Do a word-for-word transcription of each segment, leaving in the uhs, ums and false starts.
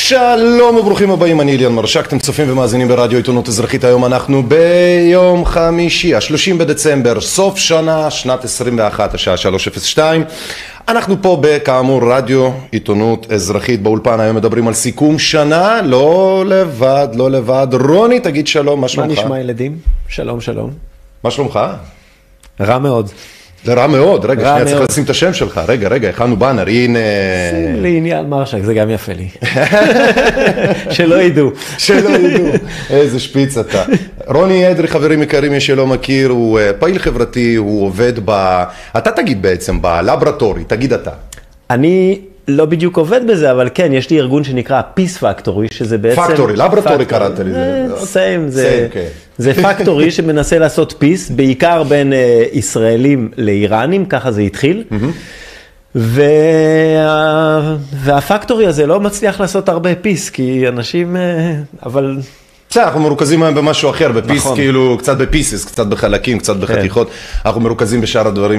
שלום וברוכים הבאים, אני אליאן מרשק, אתם צופים ומאזינים ברדיו עיתונות אזרחית. היום אנחנו ביום חמישי, ה-שלושים בדצמבר, סוף שנה, שנת עשרים ואחת, השעה שלוש אפס שתיים. אנחנו פה בכאמור רדיו עיתונות אזרחית באולפן. היום מדברים על סיכום שנה, לא לבד, לא לבד. רוני, תגיד שלום, מה שלומך? מה נשמע ילדים? שלום, שלום. מה שלומך? רע מאוד. זה רע מאוד, רגע, שנייה צריך לשים את השם שלך, רגע, רגע, הכנו באנר, הנה... שים לי עניין מרשק, זה גם יפה לי. שלא ידעו. שלא ידעו, איזה שפיץ אתה. רוני אדרי, חברים יקרים, מי שלא מכיר, הוא פעיל חברתי, הוא עובד ב... אתה תגיד בעצם, בלברטורי, תגיד אתה. אני לא בדיוק עובד בזה, אבל כן, יש לי ארגון שנקרא Peace Factory, שזה בעצם... פקטורי, לברטורי קראת לי זה. סיים, זה... זה פקטורי שמנסה לעשות פיס, בעיקר בין uh, ישראלים לאיראנים, ככה זה התחיל. Mm-hmm. וה... והפקטורי הזה לא מצליח לעשות הרבה פיס, כי אנשים, uh, אבל... בסדר, אנחנו מרוכזים היום במשהו אחר, בפיס, נכון. כאילו, קצת בפיסס, קצת בחלקים, קצת בחתיכות. כן. אנחנו מרוכזים בשאר הדברים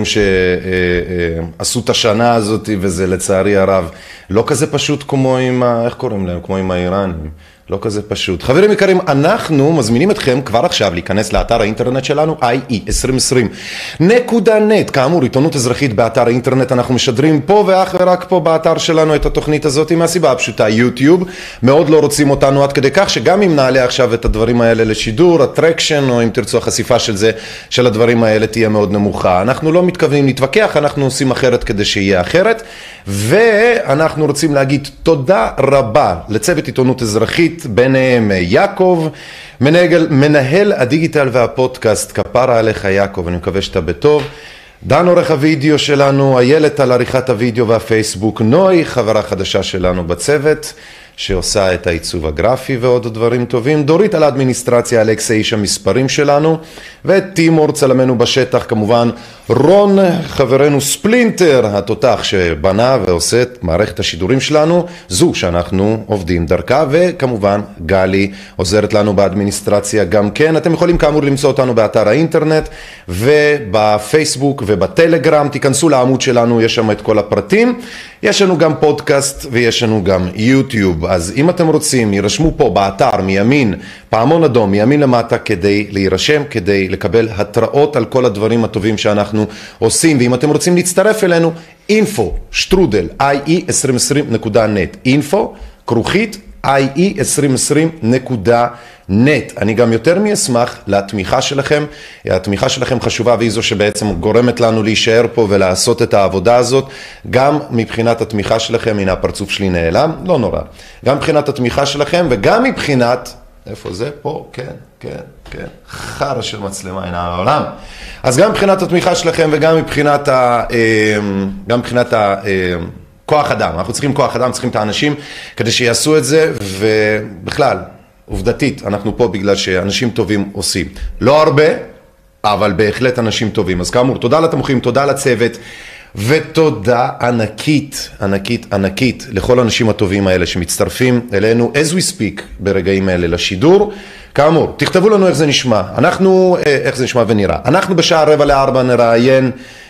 שעשו את השנה הזאת, וזה לצערי הרב לא כזה פשוט כמו עם, איך קוראים להם? כמו עם האיראנים. לא כזה פשוט. חברים יקרים, אנחנו מזמינים אתכם כבר עכשיו להיכנס לאתר האינטרנט שלנו, איי אי עשרים עשרים נקודה נט. כאמור, עיתונות אזרחית באתר האינטרנט, אנחנו משדרים פה ואך ורק פה באתר שלנו את התוכנית הזאת, מהסיבה הפשוטה, יוטיוב. מאוד לא רוצים אותנו עד כדי כך, שגם אם נעלה עכשיו את הדברים האלה לשידור, הטרקשן, או אם תרצו החשיפה של זה, של הדברים האלה תהיה מאוד נמוכה. אנחנו לא מתכוונים להתווכח, אנחנו עושים אחרת כדי שיהיה אחרת, ואנחנו רוצים להגיד תודה רבה לצוות עיתונות אזרחית, ביניהם יעקב, מנהל, מנהל הדיגיטל והפודקאסט, כפרה עליך יעקב, אני מקווה שאתה בטוב. דן עורך הוידאו שלנו, איילת על עריכת הוידאו והפייסבוק, נוי חברה חדשה שלנו בצוות, שעושה את העיצוב הגרפי ועוד דברים טובים, דורית על האדמיניסטרציה, אלכס איש המספרים שלנו, וטימור צלמנו בשטח, כמובן רון חברנו ספלינטר, התותח שבנה ועושה את מערכת השידורים שלנו, זו שאנחנו עובדים דרכה, וכמובן גלי עוזרת לנו באדמיניסטרציה גם כן. אתם יכולים כאמור למצוא אותנו באתר האינטרנט ובפייסבוק ובטלגרם, תיכנסו לעמוד שלנו, יש שם את כל הפרטים. יש לנו גם פודקאסט ויש לנו גם יוטיוב, אז אם אתם רוצים, יירשמו פה באתר מימין, פעמון אדום, מימין למטה, כדי להירשם, כדי לקבל התראות על כל הדברים הטובים שאנחנו עושים. ואם אתם רוצים להצטרף אלינו, info שטרודל איי אי עשרים עשרים נקודה נט, info כרוכית איי אי עשרים עשרים נקודה נט. אני גם יותר מאשמח לתמיכה שלכם, התמיכה שלכם חשובה, והיא זו שבעצם גורמת לנו להישאר פה ולעשות את העבודה הזאת. גם מבחינת התמיכה שלכם, הנה הפרצוף שלי נעלם, לא נורא, גם מבחינת התמיכה שלכם וגם מבחינת, איפה זה? פה, כן, כן, כן, חרא של מצלמה, הנה העולם. אז גם מבחינת התמיכה שלכם וגם מבחינת ה... גם מבחינת ה... כוח אדם, אנחנו צריכים כוח אדם, צריכים את האנשים כדי שיעשו את זה, ובכלל, עובדתית, אנחנו פה בגלל שאנשים טובים עושים. לא הרבה, אבל בהחלט אנשים טובים. אז כאמור, תודה לתמוכים, תודה לצוות, ותודה ענקית, ענקית, ענקית, לכל האנשים הטובים האלה שמצטרפים אלינו, as we speak, ברגעים האלה לשידור. כאמור, תכתבו לנו איך זה נשמע, אנחנו, איך זה נשמע ונראה. אנחנו בשעה רבע לארבע נראיין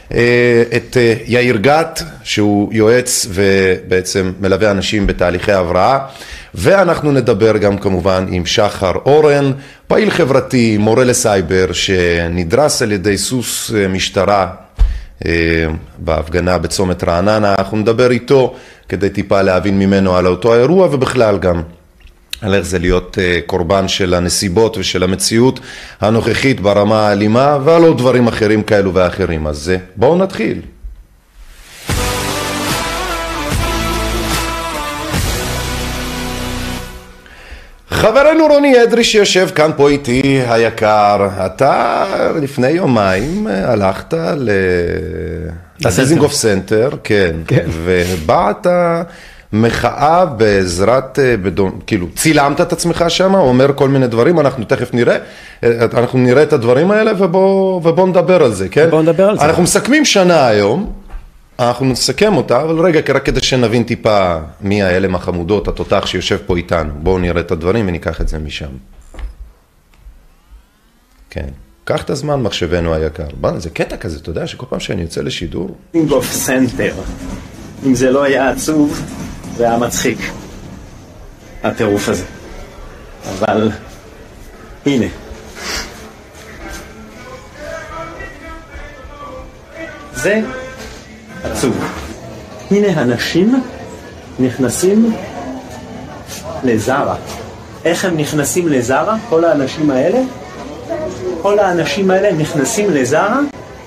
את יאיר גת, שהוא יועץ ובעצם מלווה אנשים בתהליכי הבראה, ואנחנו נדבר גם כמובן עם שחר אורן, פעיל חברתי, מורה לסייבר, שנדרס על ידי סוס משטרה בהפגנה בצומת רעננה. אנחנו נדבר איתו כדי טיפה להבין ממנו על אותו האירוע, ובכלל גם על איך זה להיות קורבן של הנסיבות ושל המציאות הנוכחית ברמה האלימה, ועל עוד דברים אחרים כאלו ואחרים. אז בואו נתחיל. חברנו רוני אדרי שיושב כאן פה איתי היקר, אתה לפני יומיים הלכת לדיזינגוף סנטר, כן, כן. ובאת מחאה בעזרת, בדום, כאילו, צילמת את עצמך שם, אומר כל מיני דברים, אנחנו תכף נראה, אנחנו נראה את הדברים האלה ובוא, ובוא נדבר על זה, כן? בוא נדבר על זה. אנחנו מסכמים שנה היום, אנחנו נסכם אותה, אבל רגע, רק כדי שנבין טיפה מי האלם החמודות, התותח שיושב פה איתנו. בואו נראה את הדברים וניקח את זה משם. כן. קח את הזמן מחשבנו היקר. בוא, זה קטע כזה, אתה יודע, שכל פעם שאני יוצא לשידור... דיזינגוף סנטר. אם זה לא היה עצוב, זה היה מצחיק. הטירוף הזה. אבל הנה. זה עצוב. הנה אנשים נכנסים לזרה. איך הם נכנסים לזרה? כל האנשים האלה, כל האנשים האלה נכנסים לזרה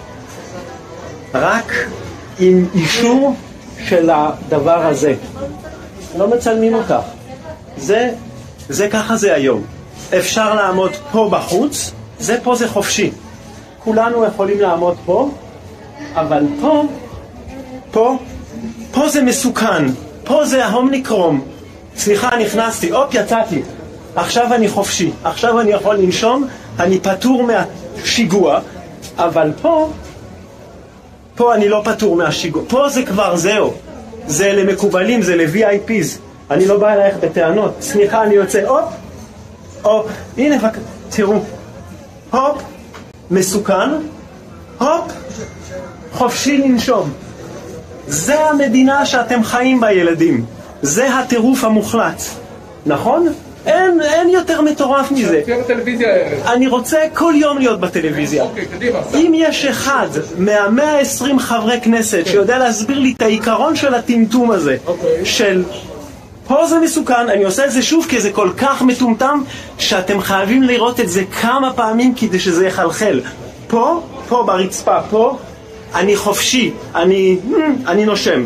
רק עם אישור של הדבר הזה. לא מצלמים אותך. זה, זה ככה זה היום. אפשר לעמוד פה בחוץ, זה פה זה חופשי. כולנו יכולים לעמוד פה, אבל פה, פה, פה זה מסוכן. פה זה ההומניקרום. סליחה, נכנסתי, אופ, יצאתי. עכשיו אני חופשי. עכשיו אני יכול לנשום, אני פטור מהשיגוע, אבל פה, פה אני לא פטור מהשיגוע. פה זה כבר זהו. זה למקובלים, זה ל-וי איי פיז. אני לא בא אלייך בטענות. סליחה, אני יוצא, אופ, אופ, הנה, תראו. הופ, מסוכן, הופ, חופשי לנשום. זה המדינה שאתם חיים בה, ילדים. זה הטירוף המוחלט. נכון? אין, אין יותר מטורף מזה. אני רוצה כל יום להיות בטלוויזיה. אם יש אחד מה-מאה ועשרים חברי כנסת שיודע להסביר לי את העיקרון של הטמטום הזה, של פה זה מסוכן, אני עושה את זה שוב כי זה כל כך מטומטם שאתם חייבים לראות את זה כמה פעמים כדי שזה יחלחל. פה, פה ברצפה, פה, אני חופשי, אני, אני נושם.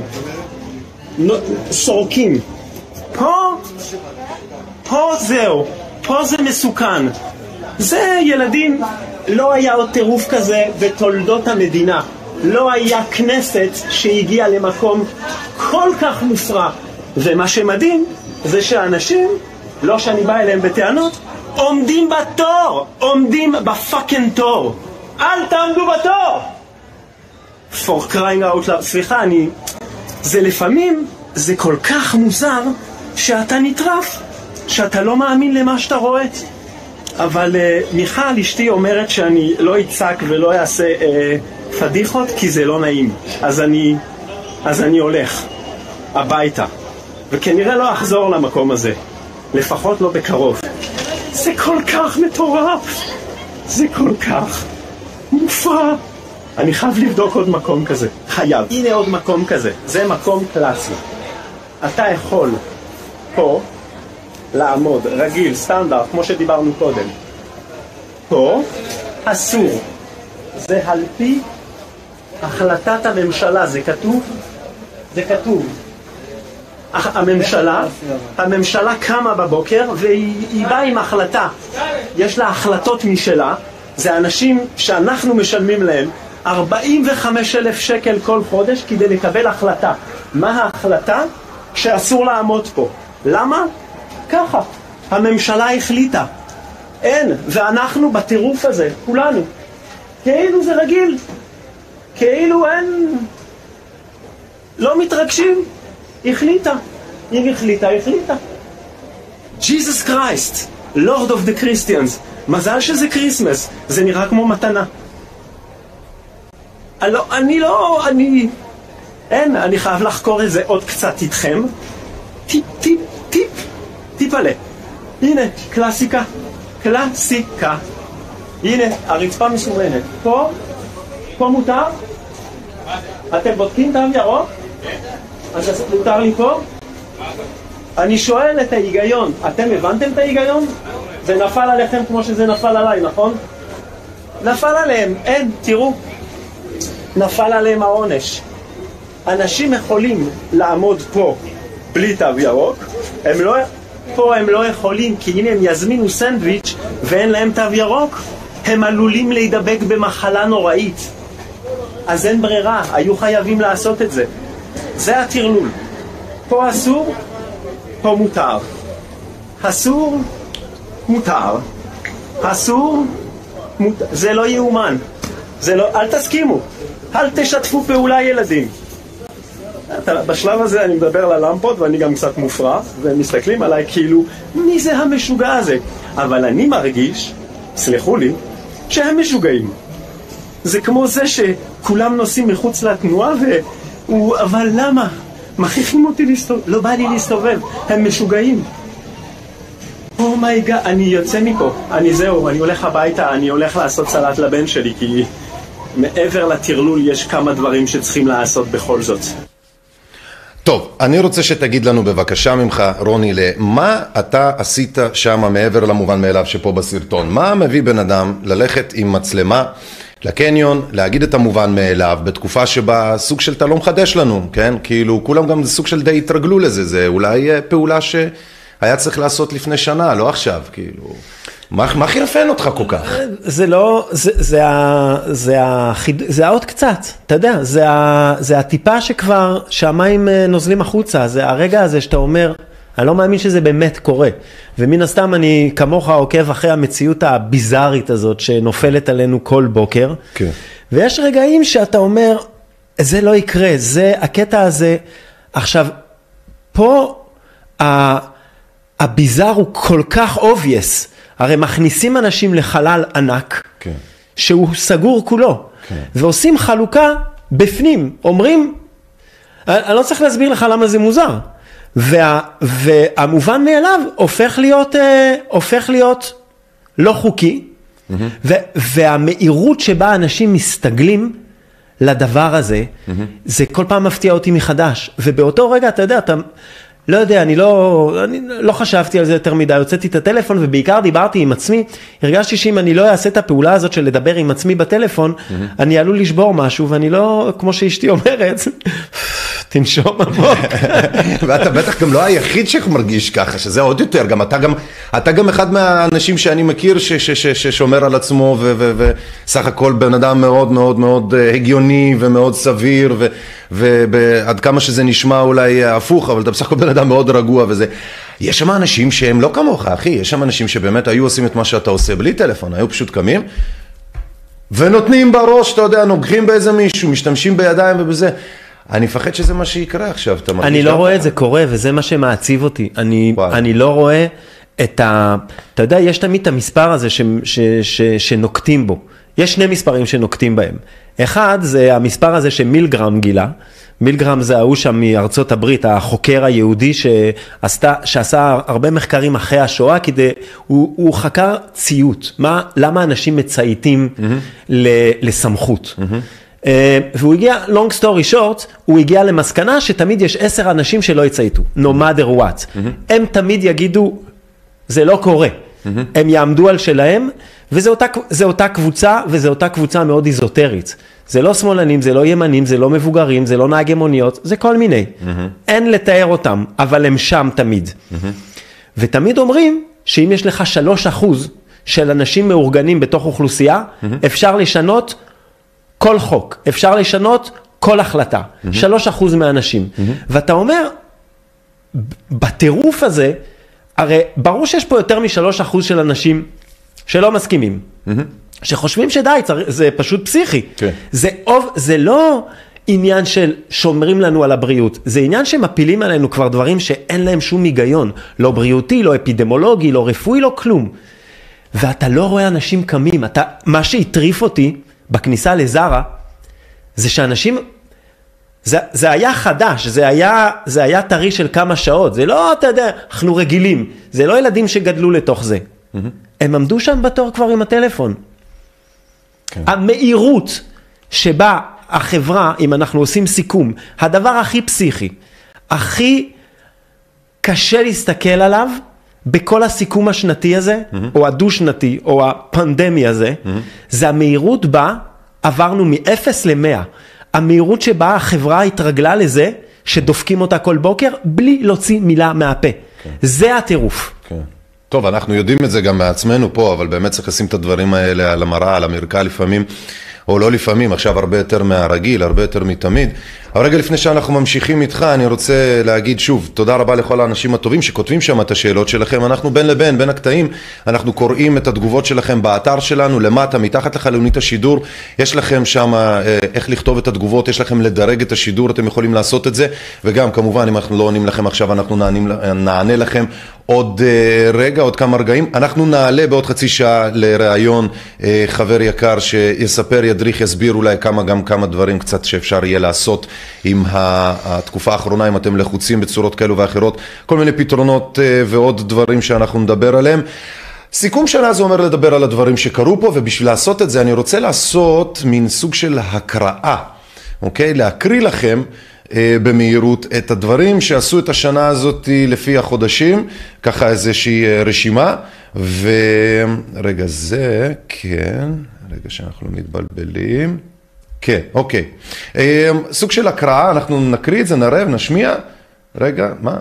סורקים. פה, פה זהו, פה זה מסוכן. זה ילדים, לא היה עוד טירוף כזה בתולדות המדינה. לא היה כנסת שהגיעה למקום כל כך מופרע. ומה שמדהים זה שאנשים, לא שאני בא אליהם בטענות, עומדים בתור, עומדים בפאקינג תור. אל תעמדו בתור! For crying out loud. סליחה, אני... זה לפעמים, זה כל כך מוזר שאתה נטרף, שאתה לא מאמין למה שאתה רואה. אבל uh, מיכל אשתי אומרת שאני לא אצעק ולא אעשה uh, פדיחות כי זה לא נעים. אז אני, אז אני הולך הביתה. וכנראה לא אחזור למקום הזה. לפחות לא בקרוב. זה כל כך מטורף. זה כל כך מופרע. אני חייב לבדוק עוד מקום כזה. חייב. הנה עוד מקום כזה. זה מקום קלאסי. אתה יכול פה לעמוד רגיל, סטנדרט, כמו שדיברנו קודם. פה אסור. זה על פי החלטת הממשלה. זה כתוב? זה כתוב. הממשלה, הממשלה קמה בבוקר והיא באה עם החלטה. יש לה החלטות משלה. זה אנשים שאנחנו משלמים להם ארבעים וחמישה אלף שקל כל חודש כדי לקבל החלטה. מה ההחלטה? שאסור לעמוד פה. למה? ככה. הממשלה החליטה. אין. ואנחנו בטירוף הזה, כולנו. כאילו זה רגיל. כאילו אין... לא מתרגשים. החליטה. אם החליטה, החליטה. Jesus Christ, Lord of the Christians. מזל שזה קריסמס. זה נראה כמו מתנה. אני לא, אני לא, אני... אין, אני חייב לחקור את זה עוד קצת איתכם. טיפ, טיפ, טיפ, טיפ עלה. הנה, קלאסיקה, קלאסיקה. הנה, הרצפה מסומנת. פה, פה מותר? אתם בודקים תו ירוק? אז מותר לי פה? אני שואל את ההיגיון. אתם הבנתם את ההיגיון? זה נפל עליכם כמו שזה נפל עליי, נכון? נפל עליהם, אין, תראו. נפל עליהם העונש. אנשים יכולים לעמוד פה בלי תו ירוק, הם לא, פה הם לא יכולים, כי הנה הם יזמינו סנדוויץ' ואין להם תו ירוק, הם עלולים להידבק במחלה נוראית. אז אין ברירה, היו חייבים לעשות את זה. זה התרלול. פה אסור, פה מותר. אסור, מותר. אסור, מותר. זה לא יאומן. זה לא, אל תסכימו. אל תשתפו פעולה ילדים. בשלב הזה אני מדבר ללמפות ואני גם קצת מופרע, והם מסתכלים עליי כאילו, מי זה המשוגע הזה? אבל אני מרגיש, סלחו לי, שהם משוגעים. זה כמו זה שכולם נוסעים מחוץ לתנועה, והוא, אבל למה? מכריחים אותי להסתובב, לא בא לי להסתובב, הם משוגעים. אומייגה, אני יוצא מפה, אני זהו, אני הולך הביתה, אני הולך לעשות סלט לבן שלי, כי מעבר לטרלול יש כמה דברים שצריכים לעשות בכל זאת. טוב, אני רוצה שתגיד לנו בבקשה ממך, רוני, מה אתה עשית שם מעבר למובן מאליו שפה בסרטון? מה מביא בן אדם ללכת עם מצלמה לקניון, להגיד את המובן מאליו, בתקופה שבה סוג של אתה לא מחדש לנו, כן? כאילו, כולם גם סוג של די התרגלו לזה, זה אולי פעולה שהיה צריך לעשות לפני שנה, לא עכשיו, כאילו. מה, מה חרפן אותך כל כך? זה לא, זה, זה, ה, זה, החיד, זה העוד קצת, אתה יודע, זה, ה, זה הטיפה שכבר, שהמים נוזלים החוצה, זה הרגע הזה שאתה אומר, אני לא מאמין שזה באמת קורה. ומן הסתם אני כמוך עוקב אחרי המציאות הביזארית הזאת שנופלת עלינו כל בוקר. כן. ויש רגעים שאתה אומר, זה לא יקרה, זה הקטע הזה. עכשיו, פה הביזאר הוא כל כך obvious. הרי מכניסים אנשים לחלל ענק, כן. שהוא סגור כולו. כן. ועושים חלוקה בפנים. אומרים, אני לא צריך להסביר לך למה זה מוזר. וה, והמובן מאליו הופך להיות, אה, הופך להיות לא חוקי, mm-hmm. ו, והמהירות שבה אנשים מסתגלים לדבר הזה, mm-hmm. זה כל פעם מפתיע אותי מחדש. ובאותו רגע, אתה יודע, אתה לא יודע, אני לא, אני לא חשבתי על זה יותר מדי, הוצאתי את הטלפון ובעיקר דיברתי עם עצמי, הרגשתי שאם אני לא אעשה את הפעולה הזאת של לדבר עם עצמי בטלפון, mm-hmm. אני עלול לשבור משהו, ואני לא, כמו שאשתי אומרת, תנשום עמוק. ואתה בטח גם לא היחיד שמרגיש ככה, שזה עוד יותר, גם אתה גם, אתה גם אחד מהאנשים שאני מכיר ש, ש, ש, ששומר על עצמו, ו, ו, וסך הכל בן אדם מאוד מאוד מאוד הגיוני ומאוד סביר, ו, ועד כמה שזה נשמע אולי הפוך, אבל אתה בסך הכל בן אדם מאוד רגוע וזה. יש שם אנשים שהם לא כמוך, אחי, יש שם אנשים שבאמת היו עושים את מה שאתה עושה בלי טלפון, היו פשוט קמים, ונותנים בראש, אתה יודע, נוגחים באיזה מישהו, משתמשים בידיים ובזה. אני מפחד שזה מה שיקרה עכשיו. אני לא רואה את זה קורה, וזה מה שמעציב אותי. אני, אני לא רואה את ה... אתה יודע, יש תמיד את המספר הזה ש, ש, ש, שנוקטים בו. יש שני מספרים שנוקטים בהם. אחד זה המספר הזה שמילגרם גילה. מילגרם זה ההוא שם מארצות הברית, החוקר היהודי שעשתה, שעשה הרבה מחקרים אחרי השואה, כדי, הוא, הוא חקר ציות. מה, למה אנשים מצייתים mm-hmm. לסמכות? Mm-hmm. Uh, והוא הגיע, long story short, הוא הגיע למסקנה שתמיד יש עשר אנשים שלא יצייתו, no matter what. Mm-hmm. הם תמיד יגידו, זה לא קורה. Mm-hmm. הם יעמדו על שלהם, וזה אותה, זה אותה קבוצה, וזה אותה קבוצה מאוד איזוטרית. זה לא שמאלנים, זה לא ימנים, זה לא מבוגרים, זה לא נהגי מוניות, זה כל מיני. Mm-hmm. אין לתאר אותם, אבל הם שם תמיד. Mm-hmm. ותמיד אומרים שאם יש לך שלוש אחוז של אנשים מאורגנים בתוך אוכלוסייה, mm-hmm. אפשר לשנות כל חוק, אפשר לשנות כל החלטה, mm-hmm. שלוש אחוז מהאנשים. Mm-hmm. ואתה אומר, בטירוף הזה, הרי ברור שיש פה יותר משלוש אחוז של אנשים שלא מסכימים, mm-hmm. שחושבים שדי, זה פשוט פסיכי. Okay. זה, זה לא עניין של שומרים לנו על הבריאות, זה עניין שמפילים עלינו כבר דברים שאין להם שום היגיון, לא בריאותי, לא אפידמולוגי, לא רפואי, לא כלום. ואתה לא רואה אנשים קמים, אתה, מה שהטריף אותי, בכניסה לזרה, זה שאנשים, זה, זה היה חדש, זה היה, זה היה טרי של כמה שעות, זה לא, אתה יודע, אנחנו רגילים, זה לא ילדים שגדלו לתוך זה. Mm-hmm. הם עמדו שם בתור כבר עם הטלפון. Okay. המהירות שבה החברה, אם אנחנו עושים סיכום, הדבר הכי פסיכי, הכי קשה להסתכל עליו, בכל הסיכום השנתי הזה, mm-hmm. או הדו-שנתי, או הפנדמי הזה, mm-hmm. זה המהירות בה עברנו מ-אפס ל-מאה. המהירות שבה החברה התרגלה לזה, שדופקים אותה כל בוקר, בלי להוציא מילה מהפה. Okay. זה הטירוף. Okay. טוב, אנחנו יודעים את זה גם מעצמנו פה, אבל באמת צריך לשים את הדברים האלה על המראה, על המרקע לפעמים, או לא לפעמים, עכשיו הרבה יותר מהרגיל, הרבה יותר מתמיד. אבל רגע לפני שאנחנו ממשיכים איתך, אני רוצה להגיד שוב, תודה רבה לכל האנשים הטובים שכותבים שם את השאלות שלכם. אנחנו בין לבין, בין הקטעים, אנחנו קוראים את התגובות שלכם באתר שלנו, למטה, מתחת לחלונית השידור. יש לכם שם איך לכתוב את התגובות, יש לכם לדרג את השידור, אתם יכולים לעשות את זה. וגם כמובן, אם אנחנו לא עונים לכם עכשיו, אנחנו נענים, נענה לכם עוד רגע, עוד כמה רגעים. אנחנו נעלה בעוד חצי שעה לראיון חבר יקר שיספר, ידריך, יסביר אולי כמה, גם כמה דברים קצת שאפשר יהיה לעשות עם התקופה האחרונה, אם אתם לחוצים בצורות כאלו ואחרות, כל מיני פתרונות ועוד דברים שאנחנו נדבר עליהם. סיכום שנה זה אומר לדבר על הדברים שקרו פה, ובשביל לעשות את זה אני רוצה לעשות מין סוג של הקראה, אוקיי? להקריא לכם במהירות את הדברים שעשו את השנה הזאת לפי החודשים, ככה איזושהי רשימה, ורגע זה, כן, רגע שאנחנו לא מתבלבלים, כן, אוקיי. סוג של הקראה, אנחנו נקריא את זה, נראה ונשמיע, רגע, מה?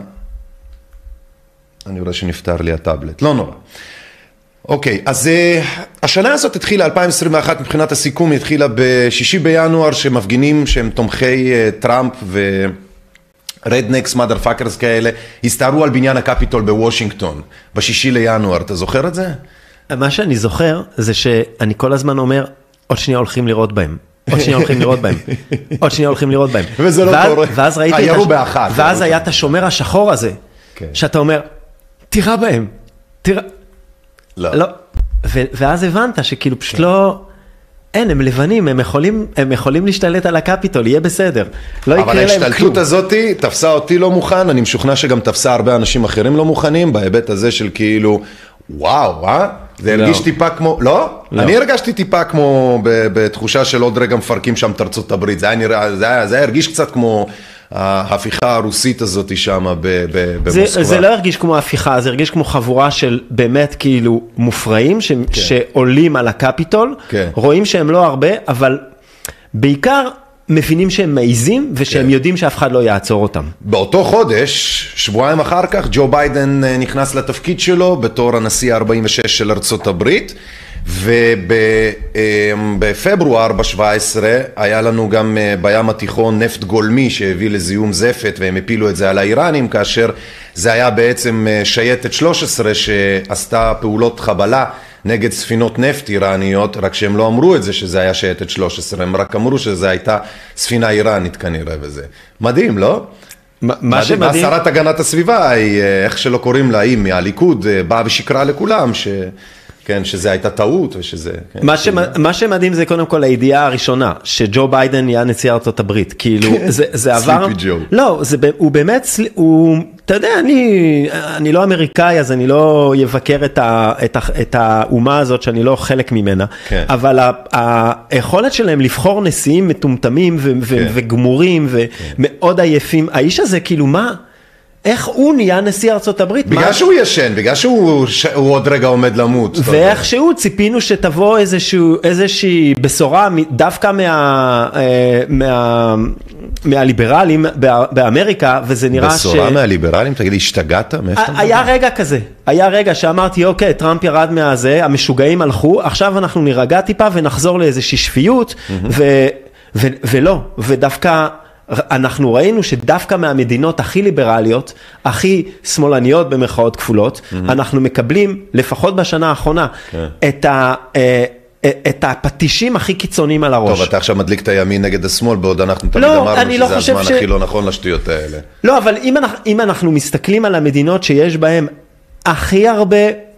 אני רואה שנפטר לי הטאבלט, לא נורא. אוקיי, אז השנה הזאת התחילה, אלפיים עשרים ואחת מבחינת הסיכום, היא התחילה בשישי בינואר, שמפגינים שהם תומכי טראמפ ו-Rednecks, motherfuckers כאלה, הסתערו על בניין הקפיטול בוושינגטון, בשישי לינואר, אתה זוכר את זה? מה שאני זוכר זה שאני כל הזמן אומר, עוד שנייה הולכים לראות בהם. עוד שנייה הולכים לראות בהם, עוד שנייה הולכים לראות בהם. וזה לא קורה. ואז ראיתי, ואז היה את השומר השחור הזה, שאתה אומר, תראה בהם, תראה, לא. לא. ו- ואז הבנת שכאילו פשוט כן. לא, אין, הם לבנים, הם יכולים, הם יכולים להשתלט על הקפיטול, יהיה בסדר. לא יקרה להם כלום. אבל ההשתלטות הזאת תפסה אותי לא מוכן, אני משוכנע שגם תפסה הרבה אנשים אחרים לא מוכנים, בהיבט הזה של כאילו, וואו, אה? זה הרגיש לא. טיפה כמו, לא? לא? אני הרגשתי טיפה כמו בתחושה של עוד רגע מפרקים שם את ארצות הברית, זה היה נראה, זה היה, זה היה הרגיש קצת כמו ההפיכה הרוסית הזאת שם במוסקבה. זה, זה לא הרגיש כמו ההפיכה, זה הרגיש כמו חבורה של באמת כאילו מופרעים, ש, כן. שעולים על הקפיטול, כן. רואים שהם לא הרבה, אבל בעיקר מבינים שהם מעיזים, ושהם כן. יודעים שאף אחד לא יעצור אותם. באותו חודש, שבועיים אחר כך, ג'ו ביידן נכנס לתפקיד שלו, בתור הנשיא ה-ארבעים ושש של ארצות הברית, ובפברואר ב-שבע עשרה היה לנו גם בים התיכון נפט גולמי שהביא לזיהום זפת, והם הפילו את זה על האיראנים, כאשר זה היה בעצם שייטת שלוש עשרה שעשתה פעולות חבלה נגד ספינות נפט איראניות, רק שהם לא אמרו את זה שזה היה שייטת שלוש עשרה, הם רק אמרו שזה הייתה ספינה איראנית כנראה וזה. מדהים, לא? מה שמדהים... שרת הגנת הסביבה, איך שלא קוראים לה, היא מהליכוד, באה ושקרה לכולם ש... כן, שזה הייתה טעות ושזה... כן, מה, ש... מה שמדהים זה קודם כל הידיעה הראשונה, שג'ו ביידן יהיה נשיא ארצות הברית, כאילו זה, זה עבר... סליפי ג'ו. לא, זה, הוא באמת, הוא, אתה יודע, אני, אני לא אמריקאי, אז אני לא יבקר את, ה, את, ה, את האומה הזאת שאני לא חלק ממנה, כן. אבל ה, היכולת שלהם לבחור נשיאים מטומטמים ו, ו, כן. וגמורים ומאוד כן. עייפים, האיש הזה כאילו מה... איך הוא נהיה נשיא ארצות הברית? בגלל מה... שהוא ישן, בגלל שהוא ש... עוד רגע עומד למות. ואיך שהוא ציפינו שתבוא איזשהו, איזושהי בשורה דווקא מה, מה, מהליברלים באמריקה, וזה נראה בשורה ש... בשורה מהליברלים? תגיד, השתגעת? היה רגע כזה, היה רגע שאמרתי, אוקיי, טראמפ ירד מהזה, המשוגעים הלכו, עכשיו אנחנו נירגע טיפה ונחזור לאיזושהי שפיות, ו... ו... ולא, ודווקא... אנחנו ראינו שדווקא מהמדינות הכי ליברליות, הכי שמאלניות במרכאות כפולות, mm-hmm. אנחנו מקבלים, לפחות בשנה האחרונה, okay. את, ה, את הפטישים הכי קיצוניים על הראש. טוב, אתה עכשיו מדליק את הימין נגד השמאל, בעוד אנחנו תמיד לא, אמרנו שזה לא הזמן ש... הכי לא נכון לשטויות האלה. לא, אבל אם אנחנו, אם אנחנו מסתכלים על המדינות שיש בהן הכי הרבה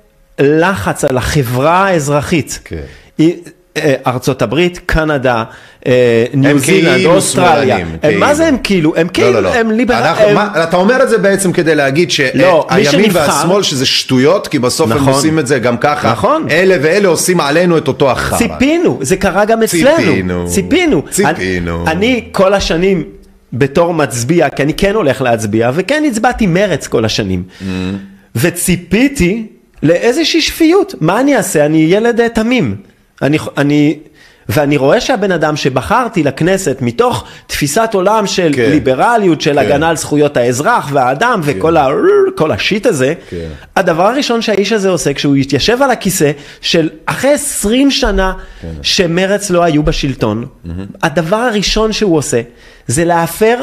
לחץ על החברה האזרחית, okay. היא... ארצות הברית, קנדה, ניו זילנד, אוסטרליה. מה זה הם כאילו? הם כאילו, הם ליברליים. אתה אומר את זה בעצם כדי להגיד שהימין והשמאל שזה שטויות, כי בסוף הם עושים את זה גם ככה. אלה ואלה עושים עלינו את אותו החרא. ציפינו, זה קרה גם אצלנו. ציפינו. ציפינו. אני כל השנים בתור מצביע, כי אני כן הולך להצביע, וכן הצבעתי מרץ כל השנים. וציפיתי לאיזושהי שפיות. מה אני אעשה? אני ילד תמים. אני, אני, ואני רואה שהבן אדם שבחרתי לכנסת מתוך תפיסת עולם של כן. ליברליות, של כן. הגנה על זכויות האזרח והאדם כן. וכל ה, כל השיט הזה, כן. הדבר הראשון שהאיש הזה עושה, כשהוא יתיישב על הכיסא של אחרי עשרים שנה כן. שמרץ לא היו בשלטון, mm-hmm. הדבר הראשון שהוא עושה, זה להפר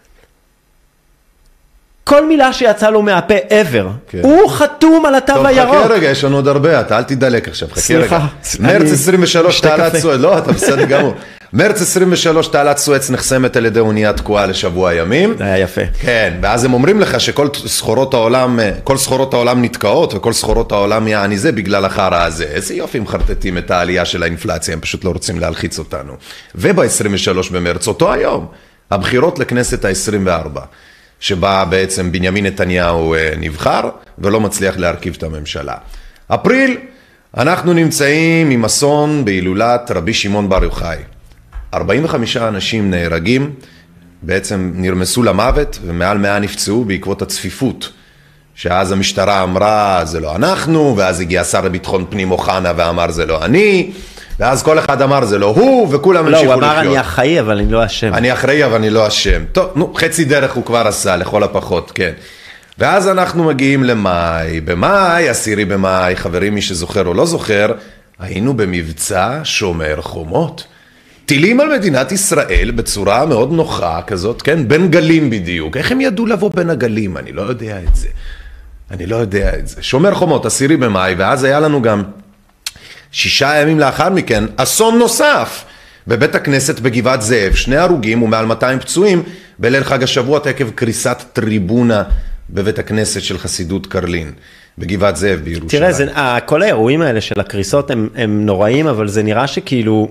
כל מילה שיצא לו מהפה ever, כן. הוא חתום על התו הירוק. טוב, חכה רגע, יש לנו עוד הרבה, אתה אל תדלק עכשיו, חכה רגע. מרץ עשרים ושלוש, תעלת סועד, לא, אתה בסדר גמור. מרץ עשרים ושלוש, תעלת סואץ נחסמת על ידי אונייה תקועה לשבוע ימים. זה היה יפה. כן, ואז הם אומרים לך שכל סחורות העולם, כל סחורות העולם נתקעות, וכל סחורות העולם יעני זה בגלל החרא הזה. איזה יופי הם חרטטים את העלייה של האינפלציה, הם פשוט לא רוצים להלחיץ אותנו. וב-עשרים ושלוש במרץ, אותו היום, הבחירות לכנסת ה-עשרים וארבע, שבה בעצם בנימין נתניהו נבחר, ולא מצליח להרכיב את הממשלה. אפריל, אנחנו נמצאים עם אסון בהילולת רבי שמעון בר יוחאי. ארבעים וחמישה אנשים נהרגים, בעצם נרמסו למוות, ומעל מאה נפצעו בעקבות הצפיפות. שאז המשטרה אמרה, זה לא אנחנו, ואז הגיע שר לביטחון פנים אוחנה ואמר, זה לא אני, ואז כל אחד אמר, זה לא הוא, וכולם המשיכו לחיות. לא, הוא אמר, אני אחראי, אבל אני לא אשם. אני אחראי, אבל אני לא אשם. טוב, נו, חצי דרך הוא כבר עשה, לכל הפחות, כן. ואז אנחנו מגיעים למאי. במאי, עשירי במאי, חברים, מי שזוכר או לא זוכר, היינו במבצע שומר חומות. טילים על מדינת ישראל בצורה מאוד נוחה כזאת, כן? בין גלים בדיוק. איך הם ידעו לבוא בין הגלים? אני לא יודע את זה. אני לא יודע את זה. שומר חומות, עשירי במאי, ואז היה לנו גם שישה ימים לאחר מכן, אסון נוסף בבית הכנסת בגבעת זאב. שני הרוגים ומעל מאתיים פצועים בליל חג השבוע עקב קריסת טריבונה בבית הכנסת של חסידות קרלין. בגבעת זאב בירושלים. תראה, זה, כל האירועים האלה של הקריסות הם, הם נוראים, אבל זה נראה שכאילו...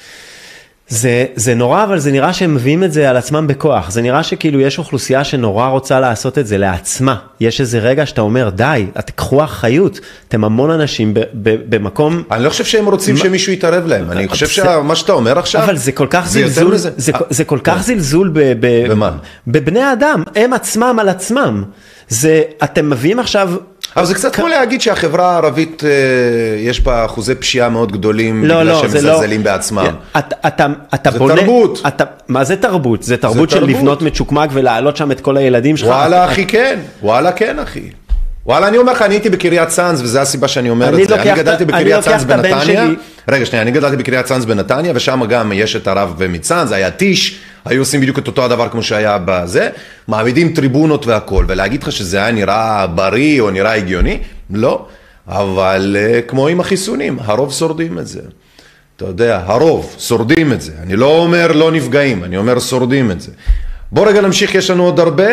זה, זה נורא, אבל זה נראה שהם מביאים את זה על עצמם בכוח. זה נראה שכאילו יש אוכלוסייה שנורא רוצה לעשות את זה לעצמה. יש איזה רגע שאתה אומר, די, תקחו אחריות. אתם המון אנשים ב, ב, במקום... אני לא חושב שהם רוצים שמישהו יתערב להם. אני חושב שמה שאתה אומר עכשיו... אבל זה כל כך זלזול, זה, זה, זה כל כך זלזול ב, ב, בבני אדם. הם עצמם על עצמם. זה, אתם מביאים עכשיו... אבל זה קצת כמו להגיד שהחברה הערבית יש בה אחוזי פשיעה מאוד גדולים בגלל שהם מזלזלים בעצמם. זה תרבות. מה זה תרבות? זה תרבות של לבנות מצ'וקמק ולהעלות שם את כל הילדים שלך. וואלה אחי כן, וואלה כן אחי. וואלה אני אומר לך, אני הייתי בקריית צאנז וזה הסיבה שאני אומר את זה. אני גדלתי בקריית צאנז בנתניה. רגע שנייה, אני גדלתי בקריית צאנז בנתניה ושם גם יש את הרב מצאנז, זה היה טיש. היו עושים בדיוק את אותו הדבר כמו שהיה בזה, מעמידים טריבונות והכל, ולהגיד לך שזה היה נראה בריא או נראה הגיוני? לא, אבל כמו עם החיסונים, הרוב שורדים את זה. אתה יודע, הרוב שורדים את זה. אני לא אומר לא נפגעים, אני אומר שורדים את זה. בוא רגע נמשיך, יש לנו עוד הרבה.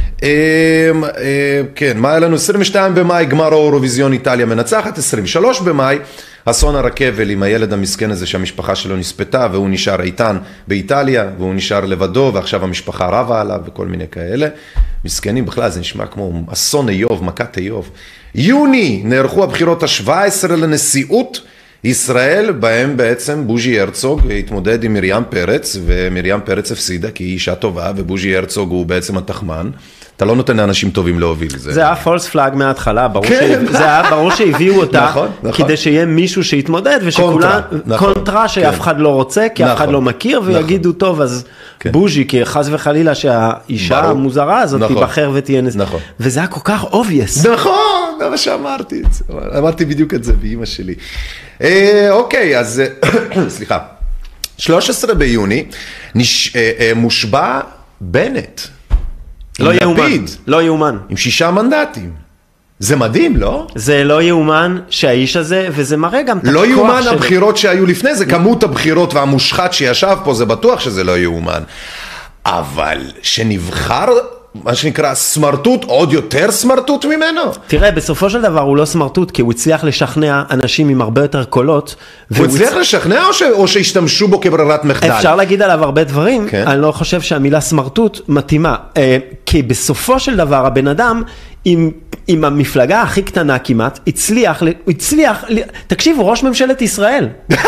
כן, מה היה לנו? עשרים ושניים במאי, גמר האירוויזיון איטליה מנצחת, עשרים ושלושה במאי, אסון הרכבל עם הילד המסכן הזה שהמשפחה שלו נספתה, והוא נשאר איתן באיטליה, והוא נשאר לבדו, ועכשיו המשפחה רבה עליו וכל מיני כאלה. מסכנים בכלל, זה נשמע כמו אסון איוב, מכת איוב. יוני, נערכו הבחירות ה-שבע עשרה לנשיאות ישראל, בהם בעצם בוז'י הרצוג התמודד עם מרים פרץ, ומרים פרץ הפסידה כי היא אישה טובה, ובוז'י הרצוג הוא בעצם התחמן. אתה לא נותן לאנשים טובים להוביל. זה היה פולס פלאג מההתחלה, זה היה ברור שהביאו אותה, כדי שיהיה מישהו שיתמודד, ושכולה קונטרה שאף אחד לא רוצה, כי אף אחד לא מכיר, ויגידו טוב, אז בוז'י, כי חס וחלילה שהאישה המוזרה הזאת תיבחר ותהיה נס... וזה היה כל כך obvious. נכון, זה מה שאמרתי את זה. אמרתי בדיוק את זה באמא שלי. אוקיי, אז סליחה. שלושה עשר ביוני מושבע בנט. לא יאומן, לא יאומן. עם שישה מנדטים. זה מדהים, לא? זה לא יאומן שהאיש הזה, וזה מראה גם את הכוח לא יאומן הבחירות שהיו לפני, זה כמות הבחירות והמושחת שישב פה, זה בטוח שזה לא יאומן. אבל שנבחר, מה שנקרא, סמרטוט, עוד יותר סמרטוט ממנו. תראה, בסופו של דבר הוא לא סמרטוט, כי הוא הצליח לשכנע אנשים עם הרבה יותר קולות. הוא הצליח לשכנע או, ש... או שהשתמשו בו כברירת מחדל? אפשר להגיד עליו הרבה דברים, כן. אני לא חושב שהמילה סמרטוט מתאימה. כי בסופו של דבר הבן אדם, עם, עם המפלגה הכי קטנה כמעט, הצליח, הצליח, תקשיבו, ראש ממשלת ישראל.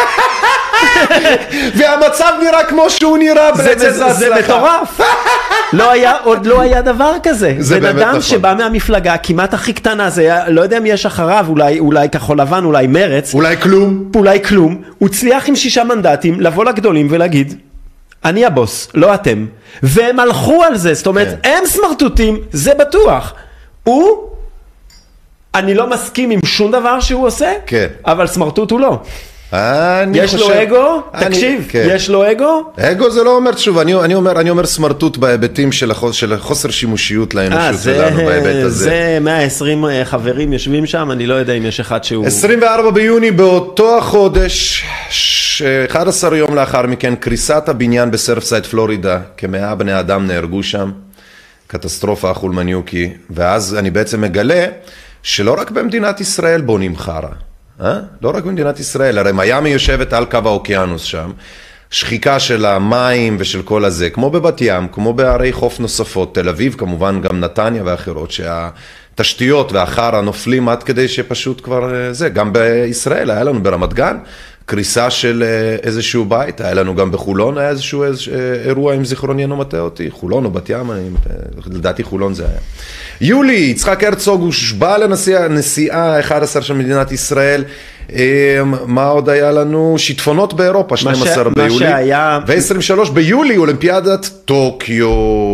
והמצב נראה כמו שהוא נראה, זה, זה, זה מטורף. לא היה, עוד לא היה דבר כזה. זה בן אדם נכון. שבא מהמפלגה כמעט הכי קטנה, זה היה, לא יודע אם יש אחריו, אולי, אולי כחול לבן, אולי מרץ. אולי כלום. אולי כלום. הוא הצליח עם שישה מנדטים לבוא לגדולים ולהגיד, אני הבוס, לא אתם. והם הלכו על זה, זאת אומרת, כן. הם סמרטוטים, זה בטוח. הוא, אני לא מסכים עם שום דבר שהוא עושה, כן. אבל סמרטוט הוא לא. יש לו אגו? תקשיב, יש לו אגו? אגו זה לא אומר, שוב, אני אומר סמרטוט בהיבטים של חוסר שימושיות לאנושות שלנו בהיבט הזה. זה מאה ועשרים חברים יושבים שם, אני לא יודע אם יש אחד שהוא... עשרים וארבעה ביוני באותו החודש, אחד עשר יום לאחר מכן, קריסת הבניין בסרפסייד פלורידה, כמאה בני אדם נהרגו שם, קטסטרופה החולמניוקי, ואז אני בעצם מגלה שלא רק במדינת ישראל בונים חרה, אה? לא רק במדינת ישראל, הרי מיאמי יושבת על קו האוקיינוס שם, שחיקה של המים ושל כל הזה, כמו בבת ים, כמו בערי חוף נוספות, תל אביב כמובן, גם נתניה ואחרות, שהתשתיות והחרה נופלים עד כדי שפשוט כבר זה, גם בישראל היה לנו ברמת גן, קריסה של איזשהו בית, היה לנו גם בחולון, היה איזשהו, איזשהו אירוע עם זיכרוני אינו מטעה אותי, חולון או בת ים, לדעתי חולון זה היה. יולי, יצחק הרצוג הושבע לנשיאה ה-אחד עשר של מדינת ישראל, מה עוד היה לנו? שיטפונות באירופה, שנים עשר ביולי, ו-עשרים ושלושה ביולי, אולימפיאדת טוקיו.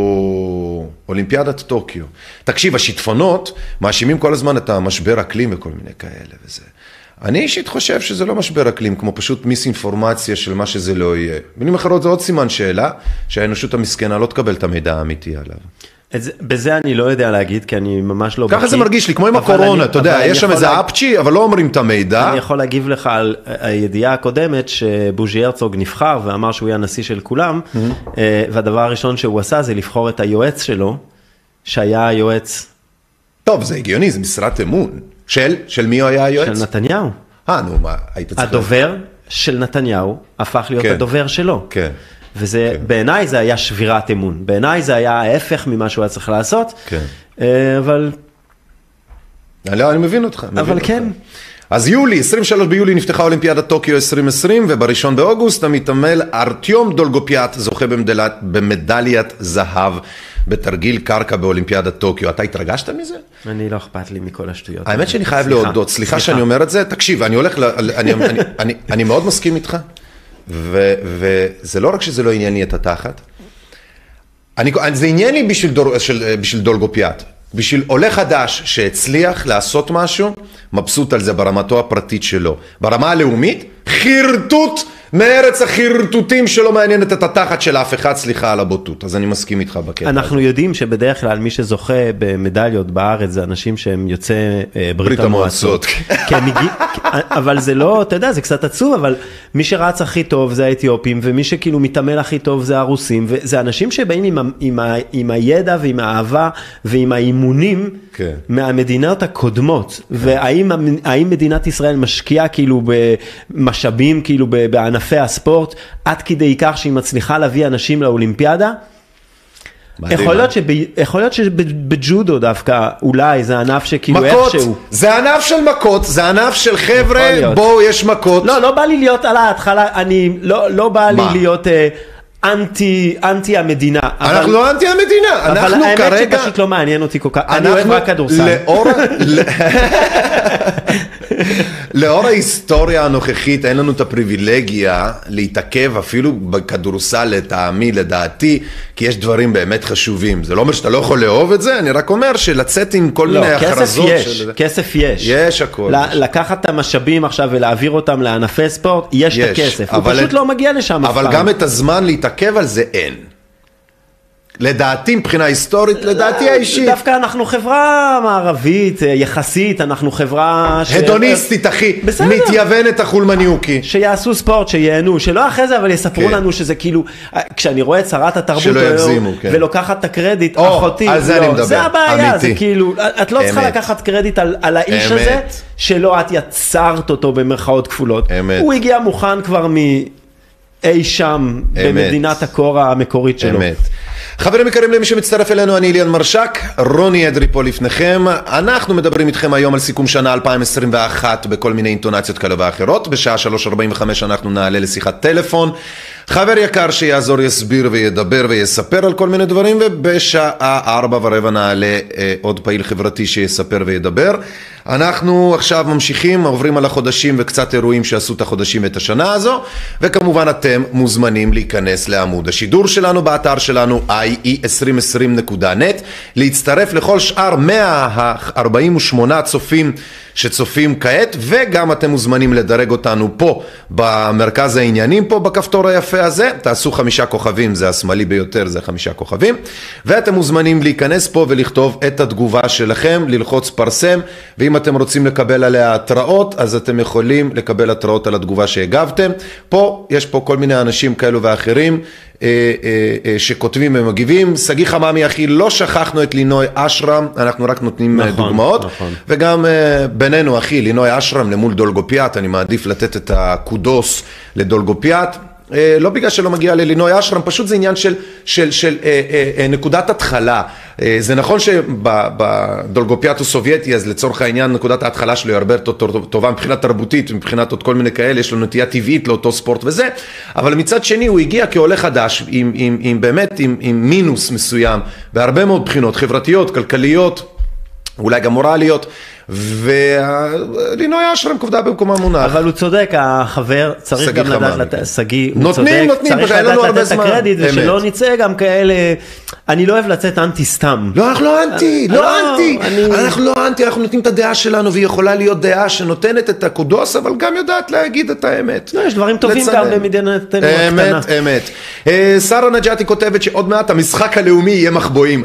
אולימפיאדת טוקיו. תקשיב, השיטפונות מאשימים כל הזמן את המשבר אקלים וכל מיני כאלה וזה. אני אישית חושב שזה לא משבר אקלים, כמו פשוט מיסאינפורמציה של מה שזה לא יהיה. במילים אחרות זה עוד סימן שאלה, שהאנושות המסכנה לא תקבל את המידע האמיתי עליו. בזה אני לא יודע להגיד, כי אני ממש לא... ככה זה מרגיש לי, כמו עם הקורונה, אתה יודע, יש שם איזה אפצ'י, אבל לא אומרים את המידע. אני יכול להגיב לך על הידיעה הקודמת, שבוז'י הרצוג נבחר, ואמר שהוא יהיה הנשיא של כולם, והדבר הראשון שהוא עשה זה לבחור את היועץ שלו, שהיה היועץ... טוב, זה הגיוני, זה משרת אמון. של? של מי הוא היה היועץ? של נתניהו. אה, נו, מה, היית צריך... הדובר של נתניהו הפך להיות הדובר שלו. כן. וזה, בעיניי זה היה שבירת אמון. בעיניי זה היה ההפך ממה שהוא היה צריך לעשות. כן. אבל... לא, אני מבין אותך. אבל כן. אז יולי, עשרים ושלושה ביולי נפתחה אולימפיאדת טוקיו עשרים עשרים, ובראשון באוגוסט המתעמל ארטיום דולגופיאט זוכה במדליית, במדליית זהב בתרגיל קרקע באולימפיאדת טוקיו. אתה התרגשת מזה? אני לא אכפת לי מכל השטויות. האמת שאני חייב להודות, סליחה שאני אומר את זה, תקשיב, אני הולך, אני, אני, אני, אני מאוד מסכים איתך, ו, וזה לא רק שזה לא עניין לי את התחת, אני, זה עניין לי בשביל, דור, של, בשביל דולגופיאט. בשביל עולה חדש שהצליח לעשות משהו, מבסוט על זה ברמתו הפרטית שלו. ברמה הלאומית, חירטוט מארץ החירטוטים שלא מעניינת את התחת של אף אחד, סליחה על הבוטות. אז אני מסכים איתך בקטע. אנחנו יודעים שבדרך כלל מי שזוכה במדליות בארץ זה אנשים שהם יוצאי ברית המועצות. אבל זה לא, אתה יודע, זה קצת עצוב, אבל מי שרץ הכי טוב זה האתיופים, ומי שכאילו מתעמל הכי טוב זה הרוסים, וזה אנשים שבאים עם, עם, עם הידע ועם האהבה ועם האימונים כן. מהמדינות הקודמות. והאם האם מדינת ישראל משקיעה כאילו במשאבים, כאילו בענפי הספורט, עד כדי כך שהיא מצליחה להביא אנשים לאולימפיאדה? יכול להיות, שב, יכול להיות שבג'ודו דווקא, אולי זה ענף שכאילו מכות, איכשהו. זה ענף של מכות, זה ענף של חבר'ה, בואו יש מכות. לא, לא בא לי להיות על ההתחלה, אני, לא, לא בא לי להיות אה, אנטי, אנטי המדינה. אנחנו אבל, לא אנטי המדינה, אבל אנחנו האמת כרגע... שפשוט לא מעניין אותי כל כך, אני אוהב רק כדורסל. לאור... לאור ההיסטוריה הנוכחית אין לנו את הפריבילגיה להתעכב אפילו בכדורסל לטעמי, לדעתי, כי יש דברים באמת חשובים. זה לא אומר שאתה לא יכול לאהוב את זה, אני רק אומר שלצאת עם כל מיני הכרזות. לא, כסף יש, כסף יש. יש הכל. לקחת את המשאבים עכשיו ולהעביר אותם לענפי ספורט, יש את הכסף. הוא פשוט לא מגיע לשם אף פעם. אבל גם את הזמן להתעכב על זה אין. לדעתי, מבחינה היסטורית, לדעתי האישית. דווקא אנחנו חברה מערבית, יחסית, אנחנו חברה... הדוניסטית, אחי. מתייוונת החולמניוקי. שיעשו ספורט, שיהנו, שלא אחרי זה, אבל יספרו לנו שזה כאילו... כשאני רואה את שרת התרבות היום, ולוקחת את הקרדיט, אחותי, זה הבעיה, זה כאילו... את לא צריכה לקחת קרדיט על האיש הזה, שלא את יצרת אותו במרכאות כפולות. הוא הגיע מוכן כבר מאי שם, במדינת הקור המקורית שלו. אמת. חברים יקרים, למי שמצטרף אלינו, אני אליאן מרשק, רוני אדרי פה לפניכם. אנחנו מדברים איתכם היום על סיכום שנה אלפיים עשרים ואחת בכל מיני אינטונציות כאלה ואחרות. בשעה שלוש ארבעים וחמש אנחנו נעלה לשיחת טלפון. חבר יקר שיעזור, יסביר וידבר ויספר על כל מיני דברים, ובשעה ארבע ורבע נעלה אה, עוד פעיל חברתי שיספר וידבר. אנחנו עכשיו ממשיכים, עוברים על החודשים וקצת אירועים שעשו את החודשים ואת השנה הזו, וכמובן אתם מוזמנים להיכנס לעמוד השידור שלנו באתר שלנו איי אי עשרים עשרים נקודה נט, להצטרף לכל שאר מאה ארבעים ושמונה צופים שצופים כעת, וגם אתם מוזמנים לדרג אותנו פה במרכז העניינים, פה בכפתור היפה הזה, תעשו חמישה כוכבים, זה השמאלי ביותר, זה חמישה כוכבים, ואתם מוזמנים להיכנס פה ולכתוב את התגובה שלכם, ללחוץ פרסם, ואם אתם רוצים לקבל עליה התראות, אז אתם יכולים לקבל התראות על התגובה שהגבתם. פה, יש פה כל מיני אנשים כאלו ואחרים, שכותבים ומגיבים. סגי חממי אחי, לא שכחנו את לינוי אשרם, אנחנו רק נותנים נכון, דוגמאות, נכון. וגם בינינו אחי, לינוי אשרם למול דולגופיאט, אני מעדיף לתת את הקודוס לדולגופיאט, לא בגלל שלא מגיע ללינוי אשרם, פשוט זה עניין של, של, של אה, אה, נקודת התחלה. אה, זה נכון שבדולגופיאט הסובייטי, אז לצורך העניין נקודת ההתחלה שלו היא הרבה טובה מבחינת תרבותית, מבחינת עוד כל מיני כאלה, יש לו נטייה טבעית לאותו ספורט וזה, אבל מצד שני הוא הגיע כעולה חדש, עם, עם, עם באמת, עם, עם מינוס מסוים, בהרבה מאוד בחינות, חברתיות, כלכליות, אולי גם מורליות, ולינוי אשרם כובדה במקומה מונח. אבל הוא צודק, החבר צריך גם לדעת, סגי, הוא צודק, צריך לדעת לתת את הקרדיט, ושלא נצא גם כאלה, אני לא אוהב לצאת אנטי סתם. לא, אנחנו לא אנטי, לא אנטי, אנחנו לא אנטי, אנחנו נותנים את הדעה שלנו, והיא יכולה להיות דעה שנותנת את הקודוס, אבל גם יודעת להגיד את האמת. יש דברים טובים גם במדינתנו הקטנה. אמת, אמת. שרה נג'אטי כותבת שעוד מעט המשחק הלאומי יהיה מחבואים.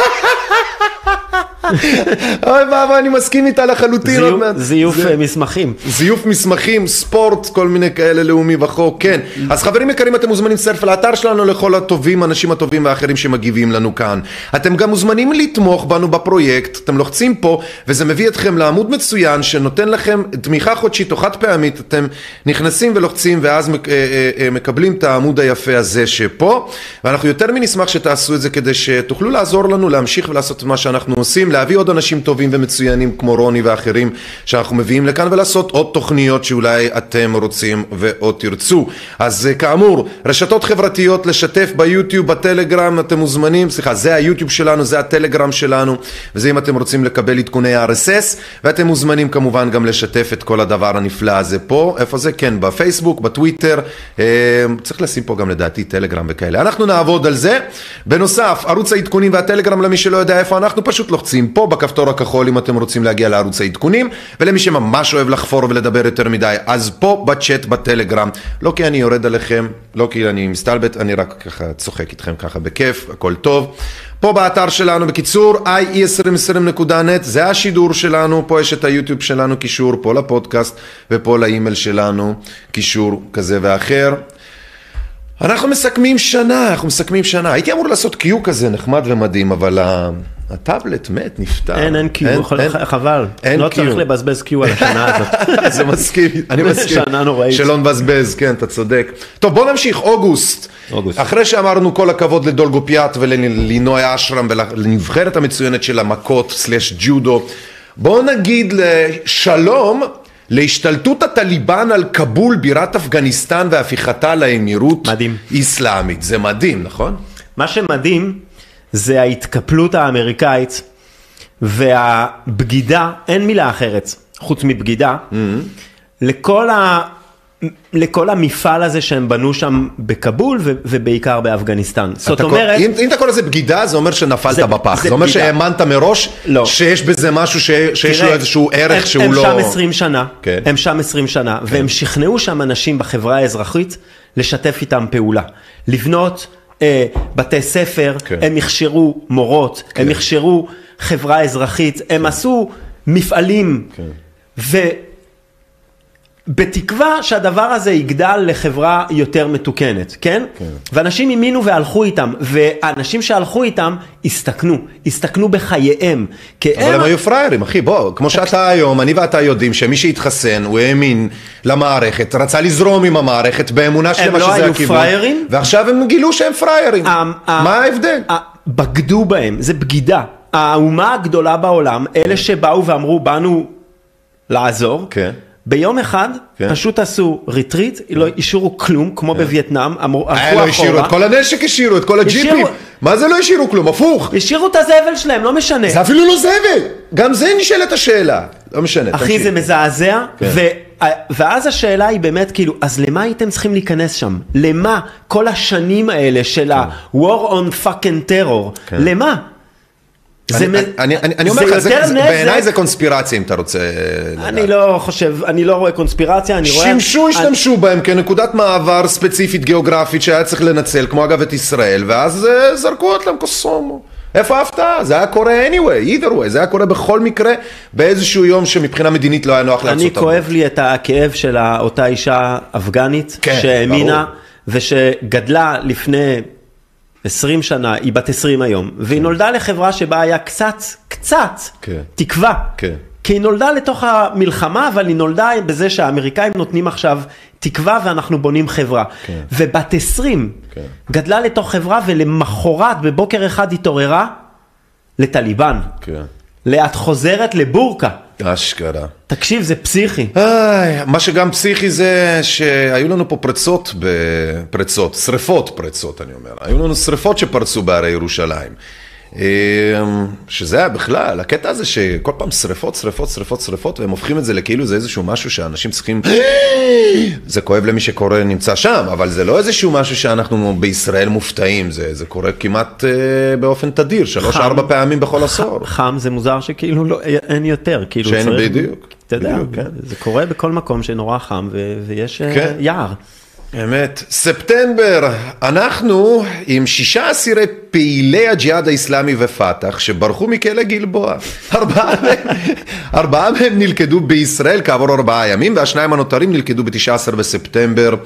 אוי בבא, אני מסכים איתה לחלוטין. זיוף מסמכים. זיוף מסמכים, ספורט, כל מיני כאלה לאומי וחוק, כן. אז חברים יקרים, אתם מוזמנים לצטרף לאתר שלנו לכל הטובים, אנשים הטובים והאחרים שמגיבים לנו כאן. אתם גם מוזמנים לתמוך בנו בפרויקט, אתם לוחצים פה, וזה מביא אתכם לעמוד מצוין, שנותן לכם תמיכה חודשית או חד פעמית, אתם נכנסים ולוחצים, ואז מקבלים את העמוד היפה הזה שפה, ואנחנו יותר מנשמח שתעשו את זה, כדי שתוכלו לעזור לנו להמשיך ולעשות מה שאנחנו עושים, להביא עוד אנשים טובים ומצוינים כמו רוני ואחרים שאנחנו מביאים לכאן, ולעשות עוד תוכניות שאולי אתם רוצים ועוד תרצו. אז כאמור, רשתות חברתיות, לשתף ביוטיוב, בטלגרם, אתם מוזמנים, סליחה, זה היוטיוב שלנו, זה הטלגרם שלנו, וזה אם אתם רוצים לקבל עדכוני אר אס אס, ואתם מוזמנים כמובן גם לשתף את כל הדבר הנפלא הזה פה, איפה זה? כן, בפייסבוק, בטוויטר, צריך לשים פה גם לדעתי טלגרם וכאלה. אנחנו נעבוד על זה. בנוסף, ערוץ העדכונים והטלגרם, למי שלא יודע איפה, אנחנו פשוט לוחצים פה בכפתור הכחול אם אתם רוצים להגיע לערוץ העדכונים, ולמי שממש אוהב לחפור ולדבר יותר מדי, אז פה בצ'אט בטלגרם, לא כי אני יורד עליכם, לא כי אני מסתלבט, אני רק ככה צוחק איתכם ככה בכיף, הכל טוב. פה באתר שלנו, בקיצור, איי אי עשרים עשרים נקודה נט, זה השידור שלנו, פה יש את היוטיוב שלנו קישור, פה לפודקאסט, ופה לאימייל שלנו קישור כזה ואחר. אנחנו מסכמים שנה, אנחנו מסכמים שנה. הייתי אמור לעשות קיו כזה נחמד ומדהים, אבל הטאבלט מת, נפטר. אין, אין קיו, חבל. לא צריך לבזבז קיו על השנה הזאת. זה מסכים, אני מסכים. שנה נוראית. שלא נבזבז, כן, אתה צודק. טוב, בוא נמשיך, אוגוסט. אחרי שאמרנו כל הכבוד לדולגופיאט וללינוי אשרם ולנבחרת המצוינת של המכות סלש ג'ודו, בוא נגיד לשלום, להשתלטות הטליבן על קבול, בירת אפגניסטן, והפיכתה לאמירות איסלאמית. זה מדהים, נכון? מה שמדהים זה ההתקפלות האמריקאית והבגידה, אין מילה אחרת חוץ מבגידה, mm-hmm. לכל, ה, לכל המפעל הזה שהם בנו שם בקבול ו, ובעיקר באפגניסטן. זאת אומרת... אם, אם אתה קורא לזה בגידה, זה אומר שנפלת זה, בפח. זה, זה אומר שהאמנת מראש לא. שיש בזה משהו ש, שיש תראה, לו איזשהו ערך הם, שהוא הם לא... הם שם עשרים שנה, כן. הם שם עשרים שנה, כן. והם שכנעו שם אנשים בחברה האזרחית לשתף איתם פעולה. לבנות אה, בתי ספר, כן. הם הכשרו מורות, כן. הם הכשרו חברה אזרחית, הם כן. עשו מפעלים, כן. ו... בתקווה שהדבר הזה יגדל לחברה יותר מתוקנת, כן? כן. ואנשים האמינו והלכו איתם, והאנשים שהלכו איתם הסתכנו, הסתכנו בחייהם. אבל הם היו פריירים, אחי, בוא, כמו שאתה היום, אני ואתה יודעים שמי שהתחסן, הוא האמין למערכת, רצה לזרום עם המערכת באמונה שלמה שזה הכיוון. הם לא היו פריירים? ועכשיו הם גילו שהם פריירים. מה ההבדל? בגדו בהם, זה בגידה. האומה הגדולה בעולם, אלה שבאו ואמרו, באנו לעזור, כן. ביום אחד כן. פשוט עשו ריטריט, כן. לא השאירו כלום, כמו כן. בווייטנאם, אמרו, הלכו אחורה. לא השאירו את כל הנשק, השאירו את כל הג'יפים. מה זה לא השאירו כלום? הפוך. השאירו את הזבל שלהם, לא משנה. זה אפילו לא זבל. גם זה נשאלת השאלה. לא משנה. אחי, זה מזעזע, ו... ואז השאלה היא באמת כאילו, אז למה הייתם צריכים להיכנס שם? למה כל השנים האלה של ה-war on fucking terror? למה? אני אומר לך, בעיניי זה קונספירציה אם אתה רוצה לדעת. אני לא חושב, אני לא רואה קונספירציה, אני רואה... שימשו, השתמשו בהם כנקודת מעבר ספציפית גיאוגרפית שהיה צריך לנצל, כמו אגב את ישראל, ואז זרקו אותם קוסומו. איפה ההפתעה? זה היה קורה anyway, either way, זה היה קורה בכל מקרה, באיזשהו יום שמבחינה מדינית לא היה נוח לארצות הברית. אני כואב לי את הכאב של אותה אישה אפגנית, שהאמינה, ושגדלה לפני עשרים שנה, היא בת עשרים היום, והיא נולדה לחברה שבה היה קצת, קצת, תקווה. כי היא נולדה לתוך המלחמה, אבל היא נולדה בזה שהאמריקאים נותנים עכשיו תקווה ואנחנו בונים חברה. ובת עשרים גדלה לתוך חברה ולמחרת בבוקר אחד התעוררה לטליבן. לאט חוזרת לבורקה. אשכרה. תקשיב, זה פסיכי. מה שגם פסיכי זה שהיו לנו פה פרצות, פרצות, שריפות פרצות אני אומר. היו לנו שריפות שפרצו בערי ירושלים. שזה היה בכלל, הקטע הזה שכל פעם שריפות, שריפות, שריפות, שריפות, והם הופכים את זה לכאילו זה איזשהו משהו שאנשים צריכים, זה כואב למי שקורא נמצא שם, אבל זה לא איזשהו משהו שאנחנו בישראל מופתעים, זה, זה קורה כמעט באופן תדיר, שלוש, ארבע פעמים בכל עשור. חם זה מוזר שכאילו לא, אין יותר, כאילו שאין בדיוק. אתה יודע, זה קורה בכל מקום שנורא חם ויש יער. אמת. ספטמבר, אנחנו עם שישה אסירי פעילי הג'יהאד האסלאמי ופתח שברחו מכלא גלבוע. ארבעה מהם, ארבעה מהם נלכדו בישראל כעבור ארבעה ימים, והשניים הנותרים נלכדו ב-תשעה עשר בספטמבר.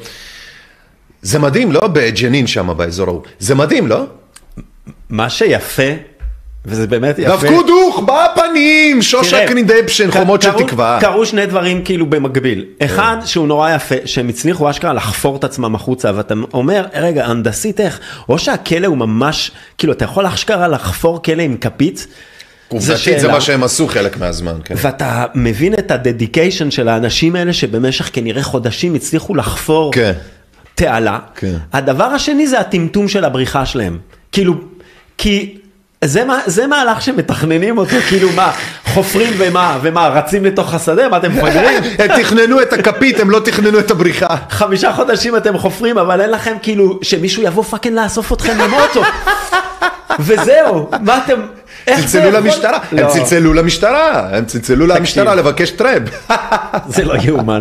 זה מדהים, לא? בג'נין שם באזור ההוא. זה מדהים, לא? מה שיפה, וזה באמת יפה. דווקו דוך, בפנים, שושק רידמפשן, חומות של תקווה. קרו שני דברים כאילו במקביל. אחד, שהוא נורא יפה, שהם הצליחו אשכרה לחפור את עצמם החוצה, ואתה אומר, רגע, הנדסית איך? או שהכלא הוא ממש, כאילו, אתה יכול אשכרה לחפור כלא עם כפית? עובדתית זה מה שהם עשו חלק מהזמן, כן. ואתה מבין את הדדיקיישן של האנשים האלה, שבמשך כנראה חודשים הצליחו לחפור תעלה. הדבר השני זה הטמטום של הבריחה שלהם. כאילו, כי... זה, זה מהלך שמתכננים אותו, כאילו מה, חופרים ומה, ומה, רצים לתוך השדה, מה אתם מפגרים? הם תכננו את הכפית, הם לא תכננו את הבריחה. חמישה חודשים אתם חופרים, אבל אין לכם כאילו, שמישהו יבוא פאקן לאסוף אתכם למוטו. וזהו, מה אתם... צלצלו למשטרה, הם צלצלו למשטרה, הם צלצלו למשטרה לבקש טרב. זה לא יאומן.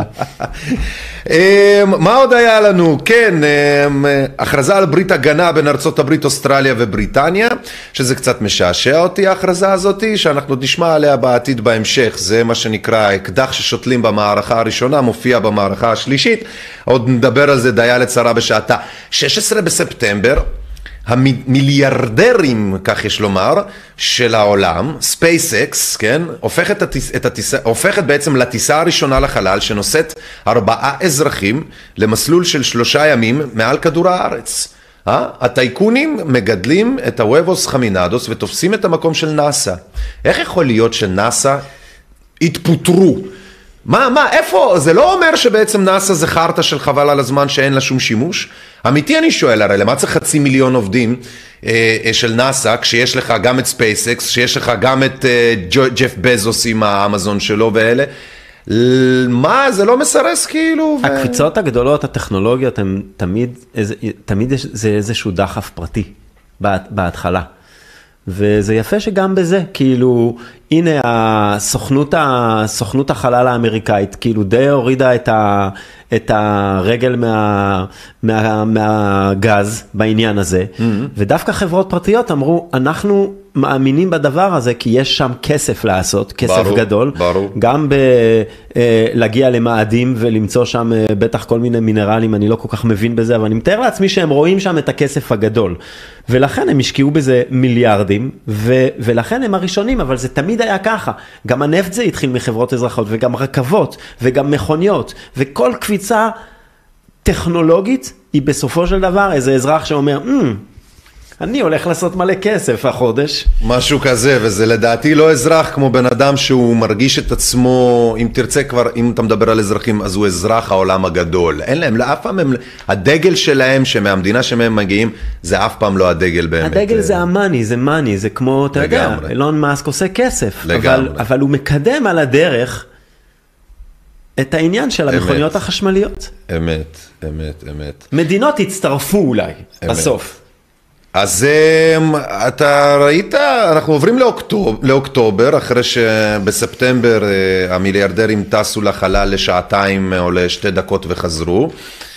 מה עוד היה לנו? כן, הכרזה על ברית הגנה בין ארצות הברית, אוסטרליה ובריטניה, שזה קצת משעשע אותי ההכרזה הזאת, שאנחנו נשמע עליה בעתיד בהמשך, זה מה שנקרא אקדח ששותלים במערכה הראשונה, מופיע במערכה השלישית, עוד נדבר על זה דיה לצרה בשעתה. שישה עשר בספטמבר, המיליארדרים, כך יש לומר, של העולם, SpaceX, כן, הופכת, הטיס, את הטיסה, הופכת בעצם לטיסה הראשונה לחלל, שנושאת ארבעה אזרחים למסלול של שלושה ימים מעל כדור הארץ. אה? הטייקונים מגדלים את הוובוס חמינדוס ותופסים את המקום של נאסא. איך יכול להיות שנאסא התפוטרו? מה, מה, איפה? זה לא אומר שבעצם נאסא זה חרטה של חבל על הזמן שאין לה שום שימוש? אמיתי אני שואל, הרי למה צריך חצי מיליון עובדים אה, של נאסא, כשיש לך גם את SpaceX, כשיש לך גם את אה, ג'ף בזוס עם האמזון שלו ואלה? מה, זה לא מסרס כאילו? ו... הקפיצות הגדולות, הטכנולוגיות, הם תמיד, איזה, תמיד זה איזשהו דחף פרטי בהתחלה. וזה יפה שגם בזה, כאילו, הנה הסוכנות, הסוכנות החלל האמריקאית, כאילו די הורידה את, ה, את הרגל מה, מה, מהגז בעניין הזה, mm-hmm. ודווקא חברות פרטיות אמרו, אנחנו מאמינים בדבר הזה, כי יש שם כסף לעשות, כסף ברור, גדול, ברור. גם ב, להגיע למאדים ולמצוא שם בטח כל מיני מינרלים, אני לא כל כך מבין בזה, אבל אני מתאר לעצמי שהם רואים שם את הכסף הגדול, ולכן הם השקיעו בזה מיליארדים, ו, ולכן הם הראשונים, אבל זה תמיד היה ככה, גם הנפט זה התחיל מחברות אזרחיות, וגם רכבות, וגם מכוניות, וכל קפיצה טכנולוגית, היא בסופו של דבר איזה אזרח שאומר, mm, אני הולך לעשות מלא כסף החודש. משהו כזה, וזה לדעתי לא אזרח כמו בן אדם שהוא מרגיש את עצמו, אם תרצה כבר, אם אתה מדבר על אזרחים, אז הוא אזרח העולם הגדול. אין להם, לאף פעם הם, הדגל שלהם, שמהמדינה שמהם מגיעים, זה אף פעם לא הדגל באמת. הדגל זה המאני, זה מאני, זה כמו, אתה יודע, אילון מאסק עושה כסף, אבל, אבל הוא מקדם על הדרך את העניין של המכוניות החשמליות. אמת, אמת, אמת. מדינות הצטרפו אולי, בסוף. אז אתה ראית, אנחנו עוברים לאוקטובר, לאוקטובר, אחרי שבספטמבר המיליארדרים טסו לחלל לשעתיים או לשתי דקות וחזרו.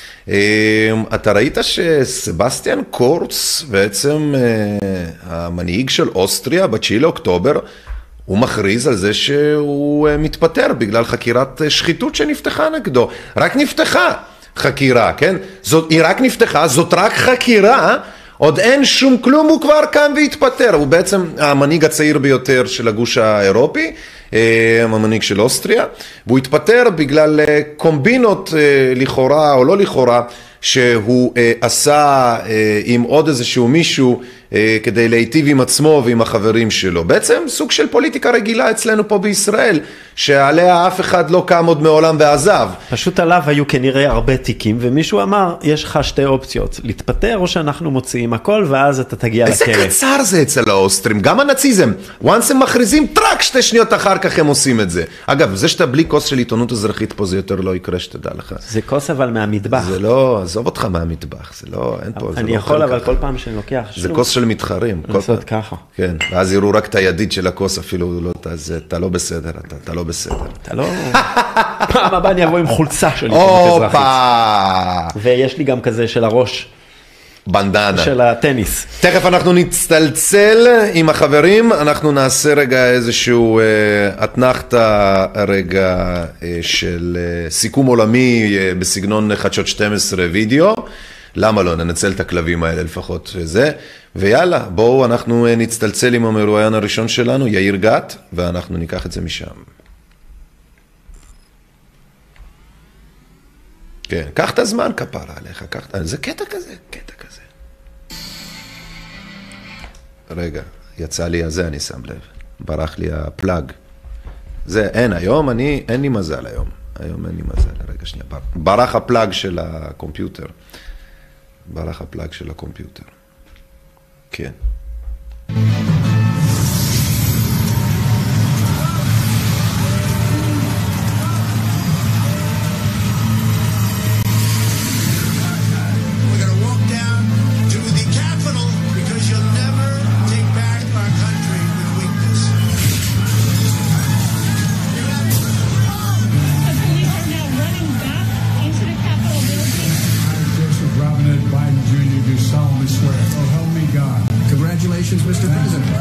אתה ראית שסבסטיאן קורץ, בעצם המנהיג של אוסטריה, בתשיעי לאוקטובר, הוא מכריז על זה שהוא מתפטר בגלל חקירת שחיתות שנפתחה נגדו. רק נפתחה חקירה, כן? זאת, היא רק נפתחה, זאת רק חקירה, עוד אין שום כלום, הוא כבר קם והתפטר. הוא בעצם המנהיג הצעיר ביותר של הגוש האירופי, המנהיג של אוסטריה, והוא התפטר בגלל קומבינות לכאורה או לא לכאורה, שהוא עשה עם עוד איזשהו מישהו כדי להיטיב עם עצמו ועם החברים שלו. בעצם סוג של פוליטיקה רגילה אצלנו פה בישראל, שעליה אף אחד לא קם עוד מעולם ועזב. פשוט עליו היו כנראה הרבה תיקים, ומישהו אמר, יש לך שתי אופציות, להתפטר או שאנחנו מוציאים הכל, ואז אתה תגיע לכלא. איזה קצר זה אצל האוסטרים, גם הנאציזם. once הם מכריזים, טרק, שתי שניות אחר כך הם עושים את זה. אגב, זה שאתה בלי כוס של עיתונות אזרחית פה, זה יותר לא יקרה שתדע לך. זה כוס אבל מהמטבח. זה לא, עזוב אותך מהמטבח, זה לא, אין פה, אני יכול, אבל כל פעם שאני לוקח זה כוס של מתחרים. לעשות ככה. כן, ואז יראו רק את הידית של הכוס, אפילו לא, אתה לא בסדר, אתה, אתה לא בסדר. אתה לא... פעם הבאה אני אבוא עם חולצה של עיתונות אזרחית. ויש לי גם כזה של הראש. בנדנה. של הטניס. תכף אנחנו נצטלצל עם החברים, אנחנו נעשה רגע איזשהו התנחתה רגע של סיכום עולמי בסגנון חדשות שתים עשרה וידאו. למה לא? ננצל את הכלבים האלה לפחות וזה. ויאללה, בואו אנחנו נצטלצל עם המרואיין הראשון שלנו, יאיר גת, ואנחנו ניקח את זה משם. כן, קח את הזמן כפרה עליך, קח את... זה קטע כזה, קטע כזה. רגע, יצא לי הזה, אני שם לב. ברח לי הפלאג. זה, אין, היום אני, אין לי מזל היום. היום אין לי מזל, רגע שנייה. ברח הפלאג של הקומפיוטר. ברח הפלאג של הקומפיוטר. כן. Mister President.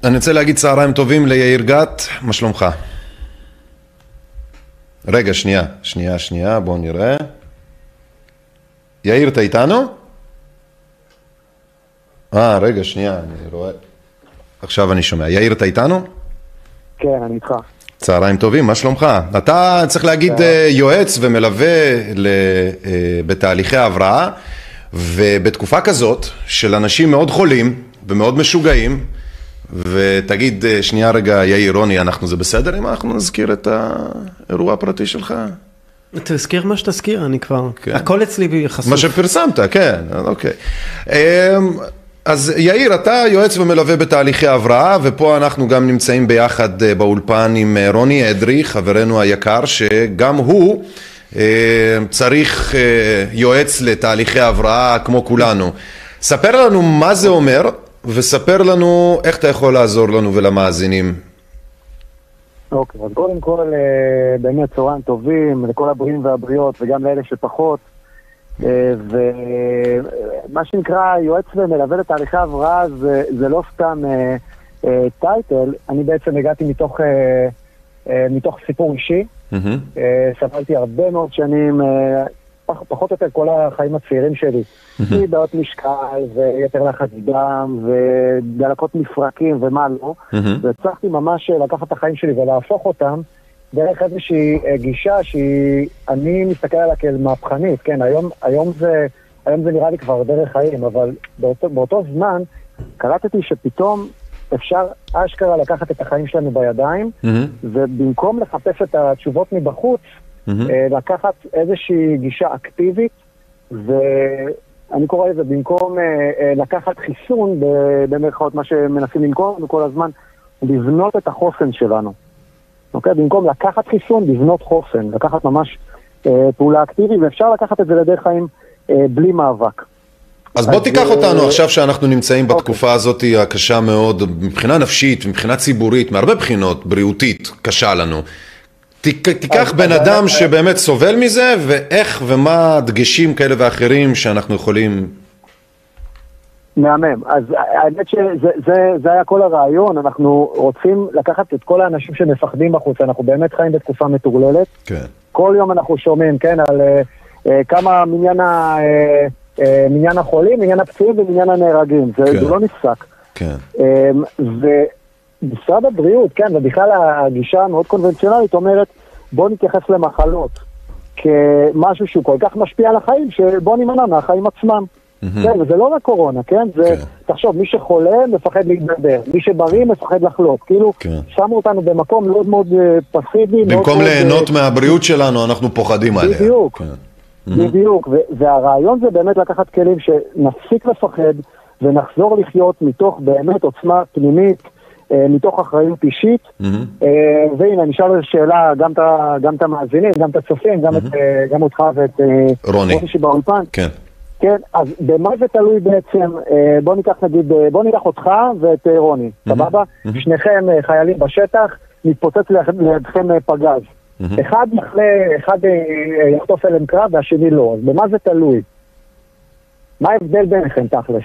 אני רוצה להגיד צהריים טובים ליאיר גת, מה שלומך? רגע, שנייה, שנייה, שנייה, בואו נראה. יאיר, אתה איתנו? אה, רגע, שנייה, אני רואה. עכשיו אני שומע. יאיר, אתה איתנו? כן, אני איתך. צהריים טובים, מה שלומך? אתה צריך להגיד יועץ ומלווה בתהליכי הבראה, ובתקופה כזאת של אנשים מאוד חולים ומאוד משוגעים, ותגיד, שנייה רגע, יאיר, רוני, אנחנו זה בסדר אם אנחנו נזכיר את האירוע הפרטי שלך? תזכיר מה שתזכיר, אני כבר, הכל אצלי חשוף. מה שפרסמת, כן, אוקיי. אז יאיר, אתה יועץ ומלווה בתהליכי הבראה, ופה אנחנו גם נמצאים ביחד באולפן עם רוני אדרי, חברנו היקר, שגם הוא צריך יועץ לתהליכי הבראה כמו כולנו. ספר לנו מה זה אומר, וספר לנו איך אתה יכול לעזור לנו ולמאזינים. אוקיי, אז קודם כל באמת צהריים טובים לכל הבריאים והבריות וגם לאלה שפחות, ומה שנקרא יועץ ומלווה לתהליכי הבראה זה, זה לא סתם טייטל, אני בעצם הגעתי מתוך, מתוך סיפור אישי, mm-hmm. סבלתי הרבה מאוד שנים, פחות או יותר כל החיים הצעירים שלי, mm-hmm. מבעיות משקל ויתר לחץ דם ודלקות מפרקים ומה לא, mm-hmm. והצלחתי ממש לקחת את החיים שלי ולהפוך אותם דרך איזושהי גישה שהיא, אני מסתכל עליה כאל מהפכנית, כן, היום, היום זה, היום זה נראה לי כבר דרך חיים, אבל באותו, באותו זמן קראתי שפתאום אפשר אשכרה לקחת את החיים שלנו בידיים, mm-hmm. ובמקום לחפש את התשובות מבחוץ, mm-hmm. לקחת איזושהי גישה אקטיבית, ואני קורא לזה במקום לקחת חיסון, במרכאות מה שמנסים למכור לנו כל הזמן, לבנות את החוסן שלנו. אוקיי? במקום לקחת חיסון, לבנות חוסן, לקחת ממש אה, פעולה אקטיבית, ואפשר לקחת את זה לדרך חיים אה, בלי מאבק. אז בוא תיקח אותנו עכשיו שאנחנו נמצאים בתקופה הזאת הקשה מאוד, מבחינה נפשית, מבחינה ציבורית, מהרבה בחינות, בריאותית, קשה לנו. תיקח בן אדם שבאמת סובל מזה, ואיך ומה דגשים כאלה ואחרים שאנחנו יכולים... מהמם. אז האמת שזה זה, זה היה כל הרעיון, אנחנו רוצים לקחת את כל האנשים שמפחדים בחוץ, אנחנו באמת חיים בתקופה מטורללת. כן. כל יום אנחנו שומעים, כן, על uh, uh, כמה מניין, ה, uh, uh, מניין החולים, מניין הפצועים ומניין הנהרגים. זה, כן. זה לא נפסק. כן. Um, ומשרד הבריאות, כן, ובכלל הגישה המאוד קונבנציונלית אומרת, בוא נתייחס למחלות כמשהו שהוא כל כך משפיע על החיים, שבוא נמנע מהחיים עצמם. כן, וזה לא רק קורונה, כן? זה, תחשוב, מי שחולה מפחד להתדבר, מי שבריא מפחד לחלות, כאילו, שמו אותנו במקום מאוד מאוד פסיבי. במקום ליהנות מהבריאות שלנו, אנחנו פוחדים עליה. בדיוק, בדיוק, והרעיון זה באמת לקחת כלים שנפסיק לפחד, ונחזור לחיות מתוך באמת עוצמה פנימית, מתוך אחריות אישית, והנה, אני אשאל שאלה, גם את המאזינים, גם את הצופים, גם אותך ואת רוני שבאולפן. כן. כן, אז במה זה תלוי בעצם, בוא ניקח נגיד, בוא ניקח אותך ואת רוני, סבבה? שניכם חיילים בשטח, מתפוצץ לידכם פגז. אחד מחלה, אחד יחטוף אליהם קרב והשני לא, אז במה זה תלוי? מה ההבדל ביניכם תכלס?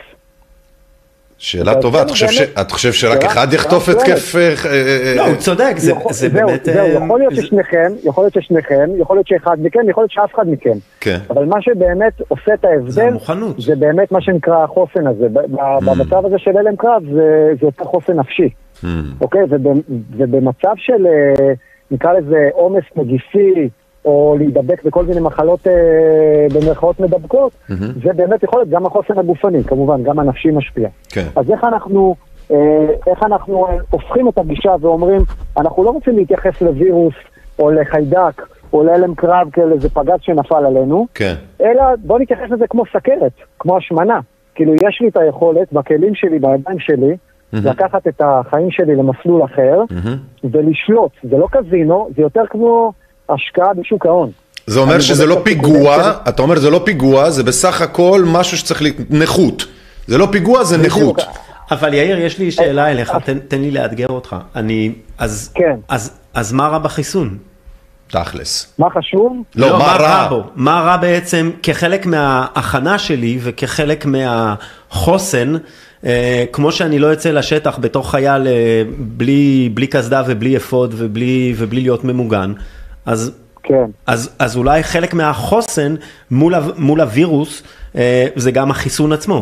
שאלה טובה, את חושב שרק אחד יחטוף התקף? לא, הוא צודק, זה באמת... יכול להיות ששניכם, יכול להיות ששניכם, יכול להיות שאחד מכם, יכול להיות שאף אחד מכם. אבל מה שבאמת עושה את ההבדל, זה באמת מה שנקרא החוסן הזה. במצב הזה של הלם קרב, זה יותר חוסן נפשי. אוקיי? ובמצב של, נקרא לזה, עומס נגיפי, או להידבק בכל מיני מחלות אה, במרכאות מדבקות, mm-hmm. זה באמת יכול להיות גם החוסן הגופני, כמובן, גם הנפשי משפיע. כן. אז איך אנחנו, אה, איך אנחנו אה, הופכים את הגישה ואומרים, אנחנו לא רוצים להתייחס לווירוס, או לחיידק, או להלם קרב, כאלה זה פגז שנפל עלינו, כן. אלא בוא נתייחס לזה כמו סכרת, כמו השמנה. כאילו, יש לי את היכולת, בכלים שלי, בידיים שלי, mm-hmm. לקחת את החיים שלי למסלול אחר, mm-hmm. ולשלוט. זה לא קזינו, זה יותר כמו... השקעה בשוק ההון. זה אומר שזה לא פיגוע, אתה אומר זה לא פיגוע, זה בסך הכל משהו שצריך נכות. זה לא פיגוע, זה נכות. אבל יאיר, יש לי שאלה אליך, תן לי לאתגר אותך. אני, אז, אז מה רע בחיסון? תכלס. מה חשוב? לא, מה רע בו? מה רע בעצם כחלק מההכנה שלי וכחלק מהחוסן כמו שאני לא יוצא לשטח בתור חייל בלי, בלי כסדה ובלי אפוד ובלי, ובלי להיות ממוגן, אז, כן. אז, אז אולי חלק מהחוסן מול, מול הווירוס זה גם החיסון עצמו.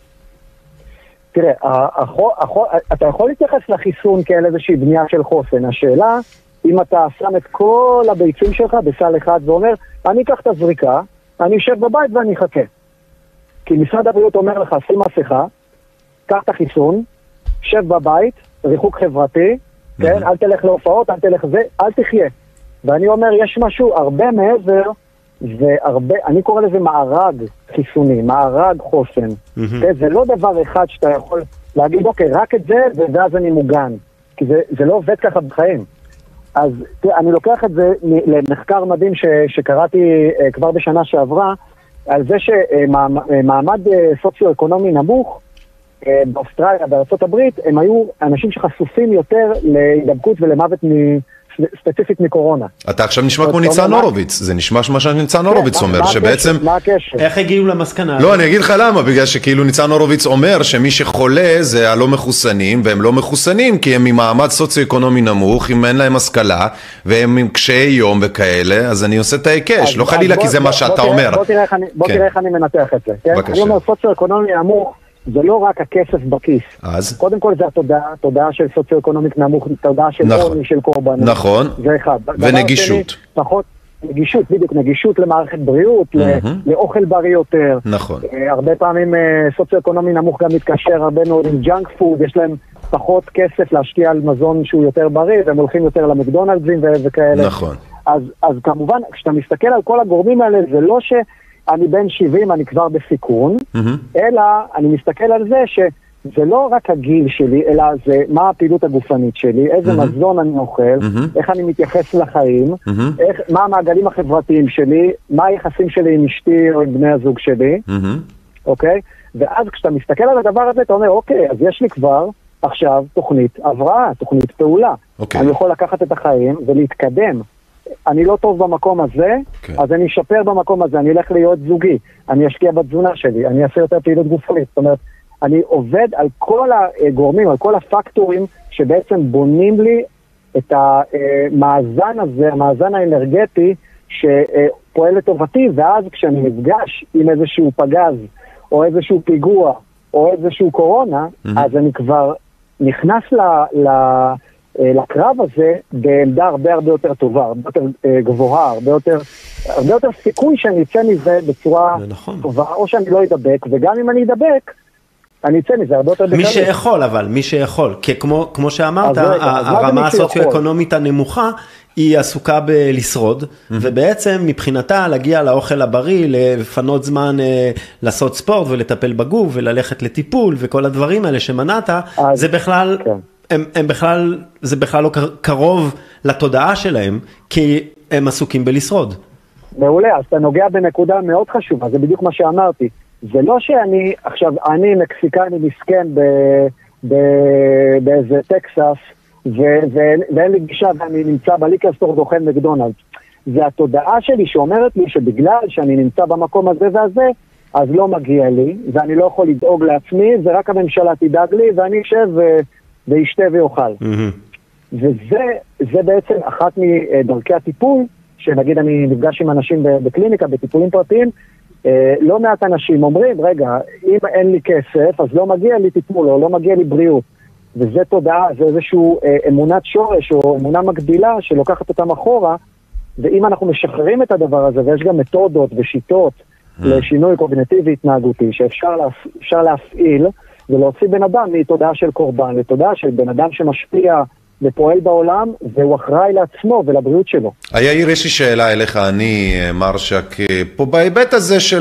תראה, החו, החו, אתה יכול להתייחס לחיסון כאל איזושהי בנייה של חוסן. השאלה, אם אתה שם את כל הביצים שלך בסל אחד ואומר, אני אקח את הזריקה, אני אשב בבית ואני אחכה. כי משרד הבריאות אומר לך, שים מסכה, קח את החיסון, שב בבית, ריחוק חברתי, כן? אל תלך להופעות, אל תלך זה, אל תחיה. ואני אומר, יש משהו הרבה מעבר, והרבה, אני קורא לזה מארג חיסוני, מארג חוסן. כן? זה לא דבר אחד שאתה יכול להגיד, אוקיי, רק את זה, ואז אני מוגן. כי זה, זה לא עובד ככה בחיים. אז תראה, אני לוקח את זה למחקר מדהים ש, שקראתי כבר בשנה שעברה, על זה שמעמד סוציו-אקונומי נמוך, באוסטרליה, בארצות הברית, הם היו אנשים שחשופים יותר להידבקות ולמוות ספציפית מקורונה. אתה עכשיו נשמע כמו ניצן הורוביץ, זה נשמע מה שניצן הורוביץ אומר, שבעצם... מה הקשר? איך הגיעו למסקנה? לא, אני אגיד לך למה, בגלל שכאילו ניצן הורוביץ אומר שמי שחולה זה הלא מחוסנים, והם לא מחוסנים כי הם ממעמד סוציו-אקונומי נמוך, אם אין להם השכלה, והם עם קשיי יום וכאלה, אז אני עושה את ההיקש, לא חלילה כי זה מה שאתה אומר. בוא תראה איך אני מנתח את זה. אני אומר סוציו-אקונומי נמוך, זה לא רק הכסף בכיס. אז? קודם כל זה התודעה, תודעה של סוציו-אקונומית נמוך, תודעה של נכון. עוני של קורבנות. נכון. זה אחד. ונגישות. שני, פחות, נגישות, בדיוק, נגישות למערכת בריאות, mm-hmm. לאוכל בריא יותר. נכון. הרבה פעמים סוציו-אקונומי נמוך גם מתקשר הרבה מאוד עם ג'אנק פוד, יש להם פחות כסף להשקיע על מזון שהוא יותר בריא, והם הולכים יותר למקדונלדסים ו- וכאלה. נכון. אז, אז כמובן, כשאתה מסתכל על כל הגורמים האלה, זה לא ש... אני בן שבעים, אני כבר בסיכון, mm-hmm. אלא אני מסתכל על זה שזה לא רק הגיל שלי, אלא זה מה הפעילות הגופנית שלי, איזה mm-hmm. מזון אני אוכל, mm-hmm. איך אני מתייחס לחיים, mm-hmm. איך, מה המעגלים החברתיים שלי, מה היחסים שלי עם אשתי או עם בני הזוג שלי, mm-hmm. אוקיי? ואז כשאתה מסתכל על הדבר הזה, אתה אומר, אוקיי, אז יש לי כבר עכשיו תוכנית הבראה, תוכנית פעולה. אוקיי. אני יכול לקחת את החיים ולהתקדם. אני לא טוב במקום הזה, okay. אז אני אשפר במקום הזה, אני אלך להיות זוגי, אני אשקיע בתזונה שלי, אני אעשה יותר פעילות גופנית. זאת אומרת, אני עובד על כל הגורמים, על כל הפקטורים שבעצם בונים לי את המאזן הזה, המאזן האנרגטי שפועל לטובתי, ואז כשאני נפגש עם איזשהו פגז, או איזשהו פיגוע, או איזשהו קורונה, mm-hmm. אז אני כבר נכנס ל... ל לקרב הזה בעמדה הרבה הרבה יותר טובה, הרבה יותר גבוהה, הרבה יותר, הרבה יותר סיכוי שאני אצא מזה בצורה נכון. טובה, או שאני לא אדבק, וגם אם אני אדבק, אני אצא מזה הרבה יותר בקלות. מי שיכול, אבל מי שיכול, כי כמו, כמו שאמרת, אז הרמה הסוציו-אקונומית הנמוכה, היא עסוקה בלשרוד, mm-hmm. ובעצם מבחינתה להגיע לאוכל הבריא, לפנות זמן לעשות ספורט ולטפל בגוף, וללכת לטיפול, וכל הדברים האלה שמנעת, אז, זה בכלל... כן. הם, הם בכלל, זה בכלל לא קרוב לתודעה שלהם, כי הם עסוקים בלשרוד. מעולה, אז אתה נוגע בנקודה מאוד חשובה, זה בדיוק מה שאמרתי. זה לא שאני, עכשיו, אני מקסיקני מסכן ב, ב, באיזה טקסס, ו, ו, ואין לי גישה ואני נמצא בליקר סטור דוכן מקדונלדס. זה התודעה שלי שאומרת לי שבגלל שאני נמצא במקום הזה והזה, אז לא מגיע לי, ואני לא יכול לדאוג לעצמי, זה רק הממשלה תדאג לי, ואני אשב ו... וישתה ויאכל. Mm-hmm. וזה זה בעצם אחת מדרכי הטיפול, שנגיד אני נפגש עם אנשים בקליניקה, בטיפולים פרטיים, לא מעט אנשים אומרים, רגע, אם אין לי כסף, אז לא מגיע לי טיפול, או לא מגיע לי בריאות. וזה תודעה, זה איזשהו אמונת שורש, או אמונה מקבילה, שלוקחת אותם אחורה, ואם אנחנו משחררים את הדבר הזה, ויש גם מתודות ושיטות mm-hmm. לשינוי קוגניטיבי התנהגותי, שאפשר להפ... להפעיל, ולהוציא בן אדם מתודעה של קורבן, לתודעה של בן אדם שמשפיע ופועל בעולם, והוא אחראי לעצמו ולבריאות שלו. יאיר, יש לי שאלה אליך, אני, מרשק, פה בהיבט הזה של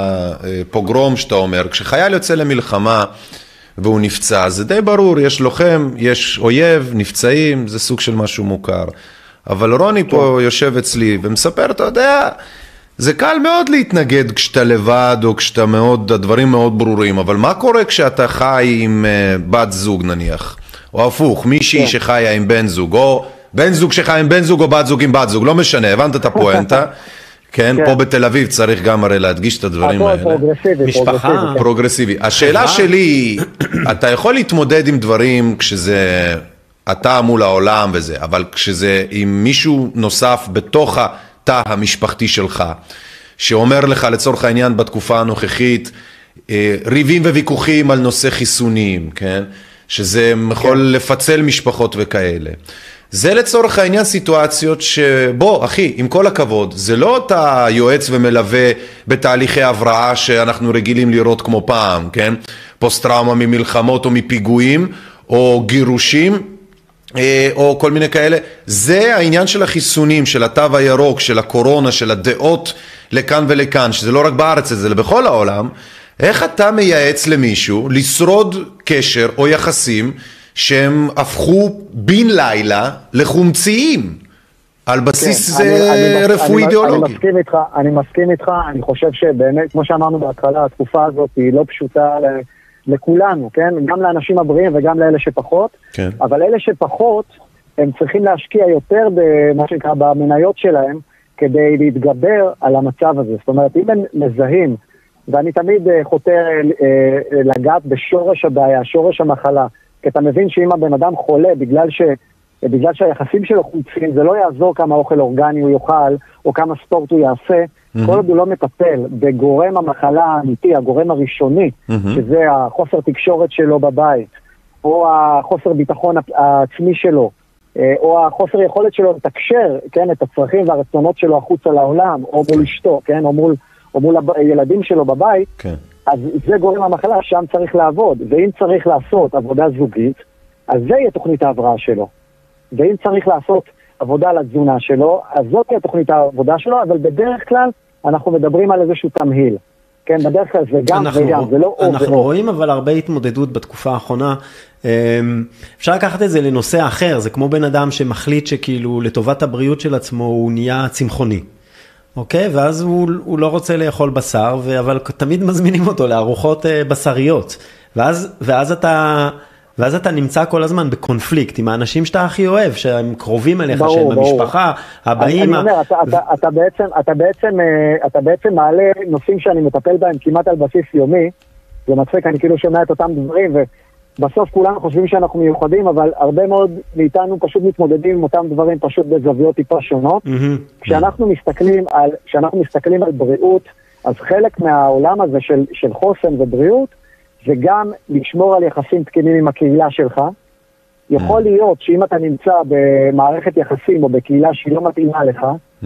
הפוגרום שאתה אומר, כשחייל יוצא למלחמה והוא נפצע, זה די ברור, יש לוחם, יש אויב, נפצעים, זה סוג של משהו מוכר. אבל רוני פה יושב אצלי ומספר, אתה יודע... זה קל מאוד להתנגד כשאתה לבד או כשאתה מאוד, הדברים מאוד ברורים, אבל מה קורה כשאתה חי עם uh, בת זוג נניח, או הפוך, מישהי yeah. שחיה עם בן זוג, או בן זוג שחי עם בן זוג או בת זוג עם בת זוג, לא משנה, הבנת את הפואנטה, כן, פה בתל אביב צריך גם הרי להדגיש את הדברים האלה. פרוגרסיבי, משפחה. פרוגרסיבי. השאלה שלי, אתה יכול להתמודד עם דברים כשזה אתה מול העולם וזה, אבל כשזה עם מישהו נוסף בתוך התא המשפחתי שלך, שאומר לך לצורך העניין בתקופה הנוכחית, ריבים וויכוחים על נושא חיסונים, כן? שזה יכול לפצל משפחות וכאלה. זה לצורך העניין סיטואציות שבוא, אחי, עם כל הכבוד, זה לא אתה יועץ ומלווה בתהליכי הבראה שאנחנו רגילים לראות כמו פעם, כן? פוסט-טראומה ממלחמות או מפיגועים או גירושים או כל מיני כאלה. זה העניין של החיסונים, של התו הירוק, של הקורונה, של הדעות לכאן ולכאן, שזה לא רק בארץ, זה בכל העולם. איך אתה מייעץ למישהו לשרוד קשר או יחסים שהם הפכו בין לילה לחומציים על בסיס רפואי אידיאולוגי? אני מסכים איתך, אני מסכים איתך, אני חושב שבאמת, כמו שאמרנו בהתחלה, התקופה הזאת היא לא פשוטה לכולנו, כן? גם לאנשים הבריאים וגם לאלה שפחות, כן. אבל אלה שפחות, הם צריכים להשקיע יותר במה שנקרא במניות שלהם, כדי להתגבר על המצב הזה. זאת אומרת, אם הם מזהים, ואני תמיד חותר לגעת בשורש הבעיה, שורש המחלה, כי אתה מבין שאם הבן אדם חולה בגלל, ש, בגלל שהיחסים שלו חוצים, זה לא יעזור כמה אוכל אורגני הוא יאכל, או כמה ספורט הוא יעשה, mm-hmm. כל עוד הוא לא מטפל בגורם המחלה האמיתי, הגורם הראשוני, mm-hmm. שזה החוסר תקשורת שלו בבית, או החוסר ביטחון העצמי שלו, או החוסר יכולת שלו לתקשר, כן, את הצרכים והרצונות שלו החוצה לעולם, או מול אשתו, כן, או מול, או מול הילדים שלו בבית, כן. אז זה גורם המחלה, שם צריך לעבוד, ואם צריך לעשות עבודה זוגית, אז זה יהיה תוכנית ההבראה שלו. ואם צריך לעשות עבודה לתזונה שלו, אז זאת תהיה תוכנית העבודה שלו, אבל בדרך כלל אנחנו מדברים על איזשהו תמהיל. כן, בדרך כלל זה גם וגם, זה לא או. אנחנו רואים אבל הרבה התמודדות בתקופה האחרונה. אפשר לקחת את זה לנושא אחר, זה כמו בן אדם שמחליט שכאילו לטובת הבריאות של עצמו הוא נהיה צמחוני. אוקיי, ואז הוא, הוא לא רוצה לאכול בשר, אבל תמיד מזמינים אותו לארוחות בשריות. ואז, ואז אתה, ואז אתה נמצא כל הזמן בקונפליקט עם האנשים שאתה הכי אוהב, שהם קרובים אליך, ברור, שהם ברור. המשפחה, הבאים. אני, אני אומר, אתה, אתה, אתה בעצם, אתה בעצם, אתה בעצם מעלה נושאים שאני מטפל בהם כמעט על בסיס יומי. זה מצחיק, אני כאילו שומע את אותם דברים, ובסוף כולנו חושבים שאנחנו מיוחדים, אבל הרבה מאוד מאיתנו פשוט מתמודדים עם אותם דברים פשוט בזוויות טיפה שונות. Mm-hmm. כשאנחנו מסתכלים על, כשאנחנו מסתכלים על בריאות, אז חלק מהעולם הזה של, של חוסן ובריאות, זה גם לשמור על יחסים תקינים עם הקהילה שלך. יכול להיות שאם אתה נמצא במערכת יחסים או בקהילה שהיא לא מתאימה לך,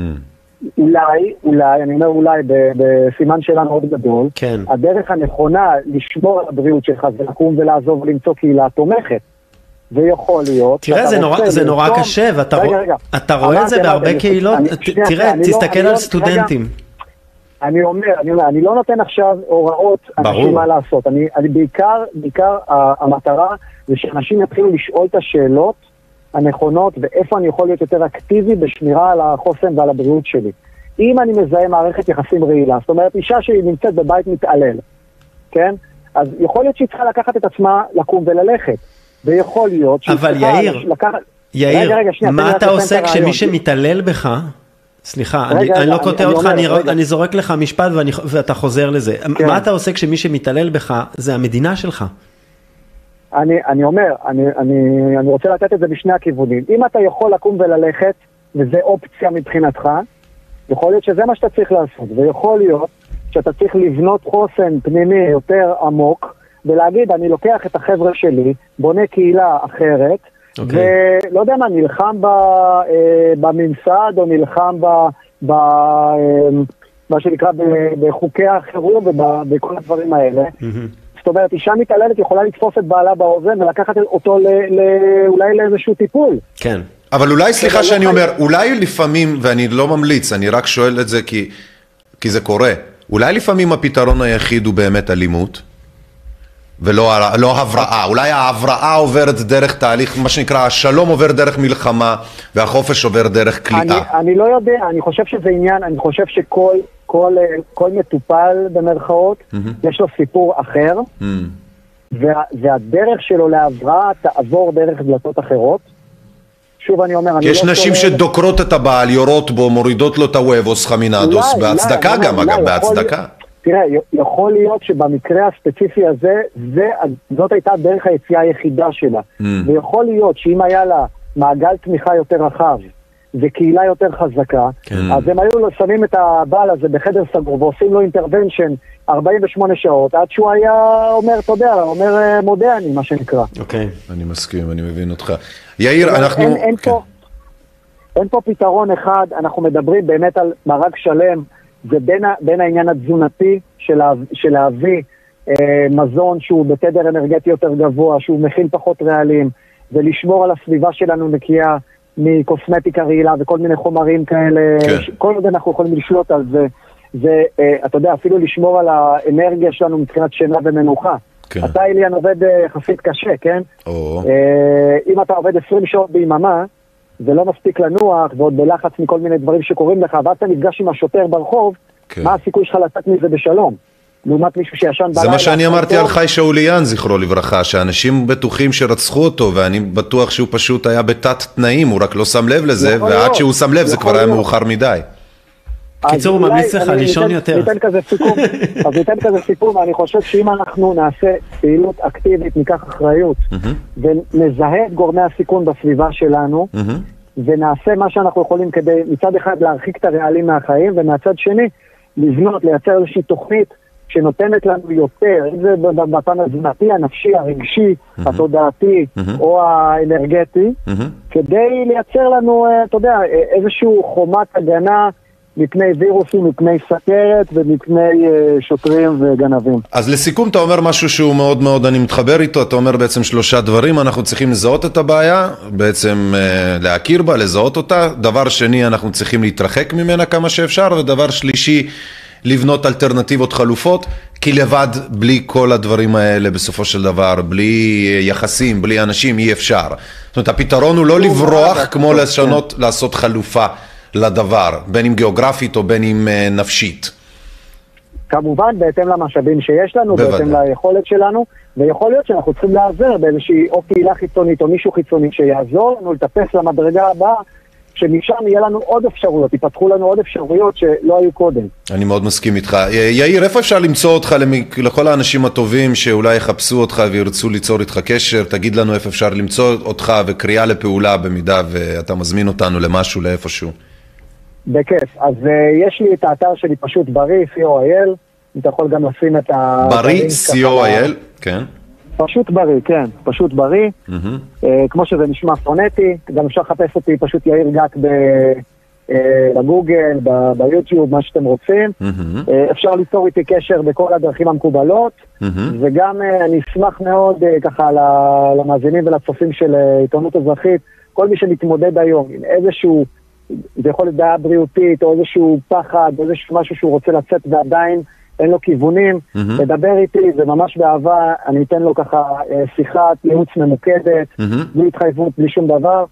אולי, אולי, אני אומר אולי בסימן שאלה מאוד גדול, כן. הדרך הנכונה לשמור על הבריאות שלך זה לקום ולעזוב ולמצוא קהילה תומכת. ויכול להיות... תראה, זה נורא, זה נורא קשה, ואתה רגע, רגע. אתה רואה את זה בהרבה קהילות, אני, ת, תראה, תסתכל לא, על סטודנטים. רגע, אני אומר, אני אומר, אני לא נותן עכשיו הוראות אנשים מה לעשות. אני, אני בעיקר, בעיקר המטרה זה שאנשים יתחילו לשאול את השאלות הנכונות, ואיפה אני יכול להיות יותר אקטיבי בשמירה על החוסן ועל הבריאות שלי. אם אני מזהה מערכת יחסים רעילה, זאת אומרת, אישה שהיא נמצאת בבית מתעלל, כן? אז יכול להיות שהיא צריכה לקחת את עצמה לקום וללכת. ויכול להיות שהיא אבל יאיר, לקחת... יאיר, רגע, רגע, שנייה, מה אתה עושה כשמי שמתעלל בך... סליחה, רגע, אני, רגע, אני לא קוטע אותך, אני, אני, אני זורק לך משפט ואני, ואתה חוזר לזה. כן. מה אתה עושה כשמי שמתעלל בך זה המדינה שלך? אני, אני אומר, אני, אני, אני רוצה לתת את זה בשני הכיוונים. אם אתה יכול לקום וללכת, וזה אופציה מבחינתך, יכול להיות שזה מה שאתה צריך לעשות, ויכול להיות שאתה צריך לבנות חוסן פנימי יותר עמוק, ולהגיד, אני לוקח את החבר'ה שלי, בונה קהילה אחרת, okay. ולא יודע מה, נלחם ב, אה, בממסד, או נלחם ב, ב, אה, מה שנקרא ב, בחוקי החירום, ובכל הדברים האלה. Mm-hmm. זאת אומרת, אישה מתעללת יכולה לתפוס את בעלה באוזן, ולקחת אותו ל, ל, אולי לאיזשהו טיפול. כן. אבל אולי, סליחה שאני אומר, אולי לפעמים, ואני לא ממליץ, אני רק שואל את זה כי, כי זה קורה, אולי לפעמים הפתרון היחיד הוא באמת אלימות? ולא לא הבראה. אולי ההבראה עוברת דרך תהליך, מה שנקרא, השלום עובר דרך מלחמה, והחופש עובר דרך כליאה. אני, אני לא יודע, אני חושב שזה עניין, אני חושב שכל כל, כל מטופל במרכאות, mm-hmm. יש לו סיפור אחר, mm-hmm. וה, והדרך שלו להבראה תעבור דרך דלתות אחרות, שוב אני אומר, אני יש נשים שדוקרות את הבעל, יורות בו, מורידות לו את הוובוס חמינדוס, בהצדקה גם, אגב, בהצדקה. תראה, יכול להיות שבמקרה הספציפי הזה, זאת הייתה דרך היציאה היחידה שלה. ויכול להיות שאם היה לה מעגל תמיכה יותר רחב, וקהילה יותר חזקה, אז הם היו שמים את הבעל הזה בחדר סגור, ועושים לו אינטרוונשן ארבעים ושמונה שעות, עד שהוא היה אומר, אתה יודע, אומר מודה אני, מה שנקרא. אוקיי, אני מסכים, אני מבין אותך. יאיר, אנחנו... אין פה פתרון אחד, אנחנו מדברים באמת על מרק שלם, זה בין, בין העניין התזונתי של, של להביא אה, מזון שהוא בתדר אנרגטי יותר גבוה, שהוא מכיל פחות רעלים, ולשמור על הסביבה שלנו נקייה מקוסמטיקה רעילה וכל מיני חומרים כאלה, כן. כל עוד אנחנו יכולים לשלוט על זה, זה, אה, אתה יודע, אפילו לשמור על האנרגיה שלנו מבחינת שינה ומנוחה. כן. אתה אליאן עובד חסית קשה, כן? או. אה, אם אתה עובד עשרים שעות ביממה, ולא מספיק לנוח, ועוד בלחץ מכל מיני דברים שקורים לך, ואז אתה נפגש עם השוטר ברחוב, כן. מה הסיכוי שלך לצאת מזה בשלום? לעומת מישהו שישן בלילה. זה מה שאני אמרתי על חי שאוליאן, זכרו לברכה, שאנשים בטוחים שרצחו אותו, ואני בטוח שהוא פשוט היה בתת תנאים, הוא רק לא שם לב לזה, ועד להיות. שהוא שם לב זה כבר להיות. היה מאוחר מדי. קיצור, הוא ממליץ לך לישון יותר. ניתן כזה סיכום, אז ניתן כזה סיכום, ואני חושב שאם אנחנו נעשה פעילות אקטיבית, ניקח אחריות, ונזהה את גורמי הסיכון בסביבה שלנו, ונעשה מה שאנחנו יכולים כדי מצד אחד להרחיק את הרעלים מהחיים, ומהצד שני לבנות, לייצר איזושהי תוכנית שנותנת לנו יותר, אם זה בפן התזונתי, הנפשי, הרגשי, התודעתי או האנרגטי, כדי לייצר לנו, אתה יודע, איזשהו חומת הגנה מפני וירוסים, מפני סכרת ומפני שוטרים וגנבים. אז לסיכום אתה אומר משהו שהוא מאוד מאוד, אני מתחבר איתו, אתה אומר בעצם שלושה דברים, אנחנו צריכים לזהות את הבעיה, בעצם להכיר בה, לזהות אותה, דבר שני אנחנו צריכים להתרחק ממנה כמה שאפשר, ודבר שלישי לבנות אלטרנטיבות חלופות, כי לבד בלי כל הדברים האלה בסופו של דבר, בלי יחסים, בלי אנשים אי אפשר. זאת אומרת הפתרון הוא לא לברוח כמו לשנות, לעשות חלופה לדבר, בין אם גיאוגרפית או בין אם נפשית. כמובן, בהתאם למשאבים שיש לנו, בוודא. בהתאם ליכולת שלנו, ויכול להיות שאנחנו צריכים לעזר באיזושהי או קהילה חיצונית או מישהו חיצוני שיעזור לנו לטפס למדרגה הבאה, שמשם יהיה לנו עוד אפשרויות, יפתחו לנו עוד אפשרויות שלא היו קודם. אני מאוד מסכים איתך. יאיר, איפה אפשר למצוא אותך לכל האנשים הטובים שאולי יחפשו אותך וירצו ליצור איתך קשר? תגיד לנו איפה אפשר למצוא אותך וקריאה לפעולה במידה ואתה מזמין אותנו למשהו, לאיפשהו. בכיף. אז uh, יש לי את האתר שלי פשוט בריא, סי או איי אל, אתה יכול גם לשים את ה... בריא, סי או איי אל, כן. פשוט בריא, כן, פשוט בריא. Mm-hmm. Uh, כמו שזה נשמע פונטי, גם אפשר לחפש אותי פשוט יאיר גק ב, uh, בגוגל, ב, ביוטיוב, מה שאתם רוצים. Mm-hmm. Uh, אפשר ליצור איתי קשר בכל הדרכים המקובלות, mm-hmm. וגם uh, אני אשמח מאוד uh, ככה למאזינים ולצופים של uh, עיתונות אזרחית, כל מי שמתמודד היום עם איזשהו זה יכול להיות דעה בריאותית, או איזשהו פחד, או איזשהו משהו שהוא רוצה לצאת ועדיין אין לו כיוונים, mm-hmm. לדבר איתי, זה ממש באהבה, אני אתן לו ככה שיחת ייעוץ ממוקדת, mm-hmm. בלי התחייבות, בלי שום דבר.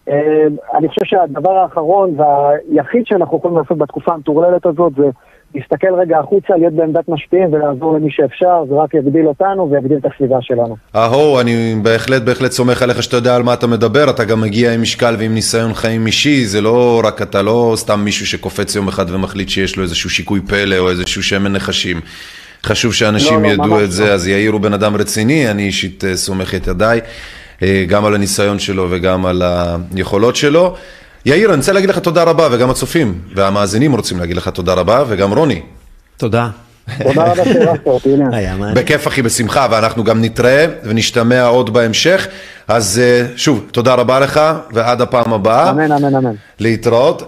אני חושב שהדבר האחרון והיחיד שאנחנו יכולים לעשות בתקופה המטורללת הזאת, זה להסתכל רגע החוצה, להיות בעמדת משפיעים ולעזור למי שאפשר, זה רק יגדיל אותנו ויגדיל את הסביבה שלנו. אהו, אני בהחלט, בהחלט סומך עליך שאתה יודע על מה אתה מדבר, אתה גם מגיע עם משקל ועם ניסיון חיים אישי, זה לא רק אתה לא סתם מישהו שקופץ יום אחד ומחליט שיש לו איזשהו שיקוי פלא או איזשהו שמן נחשים. חשוב שאנשים לא, ידעו לא, את זה, לא. אז יאיר הוא בן אדם רציני, אני אישית סומך את ידיי, גם על הניסיון שלו וגם על היכולות שלו. יאיר, אני רוצה להגיד לך תודה רבה, וגם הצופים והמאזינים רוצים להגיד לך תודה רבה, וגם רוני. תודה. תודה רבה שרחת אותי, הנה. בכיף אחי, בשמחה, ואנחנו גם נתראה ונשתמע עוד בהמשך. אז שוב, תודה רבה לך, ועד הפעם הבאה. אמן, אמן, אמן. להתראות.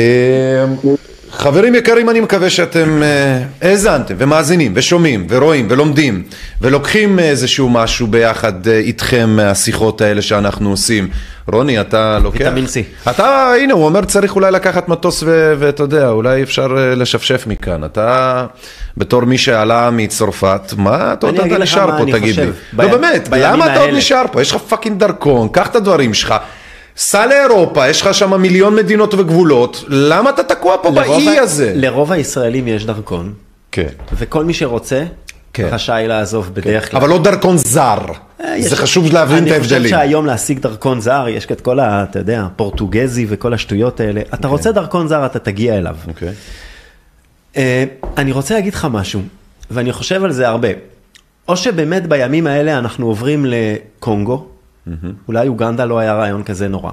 חברים יקרים, אני מקווה שאתם האזנתם ומאזינים ושומעים ורואים ולומדים ולוקחים איזשהו משהו ביחד איתכם מהשיחות האלה שאנחנו עושים. רוני, אתה לוקח? ויטמין סי. אתה, הנה, הוא אומר צריך אולי לקחת מטוס ואתה יודע, אולי אפשר לשפשף מכאן. אתה, בתור מי שעלה מצרפת, מה אתה עוד נשאר פה, תגיד לי? לא באמת, למה אתה עוד נשאר פה? יש לך פאקינג דרכון, קח את הדברים שלך. סע לאירופה, יש לך שם מיליון מדינות וגבולות, למה אתה תקוע פה באי הזה? לרוב הישראלים יש דרכון, כן. וכל מי שרוצה, רשאי לעזוב בדרך כלל. אבל לא דרכון זר. זה חשוב להבין את ההבדלים. אני חושב שהיום להשיג דרכון זר, יש את כל ה, אתה יודע, פורטוגזי וכל השטויות האלה. אתה רוצה דרכון זר, אתה תגיע אליו. אני רוצה להגיד לך משהו, ואני חושב על זה הרבה. או שבאמת בימים האלה אנחנו עוברים לקונגו, אולי אוגנדה לא היה רעיון כזה נורא.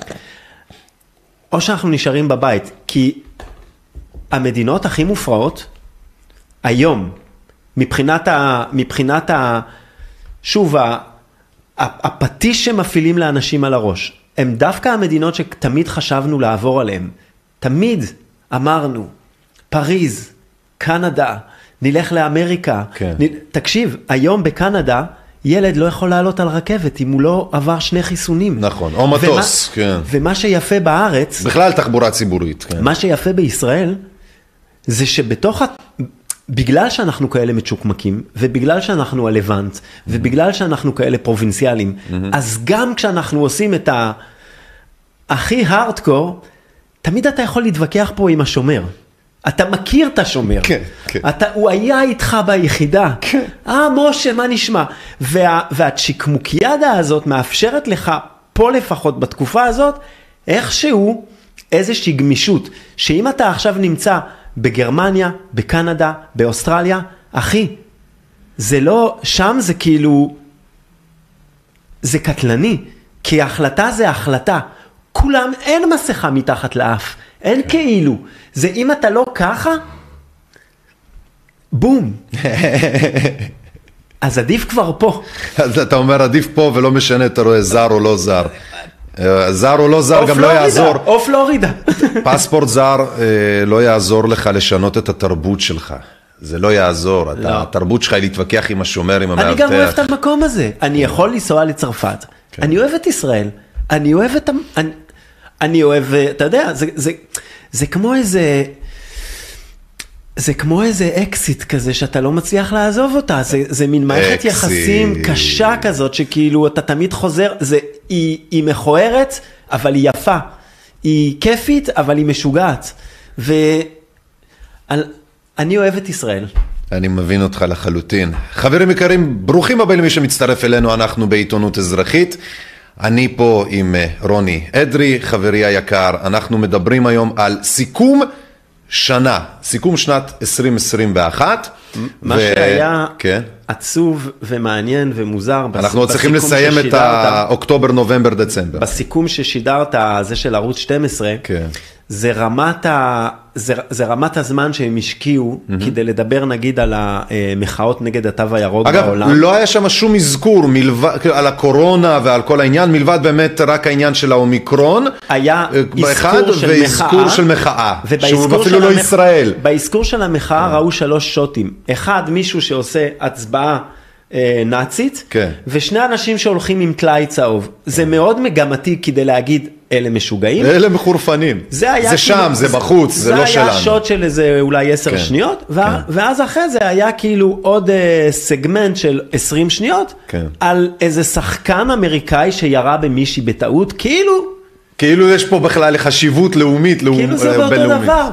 או שאנחנו נשארים בבית, כי המדינות הכי מופרעות, היום, מבחינת ה... מבחינת ה... שוב, הפטיש שמפעילים לאנשים על הראש, הם דווקא המדינות שתמיד חשבנו לעבור עליהן. תמיד אמרנו, פריז, קנדה, נלך לאמריקה. כן. נ... תקשיב, היום בקנדה, ילד לא יכול לעלות על רכבת אם הוא לא עבר שני חיסונים. נכון, או מטוס, ומה, כן. ומה שיפה בארץ... בכלל תחבורה ציבורית, כן. מה שיפה בישראל, זה שבתוך... ה... בגלל שאנחנו כאלה מצ'וקמקים, ובגלל שאנחנו הלבנט, ובגלל שאנחנו כאלה פרובינציאליים, אז גם כשאנחנו עושים את ה... הכי הארדקור, תמיד אתה יכול להתווכח פה עם השומר. אתה מכיר את השומר. כן, כן. אתה, הוא היה איתך ביחידה. כן. אה, משה, מה נשמע? וה, והצ'יקמוקיאדה הזאת מאפשרת לך, פה לפחות בתקופה הזאת, איכשהו איזושהי גמישות, שאם אתה עכשיו נמצא בגרמניה, בקנדה, באוסטרליה, אחי, זה לא, שם זה כאילו, זה קטלני, כי ההחלטה זה החלטה. כולם, אין מסכה מתחת לאף, אין כאילו. זה אם אתה לא ככה, בום. אז עדיף כבר פה. אז אתה אומר עדיף פה ולא משנה, אתה רואה זר או לא זר. זר או לא זר גם לא יעזור. או פלורידה. פספורט זר לא יעזור לך לשנות את התרבות שלך. זה לא יעזור. התרבות שלך היא להתווכח עם השומר, עם המאבטח. אני גם אוהב את המקום הזה. אני יכול לנסוע לצרפת. אני אוהב את ישראל. אני אוהב את... אני אוהב, אתה יודע, זה, זה, זה כמו איזה, זה כמו איזה אקסיט כזה שאתה לא מצליח לעזוב אותה, זה, זה מין מערכת יחסים קשה כזאת שכאילו אתה תמיד חוזר, זה, היא, היא מכוערת, אבל היא יפה, היא כיפית, אבל היא משוגעת, ואני אוהב את ישראל. אני מבין אותך לחלוטין. חברים יקרים, ברוכים הבאים למי שמצטרף אלינו, אנחנו בעיתונות אזרחית. אני פה עם רוני אדרי, חברי היקר. אנחנו מדברים היום על סיכום שנה, סיכום שנת עשרים עשרים ואחת. מה ו... שהיה כן? עצוב ומעניין ומוזר. אנחנו עוד צריכים לסיים ששידרת, את האוקטובר, נובמבר, דצמבר. בסיכום ששידרת, זה של ערוץ שתים עשרה, כן. זה רמת, ה... זה, זה רמת הזמן שהם השקיעו, mm-hmm. כדי לדבר נגיד על המחאות נגד התו הירוק אגב, בעולם. אגב, לא היה שם שום אזכור מלבד, על הקורונה ועל כל העניין, מלבד באמת רק העניין של האומיקרון. היה באחד, אזכור של ואזכור מחאה. של מחאה, שהוא אפילו לא המח... ישראל. באזכור של המחאה ראו שלוש שוטים. אחד, מישהו שעושה הצבעה אה, נאצית, כן. ושני אנשים שהולכים עם טלאי צהוב. זה מאוד מגמתי כדי להגיד, אלה משוגעים. אלה מחורפנים. זה, היה זה שם, זה בחוץ, זה, זה לא שלנו. זה היה שוט של איזה אולי עשר כן, שניות, ו- כן. ואז אחרי זה היה כאילו עוד uh, סגמנט של עשרים שניות, כן. על איזה שחקן אמריקאי שירה במישהי בטעות, כאילו... כאילו יש פה בכלל חשיבות לאומית, כאילו לאומ... זה באותו דבר.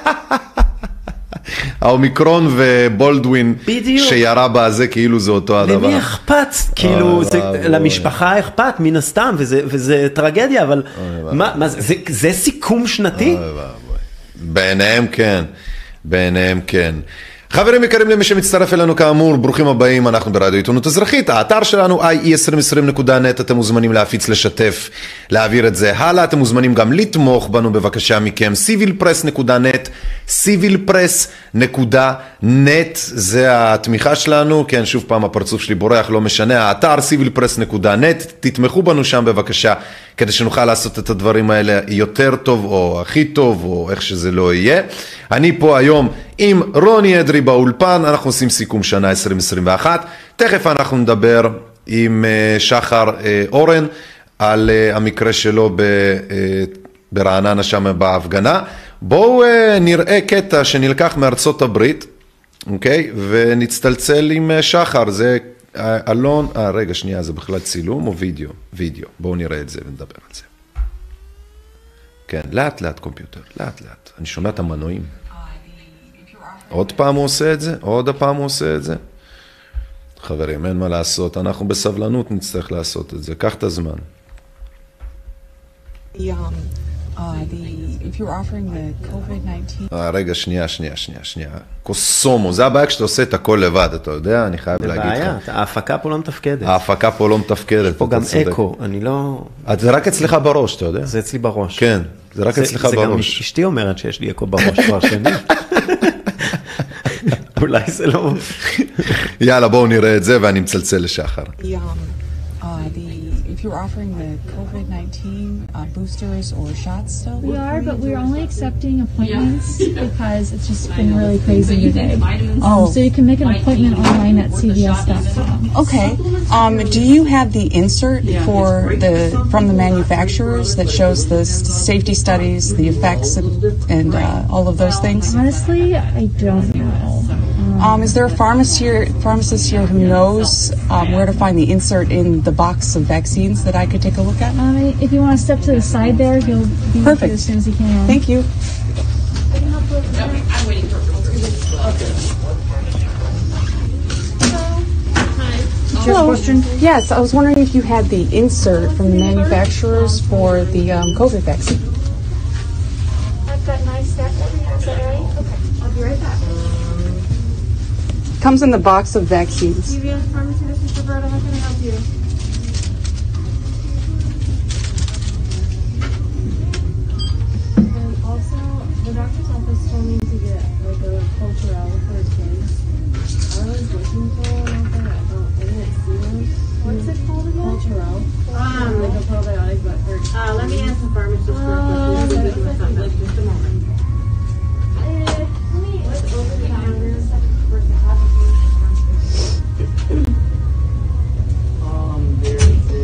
האומיקרון ובולדווין שירה בזה כאילו זה אותו הדבר. למי אכפת? כאילו למשפחה אכפת מן הסתם וזה טרגדיה, אבל זה סיכום שנתי? בעיניהם כן, בעיניהם כן. חברים יקרים, למי שמצטרף אלינו כאמור, ברוכים הבאים, אנחנו ברדיו עיתונות אזרחית, האתר שלנו איי אי עשרים עשרים נקודה נט, אתם מוזמנים להפיץ, לשתף, להעביר את זה הלאה, אתם מוזמנים גם לתמוך בנו בבקשה מכם, סיביל פרס נקודה נט, סיביל פרס נקודה נט, זה התמיכה שלנו, כן, שוב פעם הפרצוף שלי בורח, לא משנה, האתר סיביל פרס נקודה נט, תתמכו בנו שם בבקשה, כדי שנוכל לעשות את הדברים האלה יותר טוב, או הכי טוב, או איך שזה לא יהיה. אני פה היום עם רוני אדרי באולפן, אנחנו עושים סיכום שנה עשרים עשרים ואחת, תכף אנחנו נדבר עם שחר אורן, על המקרה שלו ברעננה שם בהפגנה. בואו נראה קטע שנלקח מארצות הברית, אוקיי? ונצטלצל עם שחר, זה אלון, אה רגע שנייה, זה בכלל צילום או וידאו? וידאו, בואו נראה את זה ונדבר על זה. כן, לאט לאט קומפיוטר, לאט לאט, אני שומע את המנועים. עוד פעם הוא עושה את זה, עוד הפעם הוא עושה את זה. חברים, אין מה לעשות, אנחנו בסבלנות נצטרך לעשות את זה, קח את הזמן. רגע, שנייה, שנייה, שנייה, שנייה. קוסומו, זה הבעיה כשאתה עושה את הכל לבד, אתה יודע, אני חייב להגיד לך. זה בעיה, ההפקה פה לא מתפקדת. ההפקה פה לא מתפקדת. יש פה גם אקו, אני לא... זה רק אצלך בראש, אתה יודע? זה אצלי בראש. כן, זה רק אצלך בראש. זה גם אשתי אומרת שיש לי אקו בראש כבר שני. אולי זה לא... יאללה, בואו נראה את זה ואני מצלצל לשחר. If you're offering the COVID nineteen uh, boosters or shots still? We are, but we're only accepting appointments because it's just been really crazy today. Oh. So you can make an appointment online at c v s dot com. Okay. Um, do you have the insert for the from the manufacturers that shows the safety studies, the effects, and, and uh, all of those things? Honestly, I don't know. Um, is there a pharmacist here, pharmacist here who knows um, where to find the insert in the box of vaccines that I could take a look at? Um, if you want to step to the side there, he'll be with you as soon as he can. Thank you. I'm waiting for okay. Hello. Question? Yes, I was wondering if you had the insert from the manufacturers for the um, COVID vaccine. I've got nice staff over here. Is that right? Okay. I'll be right back. Comes in the box of vaccines. C V S Pharmacy, this is Roberta. How can I help you? And also, the doctor's office told me to get like a culturelle for kids. I was looking for one, but I don't. I didn't see one. What's it called again? Culturelle. Um, like a probiotic, but for. Uh, let me ask the pharmacist for a question. Just a moment. Uh, let me over the counter. Um, there's a...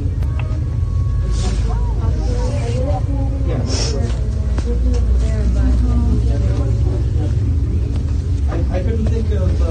Yeah. I, I couldn't think of, uh...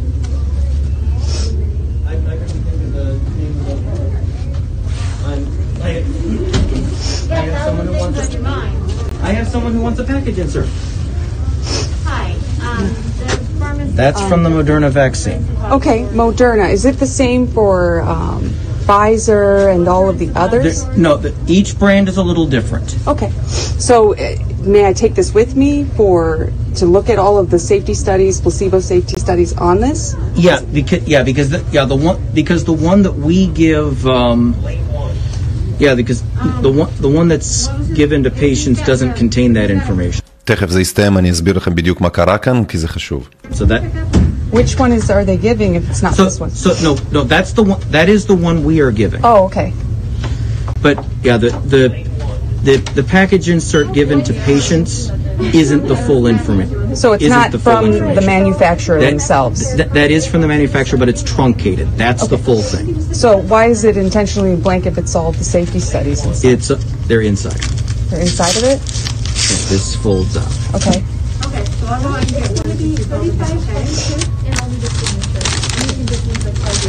I, I couldn't think of the name of the product. I'm... I, I have someone who wants a... I have someone who wants a package insert. Hi. Um, That's from the Moderna vaccine. Okay, Moderna. Is it the same for um, Pfizer and all of the others? There, no, the, each brand is a little different. Okay. So uh, may I take this with me for to look at all of the safety studies, placebo safety studies on this? Yeah, because yeah, because the, yeah, the one because the one that we give um, yeah, because the one the one that's given to patients doesn't contain that information. תכף זה יסתיים, אני אסביר לכם בדיוק מה קרה כאן, כי זה חשוב. So that Which one is are they giving if it's not so, this one? So no, no, that's the one that is the one we are giving. Oh, okay. But yeah, the the the, the package insert given to patients isn't the full information. So it's not from the manufacturer that, themselves. Th that is from the manufacturer, but it's truncated. That's okay. the full thing. So why is it intentionally blank if it's all the safety studies and stuff? It's uh, they're inside. They're inside of it? This folds out. Okay. Okay, so I'll go ahead and get one of these thirty-five pens, and I'll need a signature. You can just use the card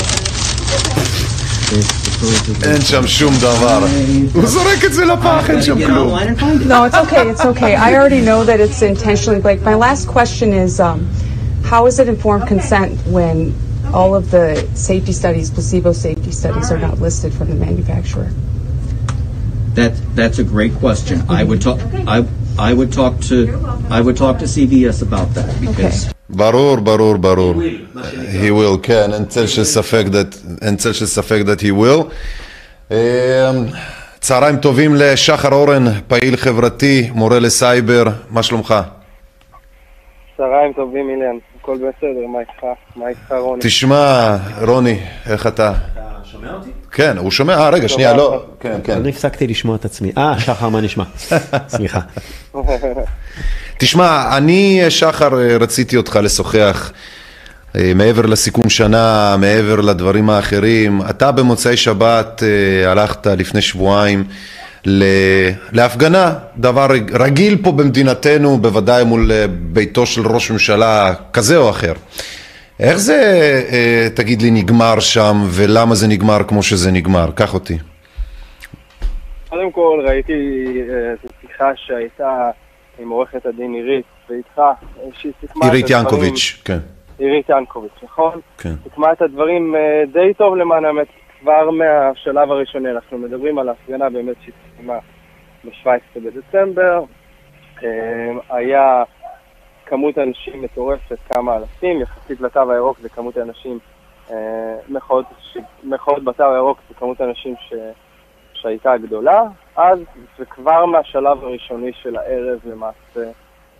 reader. אין שם שום דבר. הוא זורק את זה לפח, אין שם כלום. No, it's okay, it's okay. I already know that it's intentionally blank. My last question is, um, how is it informed consent when all of the safety studies, placebo safety studies are not listed from the manufacturer? That that's a great question. I would talk. I I would talk to I would talk to C V S about that because. ברור, ברור, ברור. He will, כן, אין צל של ספק that, אין צל של ספק that he will. צהריים טובים לשחר אורן, פעיל חברתי, מורה לסייבר, מה שלומך? צהריים טובים אילן, הכל בסדר, מה איתך? מה איתך רוני? תשמע, רוני, איך אתה? אתה שומע אותי? כן, הוא שומע, אה רגע, שנייה, לא. כן, כן. אני הפסקתי לשמוע את עצמי. אה, שחר, מה נשמע? סליחה. תשמע, אני, שחר, רציתי אותך לשוחח מעבר לסיכום שנה, מעבר לדברים האחרים. אתה במוצאי שבת הלכת לפני שבועיים להפגנה, דבר רגיל פה במדינתנו, בוודאי מול ביתו של ראש ממשלה כזה או אחר. איך זה, תגיד לי, נגמר שם, ולמה זה נגמר כמו שזה נגמר? קח אותי. קודם כל, ראיתי את השיחה שהייתה עם עורכת הדין עירית, ואיתך, שהיא סיכמה... עירית ינקוביץ', כן. עירית ינקוביץ', נכון? כן. תקמה את הדברים די טוב למען האמת, כבר מהשלב הראשוני, אנחנו מדברים על ההפגנה באמת שהתקיימה ב-שבעה עשר בדצמבר, היה כמות אנשים מטורפת, כמה אלפים, יחסית לתו הירוק זה כמות האנשים, מחאות בתו הירוק זה כמות האנשים ש... שהייתה גדולה, אז וכבר מהשלב הראשוני של הערב למעשה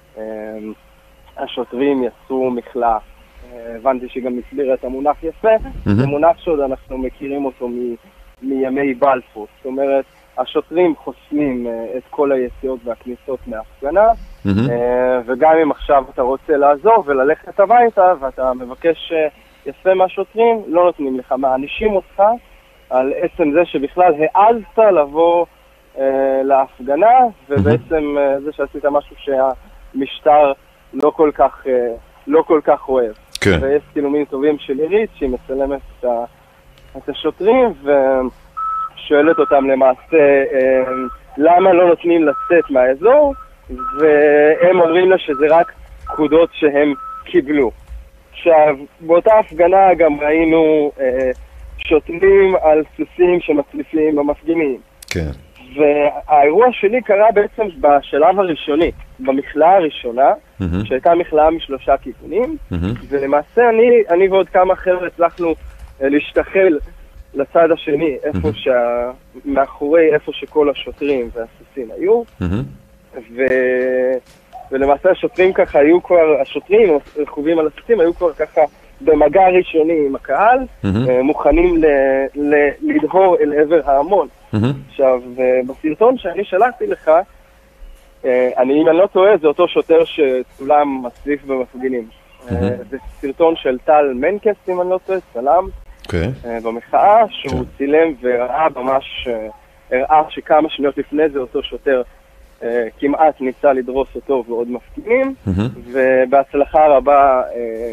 השוטרים יצאו מכלה. הבנתי שגם הסביר את המונח יפה, זה מונח שעוד אנחנו מכירים אותו מ- מימי בלפור. זאת אומרת, השוטרים חוסמים את כל היציאות והכניסות מההפגנה, וגם אם עכשיו אתה רוצה לעזור וללכת הביתה ואתה מבקש יפה מהשוטרים, לא נותנים לך, מענישים אותך על עצם זה שבכלל העזת לבוא אה, להפגנה, ובעצם אה, זה שעשית משהו שהמשטר לא כל כך, אה, לא כל כך אוהב. כן. ויש צילומים טובים של עירית שהיא מצלמת את, ה, את השוטרים ושואלת אותם למעשה אה, למה לא נותנים לצאת מהאזור, והם אומרים לה שזה רק פקודות שהם קיבלו. עכשיו, באותה הפגנה גם ראינו אה, שוטרים על סוסים שמצליפים במפגינים. כן. והאירוע שלי קרה בעצם בשלב הראשוני, במכלאה הראשונה, mm-hmm. שהייתה מכלאה משלושה כיוונים, mm-hmm. ולמעשה אני, אני ועוד כמה חבר'ה הצלחנו אה, להשתחל לצד השני, איפה mm-hmm. שה... מאחורי איפה שכל השוטרים והסוסים היו, mm-hmm. ו... ולמעשה השוטרים ככה היו כבר, השוטרים רכובים על הסוסים היו כבר ככה במגע ראשוני עם הקהל, mm-hmm. מוכנים ל, ל, לדהור אל עבר ההמון. Mm-hmm. עכשיו, בסרטון שאני שלחתי לך, אני, אם אני לא טועה, זה אותו שוטר שצולם מצליף במפגינים. Mm-hmm. זה סרטון של טל מנקס, אם אני לא טועה, צלם, okay. במחאה, שהוא okay. צילם וראה ממש, הראה שכמה שניות לפני זה אותו שוטר כמעט ניסה לדרוס אותו ועוד מפגינים, mm-hmm. ובהצלחה רבה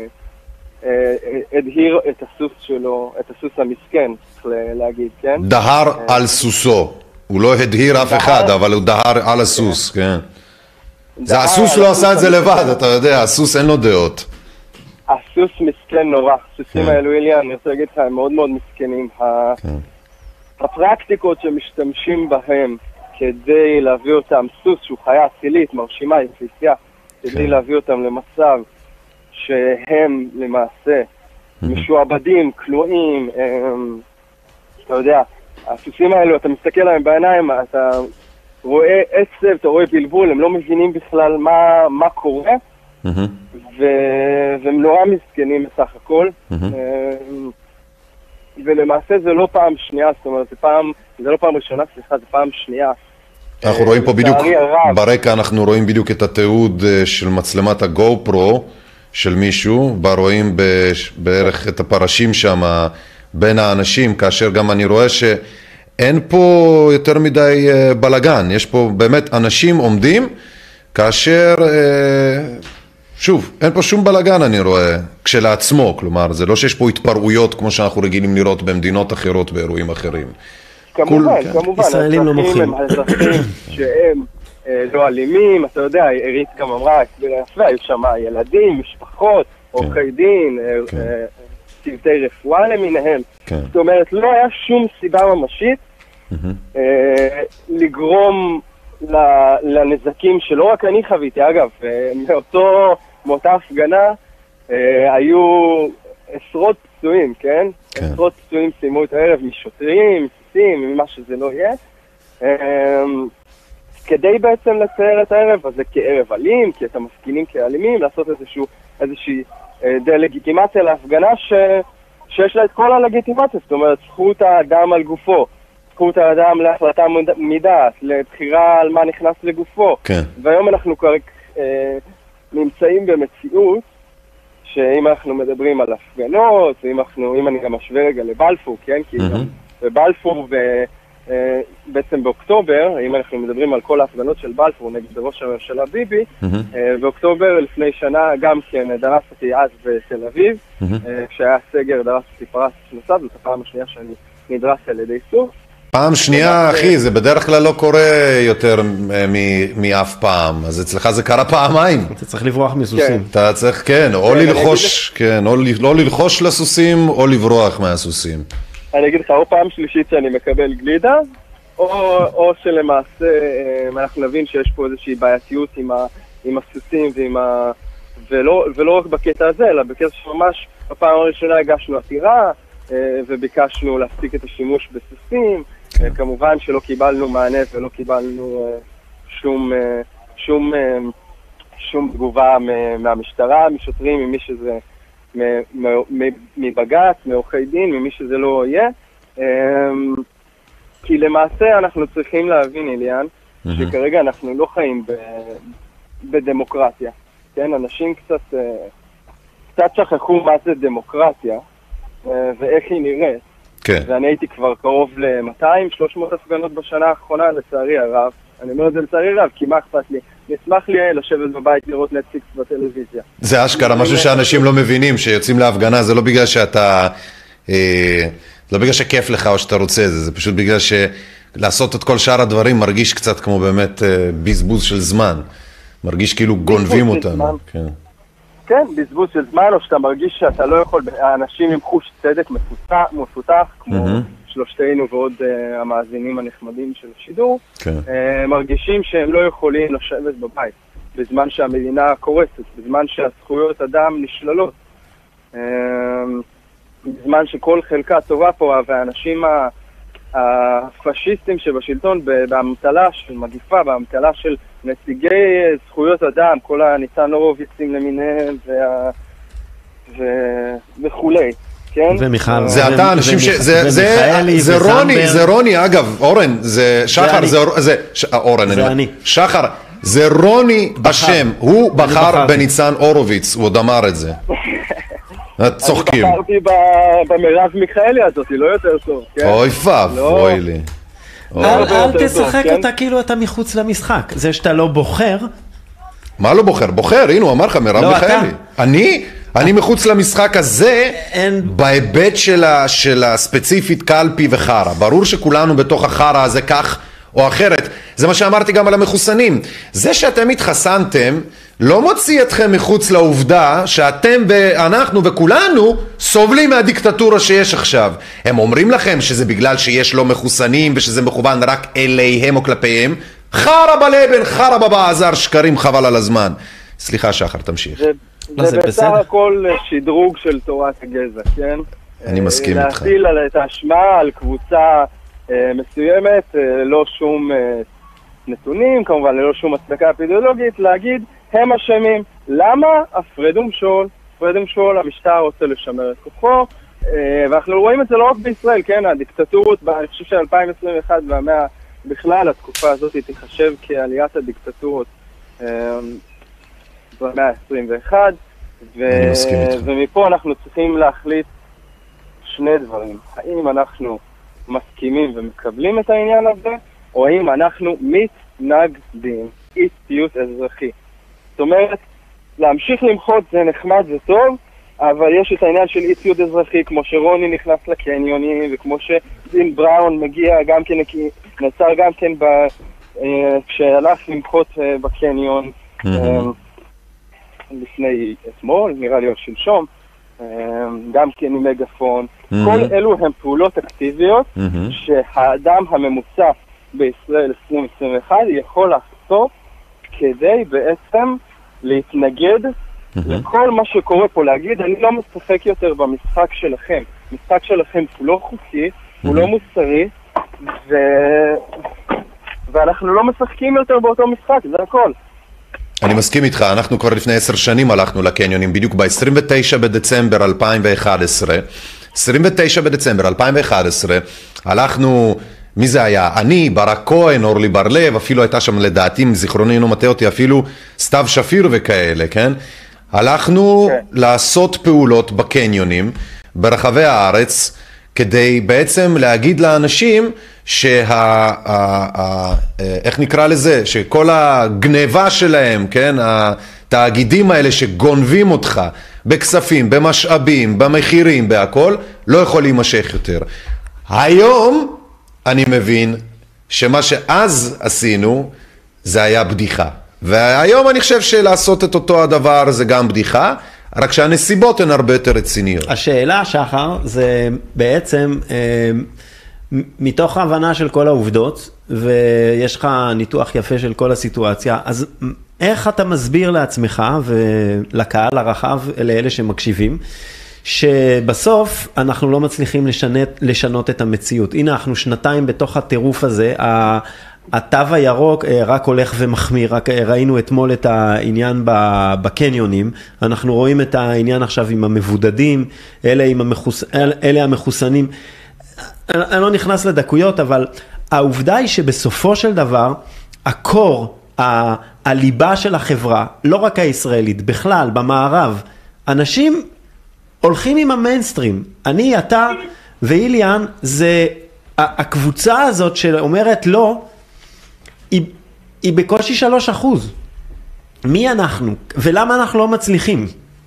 הדהיר את הסוס שלו, את הסוס המסכן, צריך להגיד, כן? דהר על סוסו. הוא לא הדהיר אף אחד, אבל הוא דהר על הסוס, כן. זה הסוס לא עשה את זה לבד, אתה יודע, הסוס אין לו דעות. הסוס מסכן נורא. הסוסים האלו, איליה, אני רוצה להגיד לך, הם מאוד מאוד מסכנים. הפרקטיקות שמשתמשים בהם כדי להביא אותם, סוס שהוא חיה אצילית, מרשימה, יפהפייה, כדי להביא אותם למצב שהם למעשה משועבדים, כלואים, אתה יודע, הסוסים האלו, אתה מסתכל עליהם בעיניים, אתה רואה עצב, אתה רואה בלבול, הם לא מבינים בכלל מה, מה קורה, ו... והם נורא מסכנים בסך הכל, ולמעשה זה לא פעם שנייה, זאת אומרת, זה, פעם, זה לא פעם ראשונה, סליחה, זה פעם שנייה. אנחנו רואים פה בדיוק, ברקע אנחנו רואים בדיוק את התיעוד של מצלמת הגו פרו, של מישהו, בה רואים בערך את הפרשים שם בין האנשים, כאשר גם אני רואה שאין פה יותר מדי בלגן, יש פה באמת אנשים עומדים, כאשר, שוב, אין פה שום בלגן אני רואה, כשלעצמו, כלומר, זה לא שיש פה התפרעויות כמו שאנחנו רגילים לראות במדינות אחרות באירועים אחרים. כמובן, כמובן, ישראלים לא מוכרים. האזרחים שהם לא אלימים, אתה יודע, עירית גם אמרה, יפה, היו שם ילדים, משפחות, עורכי דין, צוותי רפואה למיניהם. זאת אומרת, לא היה שום סיבה ממשית לגרום לנזקים שלא רק אני חוויתי. אגב, מאותה הפגנה היו עשרות פצועים, כן? עשרות פצועים סיימו את הערב משוטרים, מסוסים, ממה שזה לא יהיה. כדי בעצם לצייר את הערב הזה כערב אלים, כי אתם מפגינים כאלימים, לעשות איזשהו, איזושהי דה-לגיטימציה להפגנה ש... שיש לה את כל הלגיטימציה, זאת אומרת, זכות האדם על גופו, זכות האדם להחלטה מדעת, לבחירה על מה נכנס לגופו. כן. והיום אנחנו כבר אה, נמצאים במציאות, שאם אנחנו מדברים על הפגנות, ואם אנחנו, אם אני גם משווה רגע לבלפור, כן? כי mm-hmm. גם בבלפור ו... בעצם באוקטובר, אם אנחנו מדברים על כל ההפגנות של בלפור נגד ראש הממשלה ביבי, באוקטובר לפני שנה גם כן דרסתי אז בתל אביב, כשהיה סגר דרסתי פרס נוסף, זאת הפעם השנייה שאני נדרס על ידי סוס, פעם שנייה, אחי, זה בדרך כלל לא קורה יותר מאף פעם, אז אצלך זה קרה פעמיים. אתה צריך לברוח מסוסים. אתה צריך, כן, או ללחוש, כן, או לא ללחוש לסוסים, או לברוח מהסוסים. אני אגיד לך, או פעם שלישית שאני מקבל גלידה, או שלמעשה אנחנו נבין שיש פה איזושהי בעייתיות עם הסוסים ועם ה... ולא רק בקטע הזה, אלא בקטע שממש בפעם הראשונה הגשנו עתירה, וביקשנו להפסיק את השימוש בסוסים, כמובן שלא קיבלנו מענה ולא קיבלנו שום, שום, שום תגובה מהמשטרה, משוטרים, ממי שזה, מבג"ץ, מעורכי דין, ממי שזה לא יהיה. כי למעשה אנחנו צריכים להבין, איליאן, שכרגע אנחנו לא חיים בדמוקרטיה. כן, אנשים קצת, קצת שכחו מה זה דמוקרטיה. ואיך היא נראית. כן. ואני הייתי כבר קרוב ל-מאתיים שלוש מאות הפגנות בשנה האחרונה, לצערי הרב. אני אומר את זה לצערי הרב, כי מה אכפת לי? נשמח לי לשבת בבית לראות נטפליקס בטלוויזיה. זה אשכרה, משהו שאנשים לא מבינים, שיוצאים להפגנה, זה לא בגלל שאתה, אה, לא בגלל שכיף לך או שאתה רוצה את זה, זה פשוט בגלל שלעשות את כל שאר הדברים מרגיש קצת כמו באמת אה, בזבוז של זמן. מרגיש כאילו גונבים אותנו. כן. כן, בזבוז של זמן, או שאתה מרגיש שאתה לא יכול, האנשים עם חוש צדק מפותח, מפותח כמו mm-hmm. שלושתנו ועוד uh, המאזינים הנחמדים של השידור, כן. uh, מרגישים שהם לא יכולים לשבת בבית, בזמן שהמדינה קורסת, בזמן שהזכויות אדם נשללות, uh, בזמן שכל חלקה טובה פה, והאנשים ה... הפשיסטים שבשלטון באמתלה של מגיפה, באמתלה של נציגי זכויות אדם, כל הניצן הורוביצים למיניהם וה... ו... וכולי, כן? ומיכל, זה אתה, אנשים ש... זה, זה, זה רוני, זה רוני, אגב, אורן, זה שחר, זה, זה, ש... אורן, זה אני. שחר, זה רוני בשם, הוא בחר בניצן הורוביץ, הוא עוד אמר את זה. צוחקים. אני בחרתי במרב מיכאלי הזאת, היא לא יותר טוב, כן? אוי פאב, אוי לי. אל תשחק אותה כאילו אתה מחוץ למשחק. זה שאתה לא בוחר. מה לא בוחר? בוחר, הנה הוא אמר לך, מרב מיכאלי. אני? אני מחוץ למשחק הזה, בהיבט של הספציפית קלפי וחרה. ברור שכולנו בתוך החרה הזה כך או אחרת. זה מה שאמרתי גם על המחוסנים. זה שאתם התחסנתם, לא מוציא אתכם מחוץ לעובדה שאתם ואנחנו וכולנו סובלים מהדיקטטורה שיש עכשיו. הם אומרים לכם שזה בגלל שיש לא מחוסנים ושזה מכוון רק אליהם או כלפיהם. חרה בלבן, חרה בבעזר, שקרים חבל על הזמן. סליחה שחר, תמשיך. זה, זה בסך הכל שדרוג של תורת הגזע, כן? אני מסכים איתך. להטיל את האשמה על קבוצה מסוימת, לא שום נתונים, כמובן ללא שום הצדקה אפידמיולוגית, להגיד הם אשמים. למה? הפרד ומשול, הפרד ומשול, המשטר רוצה לשמר את כוחו, ואנחנו רואים את זה לא רק בישראל, כן, הדיקטטורות, אני חושב ש-אלפיים עשרים ואחת והמאה בכלל, התקופה הזאת תיחשב כעליית הדיקטטורות במאה ה-עשרים ואחת, ומפה אנחנו צריכים להחליט שני דברים. האם אנחנו מסכימים ומקבלים את העניין הזה, או האם אנחנו מתנגדים, אי ציות אזרחי. זאת אומרת, להמשיך למחות זה נחמד וטוב, אבל יש את העניין של אי ציות אזרחי, כמו שרוני נכנס לקניונים, וכמו שדין בראון מגיע גם כן, נעצר גם כן ב, כשהלך למחות בקניון לפני אתמול, נראה לי עוד שלשום, גם כן עם מגפון. כל אלו הם פעולות אקטיביות שהאדם הממוצע בישראל עשרים עשרים ואחת יכול לעשות כדי בעצם להתנגד לכל מה שקורה פה, להגיד אני לא משחק יותר במשחק שלכם, משחק שלכם הוא לא חוקי, הוא לא מוסרי, ו... ואנחנו לא משחקים יותר באותו משחק, זה הכל. אני מסכים איתך, אנחנו כבר לפני עשר שנים הלכנו לקניונים, בדיוק ב-עשרים ותשעה בדצמבר אלפיים ואחת עשרה, עשרים ותשעה בדצמבר אלפיים ואחת עשרה, הלכנו, מי זה היה? אני, ברק כהן, אורלי בר-לב, אפילו הייתה שם לדעתי, מזיכרוני אינו מטעה אותי, אפילו סתיו שפיר וכאלה, כן? הלכנו okay. לעשות פעולות בקניונים, ברחבי הארץ, כדי בעצם להגיד לאנשים שה... ה, ה, איך נקרא לזה? שכל הגניבה שלהם, כן? התאגידים האלה שגונבים אותך בכספים, במשאבים, במחירים, בהכל, לא יכול להימשך יותר. היום אני מבין שמה שאז עשינו זה היה בדיחה. והיום אני חושב שלעשות את אותו הדבר זה גם בדיחה, רק שהנסיבות הן הרבה יותר רציניות. השאלה, שחר, זה בעצם מתוך ההבנה של כל העובדות, ויש לך ניתוח יפה של כל הסיטואציה, אז איך אתה מסביר לעצמך ולקהל הרחב, לאלה שמקשיבים, שבסוף אנחנו לא מצליחים לשנות, לשנות את המציאות. הנה, אנחנו שנתיים בתוך הטירוף הזה, התו הירוק רק הולך ומחמיר, רק ראינו אתמול את העניין בקניונים, אנחנו רואים את העניין עכשיו עם המבודדים, אלה, עם המחוס, אלה המחוסנים, אני לא נכנס לדקויות, אבל העובדה היא שבסופו של דבר, הקור, ה, הליבה של החברה, לא רק הישראלית, בכלל, במערב, אנשים הולכים עם המיינסטרים. אני, אתה ואיליאן, זה הקבוצה הזאת שאומרת לא, היא, היא בקושי שלוש אחוז. מי אנחנו? ולמה אנחנו לא מצליחים?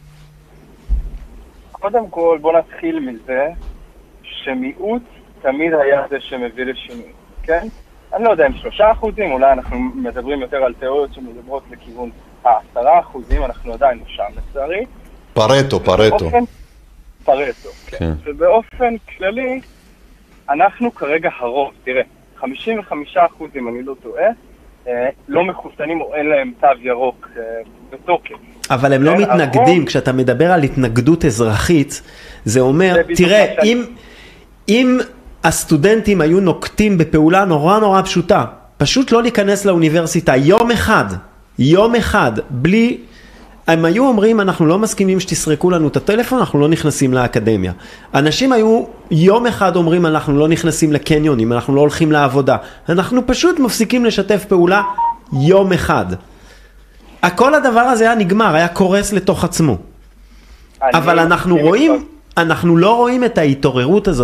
קודם כל, בוא נתחיל מזה שמיעוט תמיד היה זה שמביא לשינוי, כן? אני לא יודע אם שלושה אחוזים, אולי אנחנו מדברים יותר על תיאוריות שמדברות לכיוון העשרה אחוזים, אנחנו עדיין לא שם לצערי. פרטו, פרטו. פרטו, כן. ובאופן כללי, אנחנו כרגע הרוב, תראה, חמישים וחמישה אחוז, אם אני לא טועה, לא מחוסנים או אין להם תו ירוק בתוקף. אבל הם לא מתנגדים, כשאתה מדבר על התנגדות אזרחית, זה אומר, תראה, אם הסטודנטים היו נוקטים בפעולה נורא נורא פשוטה, פשוט לא להיכנס לאוניברסיטה, יום אחד, יום אחד, בלי... הם היו אומרים, אנחנו לא מסכימים שתסרקו לנו את הטלפון, אנחנו לא נכנסים לאקדמיה. אנשים היו יום אחד אומרים, אנחנו לא נכנסים לקניונים, אנחנו לא הולכים לעבודה. אנחנו פשוט מפסיקים לשתף פעולה יום אחד. כל הדבר הזה היה נגמר, היה קורס לתוך עצמו. אבל אנחנו רואים, אנחנו לא רואים את ההתעוררות הזאת,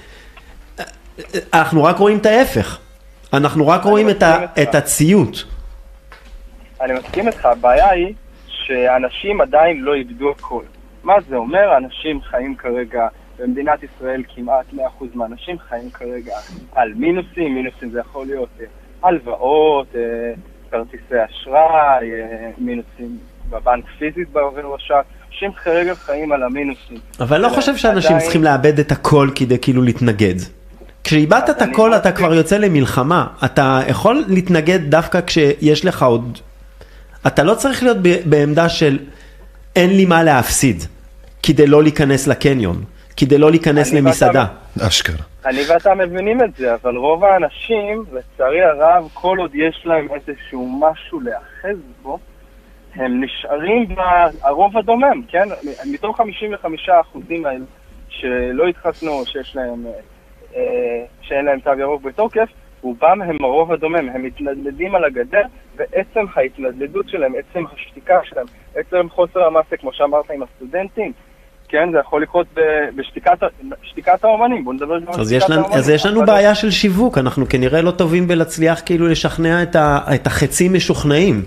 ואנחנו רק רואים את ההפך. אנחנו רק רואים את הציות. אני מסכים איתך, הבעיה היא, שאנשים עדיין לא איבדו הכל. מה זה אומר? אנשים חיים כרגע, במדינת ישראל כמעט מאה אחוז מהאנשים חיים כרגע על מינוסים, מינוסים זה יכול להיות הלוואות, כרטיסי אשראי, מינוסים בבנק פיזית בעובר ושעת, אנשים כרגע חיים על המינוסים. אבל לא חושב שאנשים צריכים לאבד את הכל כדי כאילו להתנגד. כשאיבדת את הכל אתה כבר יוצא למלחמה, אתה יכול להתנגד דווקא כשיש לך עוד... אתה לא צריך להיות בעמדה של אין לי מה להפסיד, כדי לא להיכנס לקניון, כדי לא להיכנס למסעדה. אשכרה. אני ואתה מבינים את זה, אבל רוב האנשים, לצערי הרב, כל עוד יש להם איזשהו משהו לאחז בו, הם נשארים ברוב הדומם, כן? מתוך חמישים וחמישה אחוזים האלה שלא התחסנו, שיש להם, שאין להם תו ירוק בתוקף, רובם הם הרוב הדומם, הם מתנדלדים על הגדר, ועצם ההתנדלדות שלהם, עצם השתיקה שלהם, עצם חוסר המעשה, כמו שאמרת עם הסטודנטים, כן, זה יכול לקרות בשתיקת האומנים, בואו נדבר גם על שתיקת האומנים. אז יש לנו בעיה של שיווק, אנחנו כנראה לא טובים בלהצליח כאילו לשכנע את החצים משוכנעים.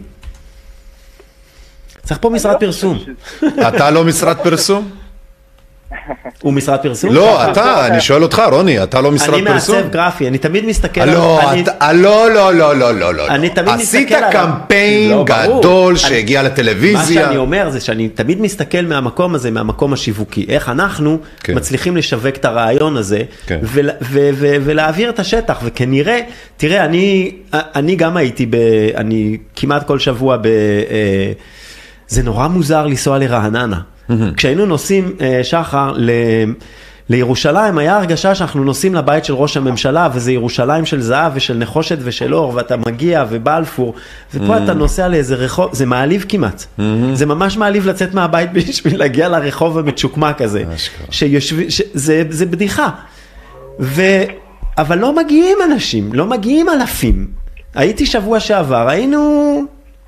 צריך פה משרד פרסום. אתה לא משרד פרסום? הוא משרד פרסום? לא, אתה, אני שואל אותך, רוני, אתה לא משרד פרסום? אני מעצב גרפי, אני תמיד מסתכל... לא, לא, לא, לא, לא, לא, לא. אני תמיד מסתכל עשית קמפיין גדול שהגיע לטלוויזיה. מה שאני אומר זה שאני תמיד מסתכל מהמקום הזה, מהמקום השיווקי. איך אנחנו מצליחים לשווק את הרעיון הזה, ולהעביר את השטח, וכנראה, תראה, אני גם הייתי, אני כמעט כל שבוע ב... זה נורא מוזר לנסוע לרעננה. כשהיינו נוסעים, שחר, לירושלים, היה הרגשה שאנחנו נוסעים לבית של ראש הממשלה, וזה ירושלים של זהב ושל נחושת ושל אור, ואתה מגיע ובלפור, ופה אתה נוסע לאיזה רחוב, זה מעליב כמעט. זה ממש מעליב לצאת מהבית בשביל להגיע לרחוב המצ'וקמק הזה. זה בדיחה. אבל לא מגיעים אנשים, לא מגיעים אלפים. הייתי שבוע שעבר, היינו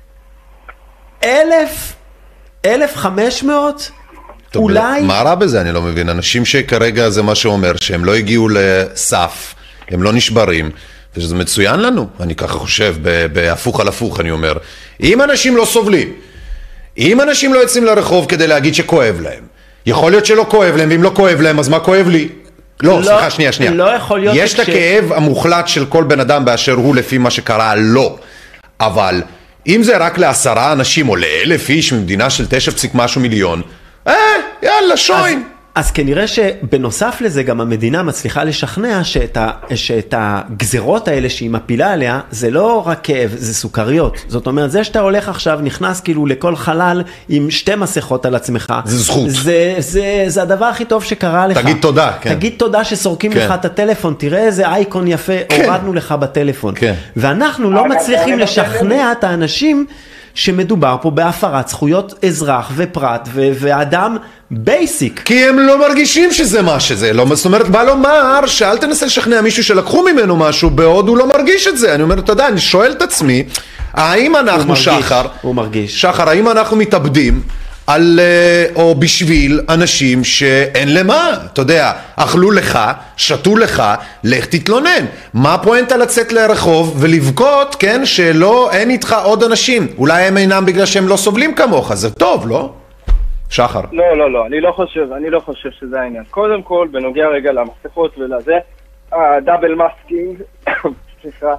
אלף, אלף חמש מאות, אולי... מה רע בזה? אני לא מבין. אנשים שכרגע זה מה שאומר, שהם לא הגיעו לסף, הם לא נשברים, וזה מצוין לנו. אני ככה חושב, בהפוך על הפוך, אני אומר. אם אנשים לא סובלים, אם אנשים לא יוצאים לרחוב כדי להגיד שכואב להם, יכול להיות שלא כואב להם, ואם לא כואב להם, אז מה כואב לי? לא, לא, סליחה, שנייה, שנייה. לא יכול להיות יש את ש... הכאב המוחלט של כל בן אדם באשר הוא לפי מה שקרה, לא. אבל אם זה רק לעשרה אנשים או לאלף איש ממדינה של תשע פסיק משהו מיליון, אה, יאללה, שוין. אז... אז כנראה שבנוסף לזה גם המדינה מצליחה לשכנע שאת, ה, שאת הגזרות האלה שהיא מפילה עליה, זה לא רק כאב, זה סוכריות. זאת אומרת, זה שאתה הולך עכשיו, נכנס כאילו לכל חלל עם שתי מסכות על עצמך. זה זכות. זה, זה, זה הדבר הכי טוב שקרה לך. תגיד תודה, כן. תגיד תודה שסורקים כן. לך את הטלפון, תראה איזה אייקון יפה, כן. הורדנו לך בטלפון. כן. ואנחנו לא מצליחים לשכנע את האנשים שמדובר פה בהפרת זכויות אזרח ופרט ו- ואדם בייסיק. כי הם לא מרגישים שזה מה שזה. לא, זאת אומרת, בא לומר שאל תנסה לשכנע מישהו שלקחו ממנו משהו, בעוד הוא לא מרגיש את זה. אני אומר, אתה יודע, אני שואל את עצמי, האם אנחנו הוא מרגיש, שחר, הוא מרגיש. שחר, האם אנחנו מתאבדים על, או בשביל אנשים שאין למה, אתה יודע, אכלו לך, שתו לך, לך תתלונן. מה הפואנטה לצאת לרחוב ולבכות, כן, שלא, אין איתך עוד אנשים. אולי הם אינם בגלל שהם לא סובלים כמוך, זה טוב, לא? שחר. לא, לא, לא, אני לא חושב, אני לא חושב שזה העניין. קודם כל, בנוגע רגע למסכות ולזה, הדאבל מסקינג, סליחה,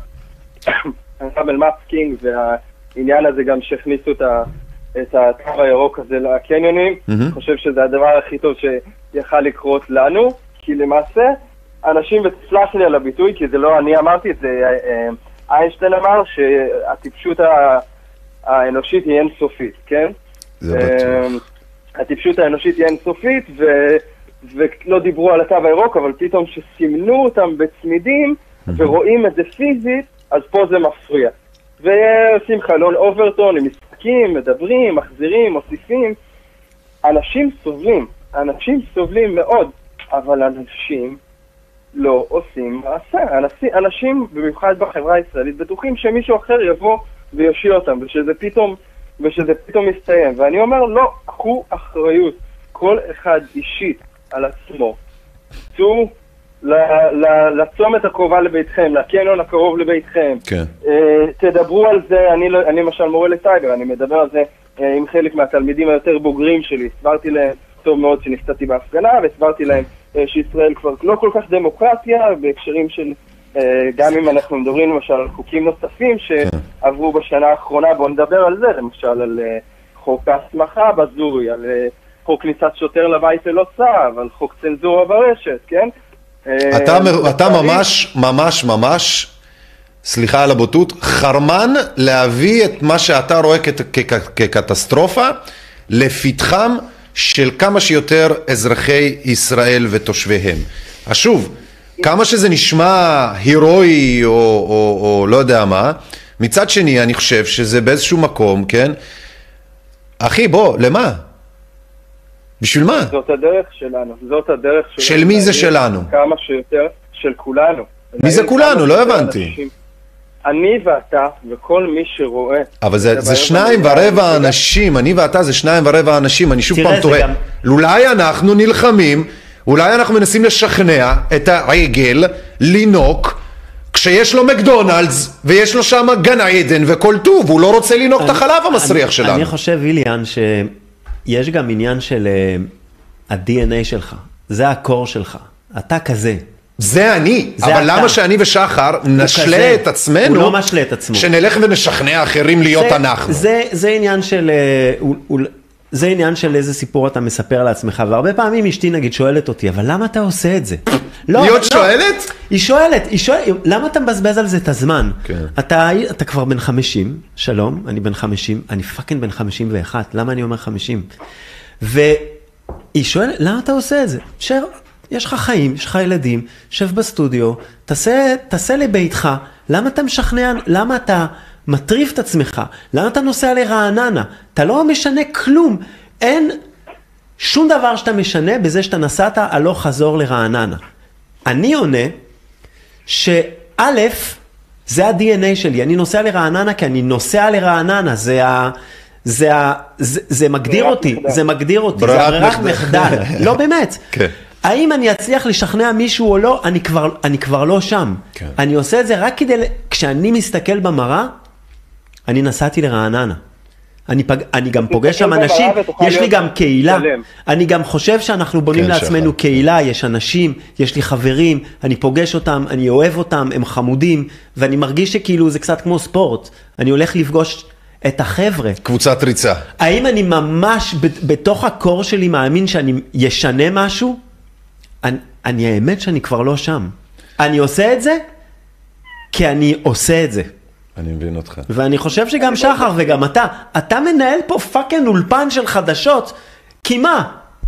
הדאבל מסקינג והעניין הזה גם שהכניסו את ה... את התו הירוק הזה לקניונים, אני mm-hmm. חושב שזה הדבר הכי טוב שיכל לקרות לנו, כי למעשה אנשים, ותסלח לי על הביטוי, כי זה לא אני אמרתי, זה איינשטיין אמר שהטיפשות האנושית היא אינסופית, כן? זה בטוח. הטיפשות האנושית היא אינסופית, ו... ולא דיברו על התו הירוק, אבל פתאום שסימנו אותם בצמידים, mm-hmm. ורואים את זה פיזית, אז פה זה מפריע. ועושים חלון אוברטון, הם מסתכלים, מדברים, מחזירים, מוסיפים. אנשים סובלים, אנשים סובלים מאוד, אבל אנשים לא עושים מעשה. אנשים, אנשים במיוחד בחברה הישראלית, בטוחים שמישהו אחר יבוא ויושיע אותם, ושזה פתאום, ושזה פתאום מסתיים. ואני אומר, לא, קחו אחריות, כל אחד אישית על עצמו. צאו לצומת הקרובה לביתכם, לקניון הקרוב לביתכם. כן. תדברו על זה, אני למשל מורה לסייבר, אני מדבר על זה עם חלק מהתלמידים היותר בוגרים שלי. הסברתי להם טוב מאוד שנפצעתי בהפגנה, והסברתי להם שישראל כבר לא כל כך דמוקרטיה, בהקשרים של, גם אם אנחנו מדברים למשל על חוקים נוספים שעברו בשנה האחרונה, בואו נדבר על זה, למשל על חוק ההסמכה בזורי, על חוק כניסת שוטר לבית ללא צו, על חוק צנזורה ברשת, כן? אתה, אתה ממש, ממש, ממש, סליחה על הבוטות, חרמן להביא את מה שאתה רואה כקטסטרופה לפתחם של כמה שיותר אזרחי ישראל ותושביהם. אז שוב, כמה שזה נשמע הירואי או, או, או לא יודע מה, מצד שני אני חושב שזה באיזשהו מקום, כן? אחי, בוא, למה? בשביל מה? זאת הדרך שלנו, זאת הדרך שלנו. של מי זה שלנו? כמה שיותר של כולנו. מי זה כולנו? לא הבנתי. אני ואתה וכל מי שרואה. אבל זה, זה שניים ורבע אנשים, אני ואתה זה שניים ורבע אנשים, אני שוב פעם טועה. גם... אולי אנחנו נלחמים, אולי אנחנו מנסים לשכנע את העגל לינוק, כשיש לו מקדונלדס ויש לו שם גן עדן וכל טוב, הוא לא רוצה לינוק את החלב המסריח שלנו. אני חושב, איליאן, ש... יש גם עניין של ה-די אן איי שלך, זה הקור שלך, אתה כזה. זה אני, זה אבל אתה. למה שאני ושחר נשלה כזה. את עצמנו, הוא לא משלה את עצמו. שנלך ונשכנע אחרים להיות זה, אנחנו. זה, זה עניין של, הוא, הוא, זה עניין של איזה סיפור אתה מספר לעצמך, והרבה פעמים אשתי נגיד שואלת אותי, אבל למה אתה עושה את זה? לא, להיות לא, שואלת? היא שואלת, היא שואלת, למה אתה מבזבז על זה את הזמן? כן. אתה, אתה כבר בן חמישים, שלום, אני בן חמישים, אני פאקינג בן חמישים ואחת, למה אני אומר חמישים? והיא שואלת, למה אתה עושה את זה? שר, יש לך חיים, יש לך ילדים, שב בסטודיו, תעשה, תעשה לביתך, למה אתה משכנע, למה אתה מטריף את עצמך, למה אתה נוסע לרעננה? אתה לא משנה כלום, אין שום דבר שאתה משנה בזה שאתה נסעת הלוך חזור לרעננה. אני עונה שא' זה ה-די אן איי שלי, אני נוסע לרעננה כי אני נוסע לרעננה, זה ה... זה, ה... זה, זה מגדיר אותי, מחדל. זה מגדיר אותי, זה ברירת מחדל, לא באמת. כן. האם אני אצליח לשכנע מישהו או לא, אני כבר, אני כבר לא שם. כן. אני עושה את זה רק כדי, כשאני מסתכל במראה, אני נסעתי לרעננה. אני, פג... אני גם פוגש שם אנשים, יש לי גם קהילה, שלם. אני גם חושב שאנחנו בונים כן, לעצמנו שחר. קהילה, יש אנשים, יש לי חברים, אני פוגש אותם, אני אוהב אותם, הם חמודים, ואני מרגיש שכאילו זה קצת כמו ספורט, אני הולך לפגוש את החבר'ה. קבוצת ריצה. האם אני ממש בתוך הקור שלי מאמין שאני ישנה משהו? אני, אני האמת שאני כבר לא שם. אני עושה את זה כי אני עושה את זה. אני מבין אותך. ואני חושב שגם שחר וגם אתה, אתה מנהל פה פאקינג אולפן של חדשות, כי מה?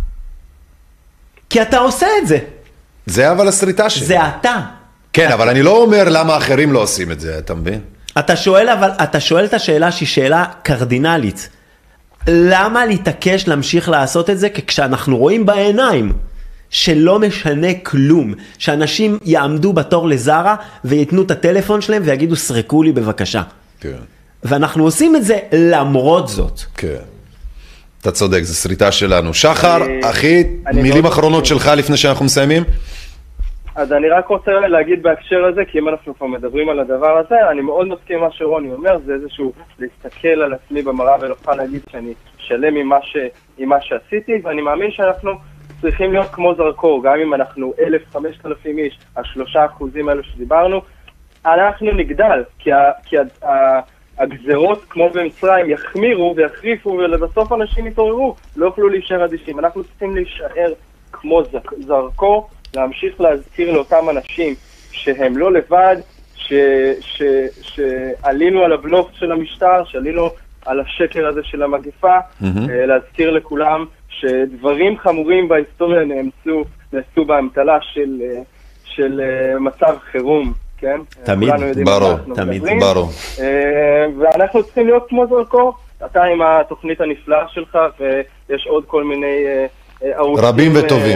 כי אתה עושה את זה. זה אבל הסריטה שלי. זה אתה. כן, אבל אני לא אומר למה אחרים לא עושים את זה, אתה מבין? אתה שואל, אבל אתה שואל את השאלה שהיא שאלה קרדינלית. למה להתעקש להמשיך לעשות את זה כשאנחנו רואים בעיניים שלא משנה כלום, שאנשים יעמדו בתור לזרה ויתנו את הטלפון שלהם ויגידו סרקו לי בבקשה. כן. ואנחנו עושים את זה למרות זאת. כן. אתה צודק, זו סריטה שלנו. שחר, אחי, מילים אחרונות שלך לפני שאנחנו מסיימים? אז אני רק רוצה להגיד בהקשר הזה, כי אם אנחנו כבר מדברים על הדבר הזה, אני מאוד מסכים מה שרוני אומר, זה איזשהו להסתכל על עצמי במראה ולוכל להגיד שאני שלם עם מה, ש... עם מה שעשיתי, ואני מאמין שאנחנו צריכים להיות כמו זרקור, גם אם אנחנו אלף, חמשת אלפים איש, השלושה אחוזים האלו שדיברנו, אנחנו נגדל, כי, ה... כי ה... הגזרות כמו במצרים יחמירו ויחריפו, ולבסוף אנשים יתעוררו, לא יוכלו להישאר אדישים. אנחנו צריכים להישאר כמו זרקור, להמשיך להזכיר לאותם אנשים שהם לא לבד, ש, ש, שעלינו על הבלוף של המשטר, שעלינו על השקר הזה של המגפה, mm-hmm. להזכיר לכולם שדברים חמורים בהיסטוריה נעשו, נעשו באמתלה של, של מצב חירום, כן? תמיד, ברור, תמיד, ברור. ואנחנו צריכים להיות כמו זרקור, אתה עם התוכנית הנפלאה שלך, ויש עוד כל מיני ערוצים. רבים וטובים.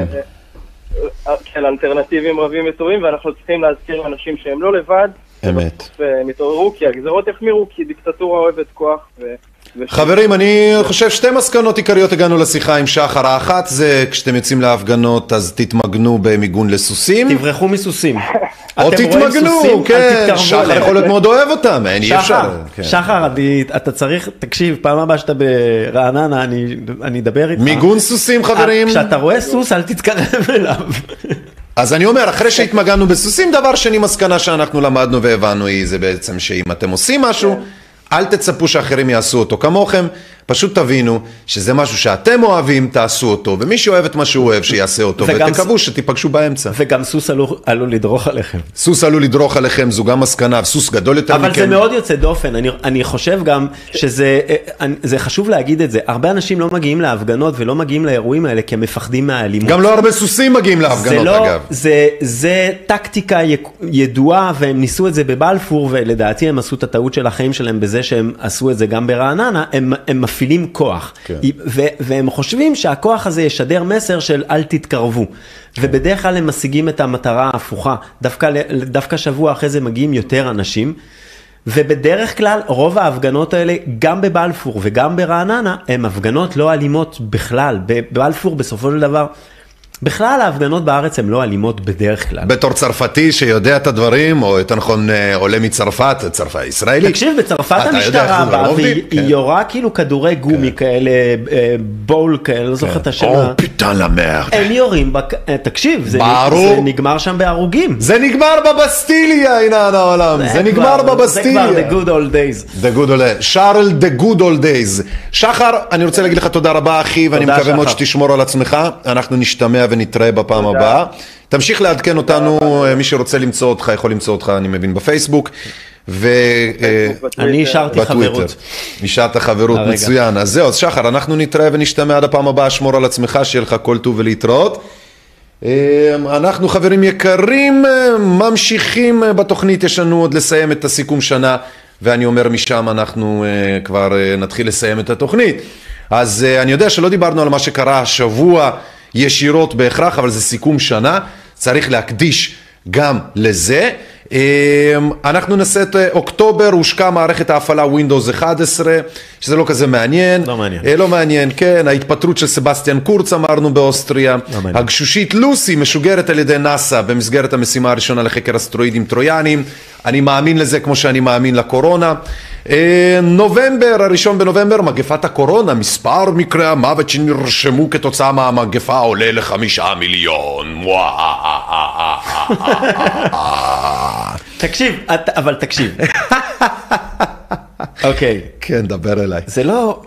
כן, אלטרנטיביים רבים וטובים, ואנחנו צריכים להזכיר אנשים שהם לא לבד. אמת. והם יתעוררו, כי הגזרות יחמירו, כי דיקטטורה אוהבת כוח. ו... חברים, אני חושב שתי מסקנות עיקריות הגענו לשיחה עם שחר. האחת זה כשאתם יוצאים להפגנות, אז תתמגנו במיגון לסוסים. תברחו מסוסים. או תתמגנו, כן, שחר יכול להיות מאוד אוהב אותם, אין אי אפשר. שחר, אתה צריך, תקשיב, פעם הבאה שאתה ברעננה, אני אדבר איתך. מיגון סוסים, חברים. כשאתה רואה סוס, אל תתקרב אליו. אז אני אומר, אחרי שהתמגנו בסוסים, דבר שני מסקנה שאנחנו למדנו והבנו היא, זה בעצם שאם אתם עושים משהו, אל תצפו שאחרים יעשו אותו כמוכם, פשוט תבינו שזה משהו שאתם אוהבים, תעשו אותו, ומי שאוהב את מה שהוא אוהב שיעשה אותו, ותקוו שתיפגשו באמצע. וגם סוס עלול לדרוך עליכם. סוס עלול לדרוך עליכם, זו גם מסקנה, סוס גדול יותר מכם. אבל זה מאוד יוצא דופן, אני, אני חושב גם שזה זה חשוב להגיד את זה, הרבה אנשים לא מגיעים להפגנות ולא מגיעים לאירועים האלה, כי הם מפחדים מהאלימות. גם לא הרבה סוסים מגיעים להפגנות, לא, אגב. זה, זה טקטיקה ידועה, והם ניסו את זה בבלפור, ולדעתי הם עשו את הטעות של החיים שלהם בזה שהם עשו את זה גם ברעננה, הם, הם מפעילים כוח, כן. ו- והם חושבים שהכוח הזה ישדר מסר של אל תתקרבו, כן. ובדרך כלל הם משיגים את המטרה ההפוכה, דווקא, דווקא שבוע אחרי זה מגיעים יותר אנשים, ובדרך כלל רוב ההפגנות האלה, גם בבלפור וגם ברעננה, הן הפגנות לא אלימות בכלל, בבלפור בסופו של דבר, בכלל ההפגנות בארץ הן לא אלימות בדרך כלל. בתור צרפתי שיודע את הדברים, או יותר נכון עולה מצרפת, צרפת ישראלי. תקשיב, בצרפת המשטרה באה, והיא יורה כאילו כדורי גומי כאלה, בול כאלה, לא זוכר את השם. או פיתן למר. הם יורים, תקשיב, זה נגמר שם בהרוגים. זה נגמר בבסטיליה, הנה העולם. זה נגמר בבסטיליה. זה כבר the good old days. The good old days. שרל the good old days. שחר, אני רוצה להגיד לך תודה רבה אחי, ואני מקווה מאוד שתשמור על עצמך. אנחנו נשתמע ונתראה בפעם הבאה. תמשיך לעדכן אותנו, מי שרוצה למצוא אותך יכול למצוא אותך, אני מבין, בפייסבוק. אני השארתי חברות. השארת חברות, מצוין. אז זהו, אז שחר, אנחנו נתראה ונשתמע עד הפעם הבאה, שמור על עצמך, שיהיה לך כל טוב ולהתראות. אנחנו חברים יקרים, ממשיכים בתוכנית, יש לנו עוד לסיים את הסיכום שנה, ואני אומר משם אנחנו כבר נתחיל לסיים את התוכנית. אז אני יודע שלא דיברנו על מה שקרה השבוע, ישירות בהכרח, אבל זה סיכום שנה, צריך להקדיש גם לזה. אנחנו נעשה את אוקטובר, הושקע מערכת ההפעלה ווינדוס אחת עשרה, שזה לא כזה מעניין. לא מעניין. לא מעניין, כן. ההתפטרות של סבסטיאן קורץ אמרנו באוסטריה. לא מעניין. הגשושית לוסי משוגרת על ידי נאסא במסגרת המשימה הראשונה לחקר אסטרואידים טרויאנים. אני מאמין לזה כמו שאני מאמין לקורונה. נובמבר, הראשון בנובמבר, מגפת הקורונה, מספר מקרי המוות שנרשמו כתוצאה מהמגפה עולה לחמישה מיליון. תקשיב, אבל תקשיב. אוקיי. כן, דבר אליי. זה לא...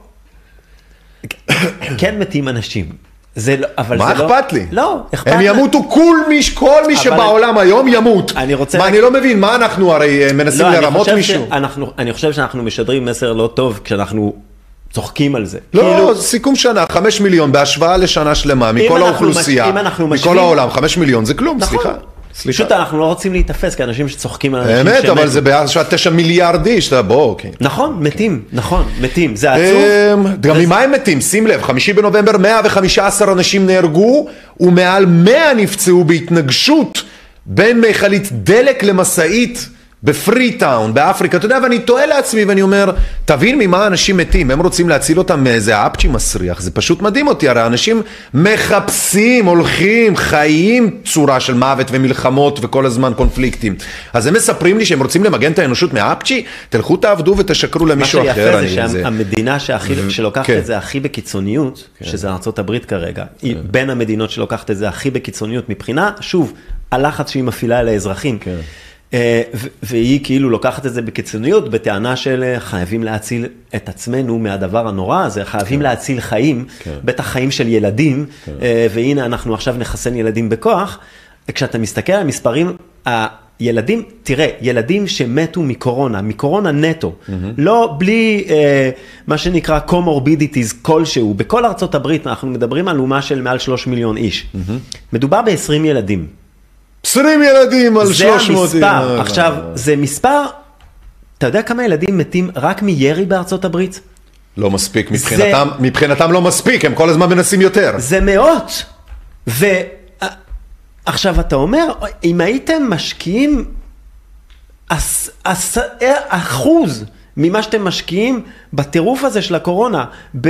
כן מתים אנשים. זה לא, אבל מה זה אכפת לא... לי? לא, אכפת הם לי. ימותו, כל מי, כל מי שבעולם אני, היום ימות. אני רוצה... מה, רק... אני לא מבין, מה אנחנו הרי מנסים לא, לרמות מישהו? שאנחנו, אני חושב שאנחנו משדרים מסר לא טוב כשאנחנו צוחקים על זה. לא, כאילו... סיכום שנה, חמש מיליון, בהשוואה לשנה שלמה, מכל האוכלוסייה, מכל העולם, חמש מיליון, זה כלום, נכון. סליחה. פשוט אנחנו לא רוצים להתאפס כאנשים שצוחקים על אנשים שמתו. באמת, אבל זה בערך תשע מיליארד איש, בוא, אוקיי. נכון, מתים, נכון, מתים, זה עצוב. גם ממה הם מתים? שים לב, חמישי בנובמבר מאה וחמישה עשר אנשים נהרגו, ומעל מאה נפצעו בהתנגשות בין מכלית דלק למשאית בפריטאון, באפריקה. אתה יודע, ואני טועה לעצמי ואני אומר, תבין ממה אנשים מתים, הם רוצים להציל אותם מאיזה אפצ'י מסריח, זה פשוט מדהים אותי, הרי אנשים מחפשים, הולכים, חיים צורה של מוות ומלחמות וכל הזמן קונפליקטים. אז הם מספרים לי שהם רוצים למגן את האנושות מהאפצ'י, תלכו תעבדו ותשקרו למישהו אחר. מה שיפה זה שהמדינה שלוקחת את זה הכי בקיצוניות, שזה ארצות הברית כרגע, היא בין המדינות שלוקחת את זה הכי בקיצוניות מבחינה, שוב, הלחץ שהיא מפעילה לאזרחים. והיא כאילו לוקחת את זה בקיצוניות, בטענה של חייבים להציל את עצמנו מהדבר הנורא הזה, חייבים להציל חיים, בטח חיים של ילדים, והנה אנחנו עכשיו נחסן ילדים בכוח. כשאתה מסתכל על מספרים, הילדים, תראה, ילדים שמתו מקורונה, מקורונה נטו, לא בלי מה שנקרא קומורבידיטיז כלשהו, בכל ארצות הברית אנחנו מדברים על אומה של מעל שלוש מיליון איש. מדובר ב-עשרים ילדים. עשרים ילדים על שלוש מאות. זה המספר. עכשיו, זה מספר, אתה יודע כמה ילדים מתים רק מירי בארצות הברית? לא מספיק, מבחינתם, מבחינתם לא מספיק, הם כל הזמן מנסים יותר. זה מאות. ועכשיו אתה אומר, אם הייתם משקיעים אחוז ממה שאתם משקיעים בטירוף הזה של הקורונה,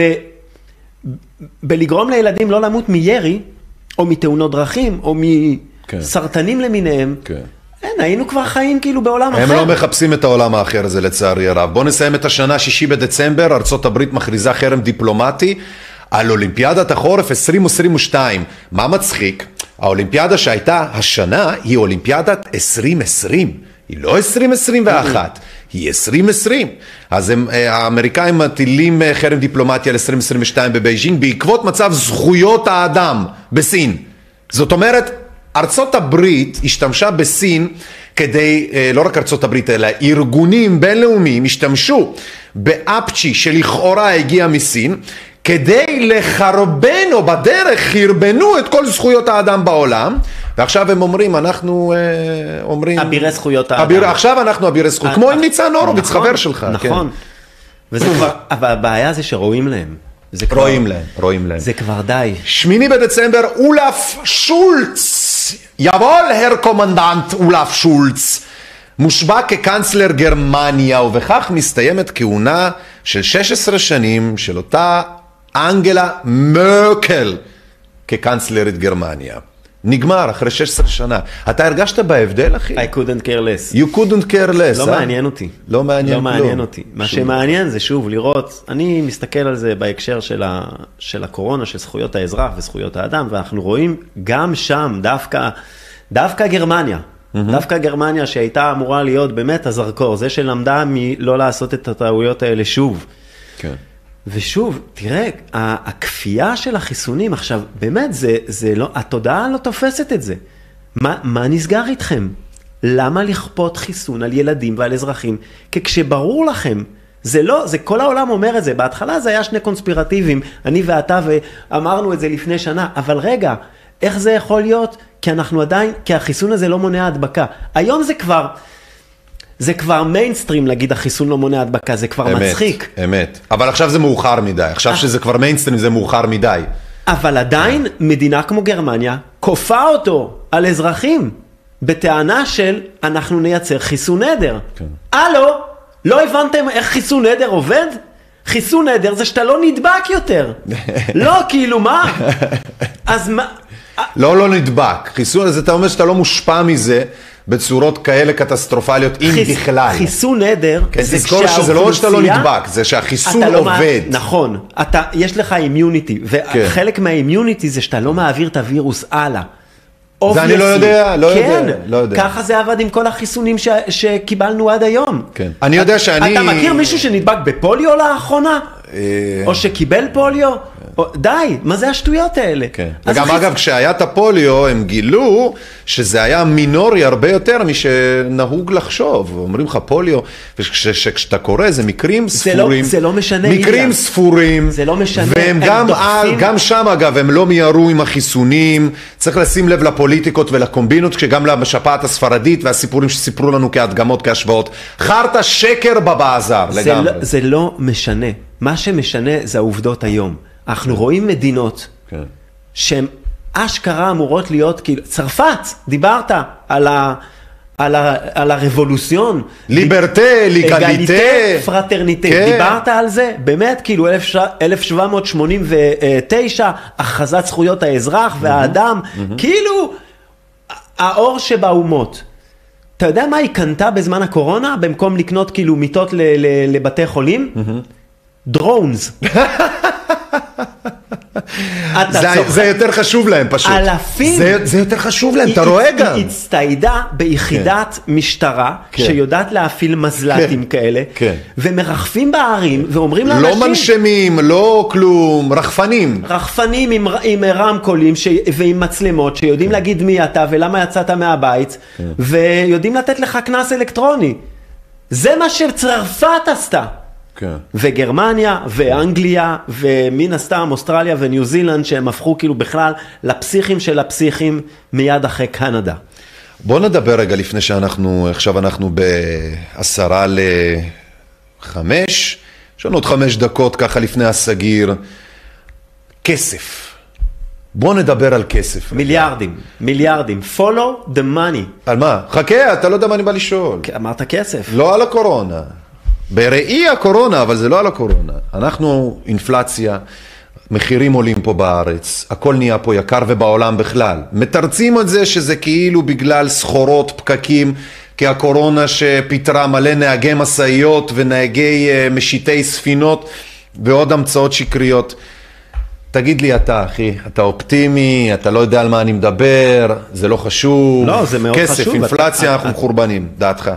בלגרום לילדים לא למות מירי, או מתאונות דרכים, או מ... סרטנים למיניהם, אין, היינו כבר חיים כאילו בעולם אחר. הם לא מחפשים את העולם האחר הזה לצערי הרב. בואו נסיים את השנה, שישי בדצמבר, ארצות הברית מכריזה חרם דיפלומטי על אולימפיאדת החורף עשרים עשרים ושתיים. מה מצחיק? האולימפיאדה שהייתה השנה היא אולימפיאדת עשרים עשרים, היא לא עשרים עשרים ואחת, היא עשרים עשרים. אז הם, האמריקאים מטילים חרם דיפלומטי על עשרים עשרים ושתיים בבייג'ינג בעקבות מצב זכויות האדם בסין. זאת אומרת, ארצות הברית השתמשה בסין כדי, לא רק ארצות הברית, אלא ארגונים בינלאומיים השתמשו באפצ'י שלכאורה הגיע מסין, כדי לחרבן או בדרך חרבנו את כל זכויות האדם בעולם, ועכשיו הם אומרים, אנחנו אומרים... אבירי זכויות האדם. אביר, עכשיו אנחנו אבירי זכויות, כמו עם ניצן הורוביץ, נכון, חבר שלך. נכון, כן. וזה כבר, אבל הבעיה זה שרואים להם. רואים להם, רואים להם. זה כבר די. שמיני בדצמבר, אולף שולץ, יבול הר קומנדנט אולף שולץ, מושבע כקנצלר גרמניה, ובכך מסתיימת כהונה של שש עשרה שנים של אותה אנגלה מרקל כקנצלרית גרמניה. נגמר אחרי שש עשרה שנה. אתה הרגשת בהבדל, אחי? I couldn't care less. You couldn't care less. לא מעניין אותי. לא מעניין לא מעניין אותי. מה שמעניין זה שוב לראות, אני מסתכל על זה בהקשר של, ה, של הקורונה, של זכויות האזרח וזכויות האדם, ואנחנו רואים גם שם, דווקא, דווקא גרמניה, mm-hmm. דווקא גרמניה שהייתה אמורה להיות באמת הזרקור, זה שלמדה מלא לעשות את הטעויות האלה שוב. כן. ושוב, תראה, הכפייה של החיסונים, עכשיו, באמת, זה, זה לא, התודעה לא תופסת את זה. מה, מה נסגר איתכם? למה לכפות חיסון על ילדים ועל אזרחים? כי כשברור לכם, זה לא, זה כל העולם אומר את זה. בהתחלה זה היה שני קונספירטיביים, אני ואתה, ואמרנו את זה לפני שנה, אבל רגע, איך זה יכול להיות? כי אנחנו עדיין, כי החיסון הזה לא מונע הדבקה. היום זה כבר... זה כבר מיינסטרים להגיד החיסון לא מונע הדבקה, זה כבר אמת, מצחיק. אמת, אבל עכשיו זה מאוחר מדי, עכשיו שזה כבר מיינסטרים זה מאוחר מדי. אבל עדיין מדינה כמו גרמניה כופה אותו על אזרחים, בטענה של אנחנו נייצר חיסון נדר. כן. הלו, לא הבנתם איך חיסון נדר עובד? חיסון נדר זה שאתה לא נדבק יותר. לא, כאילו מה? אז מה? לא, לא נדבק. חיסון הזה אתה אומר שאתה לא מושפע מזה, בצורות כאלה קטסטרופליות, אם חיס, בכלל. חיסון נדר, כן, זה תזכור שזה לא שאתה לא נדבק, זה שהחיסון לא עובד. מה, נכון, אתה, יש לך אימיוניטי, וחלק כן. מהאימיוניטי זה שאתה לא מעביר את הווירוס הלאה. זה אני לא יודע, לא כן, יודע, לא יודע. ככה זה עבד עם כל החיסונים ש, שקיבלנו עד היום. כן. אני יודע שאני... אתה מכיר מישהו שנדבק בפוליו לאחרונה? או שקיבל פוליו? די, מה זה השטויות האלה? כן. וגם אגב, כשהיה את הפוליו, הם גילו שזה היה מינורי הרבה יותר משנהוג לחשוב. אומרים לך פוליו, וכשאתה קורא, זה מקרים ספורים. זה לא משנה. מקרים ספורים. זה לא משנה. והם גם שם, אגב, הם לא מיהרו עם החיסונים. צריך לשים לב לפוליטיקות ולקומבינות, כשגם לשפעת הספרדית והסיפורים שסיפרו לנו כהדגמות, כהשוואות. חרת שקר בבעזר, לגמרי. זה לא משנה. מה שמשנה זה העובדות היום. אנחנו רואים מדינות שהן אשכרה אמורות להיות, כאילו, צרפת, דיברת על ה... על, ה, על הרבולוציון. ליברטה, ליגליטה. פרטרניטה. כן. דיברת על זה? באמת, כאילו, אלף שבע מאות שמונים ותשע, הכרזת זכויות האזרח והאדם, mm-hmm. כאילו, האור שבאומות. אתה יודע מה היא קנתה בזמן הקורונה, במקום לקנות כאילו מיטות ל, ל, לבתי חולים? Mm-hmm. דרונס. זה, זה יותר חשוב להם פשוט. אלפים. זה, זה יותר חשוב להם, אתה רואה גם. היא הצטיידה ביחידת כן. משטרה, כן. שיודעת להפעיל מזלטים כן. כאלה, כן. ומרחפים בערים, ואומרים לאנשים... לא מנשמים, לא כלום, רחפנים. רחפנים עם, עם רמקולים ש... ועם מצלמות, שיודעים כן. להגיד מי אתה ולמה יצאת מהבית, כן. ויודעים לתת לך כנס אלקטרוני. זה מה שצרפת עשתה. כן. וגרמניה ואנגליה ומן הסתם אוסטרליה וניו זילנד שהם הפכו כאילו בכלל לפסיכים של הפסיכים מיד אחרי קנדה. בוא נדבר רגע לפני שאנחנו, עכשיו אנחנו בעשרה לחמש, יש לנו עוד חמש דקות ככה לפני הסגיר. כסף. בוא נדבר על כסף. מיליארדים, רגע. מיליארדים. Follow the money. על מה? חכה, אתה לא יודע מה אני בא לשאול. אמרת כסף. לא על הקורונה. בראי הקורונה, אבל זה לא על הקורונה. אנחנו אינפלציה, מחירים עולים פה בארץ, הכל נהיה פה יקר ובעולם בכלל. מתרצים את זה שזה כאילו בגלל סחורות, פקקים, כי הקורונה שפיתרה מלא נהגי מסעיות ונהגי uh, משיטי ספינות ועוד המצאות שקריות. תגיד לי אתה, אחי, אתה אופטימי, אתה לא יודע על מה אני מדבר, זה לא חשוב. לא, זה מאוד כסף, חשוב. כסף, אינפלציה, אנחנו מחורבנים, דעתך.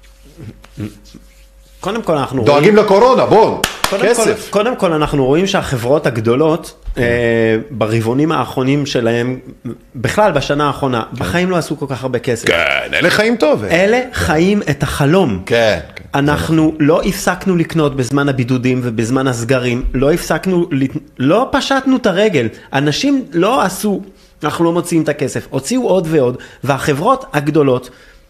קודם כל אנחנו דואגים רואים... לקורונה, בוא, קודם כסף. כל, קודם כל אנחנו רואים שהחברות הגדולות, אה, ברבעונים האחרונים שלהם, בכלל בשנה האחרונה, בחיים לא עשו כל כך הרבה כסף. כן, אלה חיים טוב. אלה חיים את החלום. כן. אנחנו לא הפסקנו לקנות בזמן הבידודים ובזמן הסגרים, לא הפסקנו, לא פשטנו את הרגל. אנשים לא עשו, אנחנו לא מוציאים את הכסף, הוציאו עוד ועוד, והחברות הגדולות,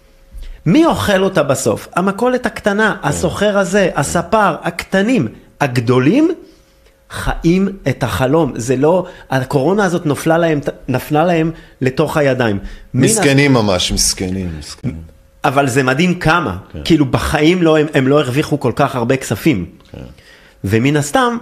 מי אוכל אותה בסוף? המכולת הקטנה, הסוחר הזה, הספר, הקטנים, הגדולים, חיים את החלום. זה לא, הקורונה הזאת נפלה להם, נפלה להם לתוך הידיים. מסכנים ממש, מסכנים, מסכנים. אבל זה מדהים כמה. כן. כאילו בחיים לא, הם, הם לא הרוויחו כל כך הרבה כספים. כן. ומן הסתם,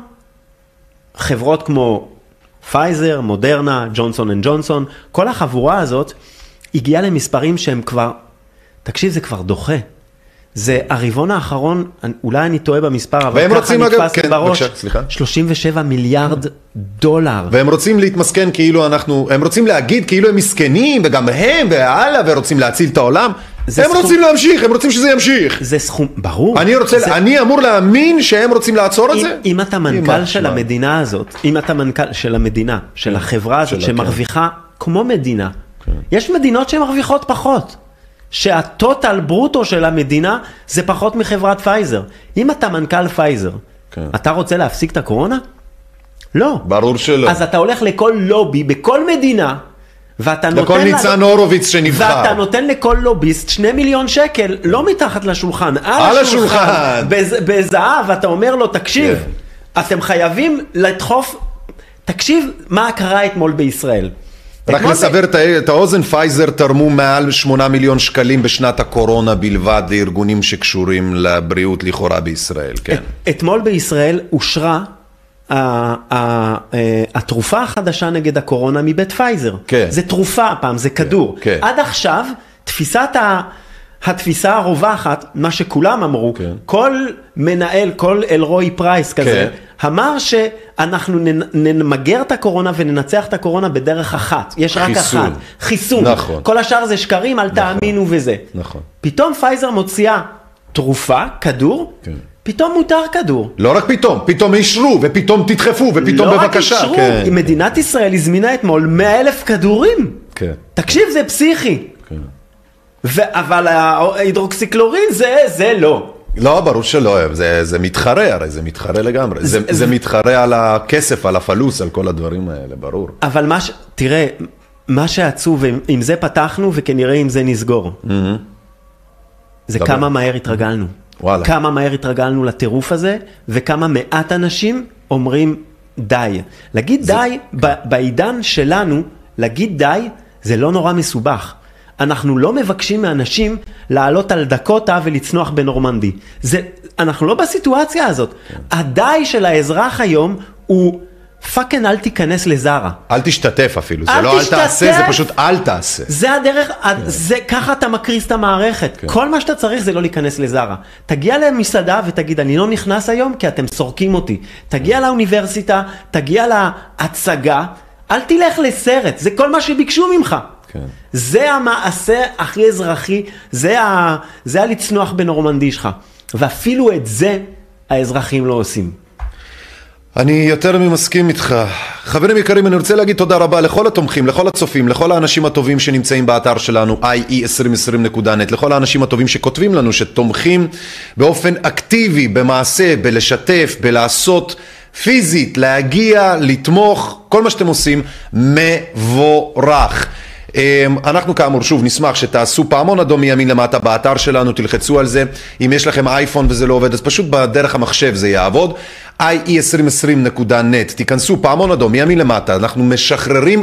חברות כמו פייזר, מודרנה, ג'ונסון אנד ג'ונסון, כל החבורה הזאת הגיעה למספרים שהם כבר, תקשיב, זה כבר דוחה. זה הרבעון האחרון, אולי אני טועה במספר, אבל ככה נתפס כן, בראש, בבקשה, שלושים ושבעה מיליארד דולר. והם רוצים להתמסכן כאילו אנחנו, הם רוצים להגיד כאילו הם מסכנים, וגם הם והלאה, ורוצים להציל את העולם. הם סכום, רוצים להמשיך, הם רוצים שזה ימשיך. זה סכום, ברור. אני, רוצה, זה... אני אמור להאמין שהם רוצים לעצור אם, את זה? אם אתה מנכ"ל של המדינה הזאת, אם אתה מנכ"ל של המדינה, של החברה הזאת, שמרוויחה כמו מדינה, יש מדינות שמרוויחות פחות. שהטוטל ברוטו של המדינה זה פחות מחברת פייזר. אם אתה מנכ"ל פייזר, כן. אתה רוצה להפסיק את הקורונה? לא. ברור שלא. אז אתה הולך לכל לובי בכל מדינה, ואתה נותן... לכל ניצן לה... הורוביץ שנבחר. ואתה נותן לכל לוביסט שני מיליון שקל, לא מתחת לשולחן, על, על השולחן, השולחן. בז... בזהב, ואתה אומר לו, תקשיב, כן. אתם חייבים לדחוף, תקשיב מה קרה אתמול בישראל. רק לסבר את האוזן, פייזר תרמו מעל שמונה מיליון שקלים בשנת הקורונה בלבד לארגונים שקשורים לבריאות לכאורה בישראל, כן. אתמול בישראל אושרה התרופה החדשה נגד הקורונה מבית פייזר. זה תרופה הפעם, זה כדור. עד עכשיו תפיסת ה... התפיסה הרווחת, מה שכולם אמרו, כן. כל מנהל, כל אלרוי פרייס כזה, כן. אמר שאנחנו נמגר את הקורונה וננצח את הקורונה בדרך אחת. יש רק חיסון. אחת. חיסון. נכון. כל השאר זה שקרים, אל נכון. תאמינו וזה. נכון. פתאום פייזר מוציאה תרופה, כדור, כן. פתאום מותר כדור. לא רק פתאום, פתאום אישרו, ופתאום תדחפו, ופתאום לא בבקשה. לא רק אישרו, כן. מדינת ישראל הזמינה אתמול מאה אלף כדורים. כן. תקשיב, זה פסיכי. כן. ו- אבל ההידרוקסיקלורין זה, זה לא. לא, ברור שלא, זה, זה מתחרה, הרי זה מתחרה לגמרי. זה, זה, זה מתחרה על הכסף, על הפלוס, על כל הדברים האלה, ברור. אבל מה ש... תראה, מה שעצוב, עם זה פתחנו וכנראה עם זה נסגור. Mm-hmm. זה דבר. כמה מהר התרגלנו. וואלה. כמה מהר התרגלנו לטירוף הזה, וכמה מעט אנשים אומרים די. להגיד זה... די, ב- בעידן שלנו, להגיד די, זה לא נורא מסובך. אנחנו לא מבקשים מאנשים לעלות על דקוטה ולצנוח בנורמנדי. זה, אנחנו לא בסיטואציה הזאת. כן. הדי של האזרח היום הוא פאקן אל תיכנס לזרה. אל תשתתף אפילו, זה לא אל תעשה, זה פשוט אל תעשה. זה הדרך, כן. זה, ככה אתה מקריס את המערכת. כן. כל מה שאתה צריך זה לא להיכנס לזרה. תגיע למסעדה ותגיד, אני לא נכנס היום כי אתם סורקים אותי. תגיע לאוניברסיטה, תגיע להצגה, אל תלך לסרט, זה כל מה שביקשו ממך. כן. זה המעשה הכי אזרחי, זה, ה... זה הלצנוח בנורמנדי שלך. ואפילו את זה האזרחים לא עושים. אני יותר ממסכים איתך. חברים יקרים, אני רוצה להגיד תודה רבה לכל התומכים, לכל הצופים, לכל האנשים הטובים שנמצאים באתר שלנו איי אי עשרים עשרים נקודה נט, לכל האנשים הטובים שכותבים לנו, שתומכים באופן אקטיבי, במעשה, בלשתף, בלעשות פיזית, להגיע, לתמוך, כל מה שאתם עושים, מבורך. אנחנו כאמור שוב נשמח שתעשו פעמון אדום מימין למטה באתר שלנו, תלחצו על זה. אם יש לכם אייפון וזה לא עובד אז פשוט בדרך המחשב זה יעבוד. איי אי עשרים עשרים נקודה נט, תיכנסו פעמון אדום מימין למטה. אנחנו משחררים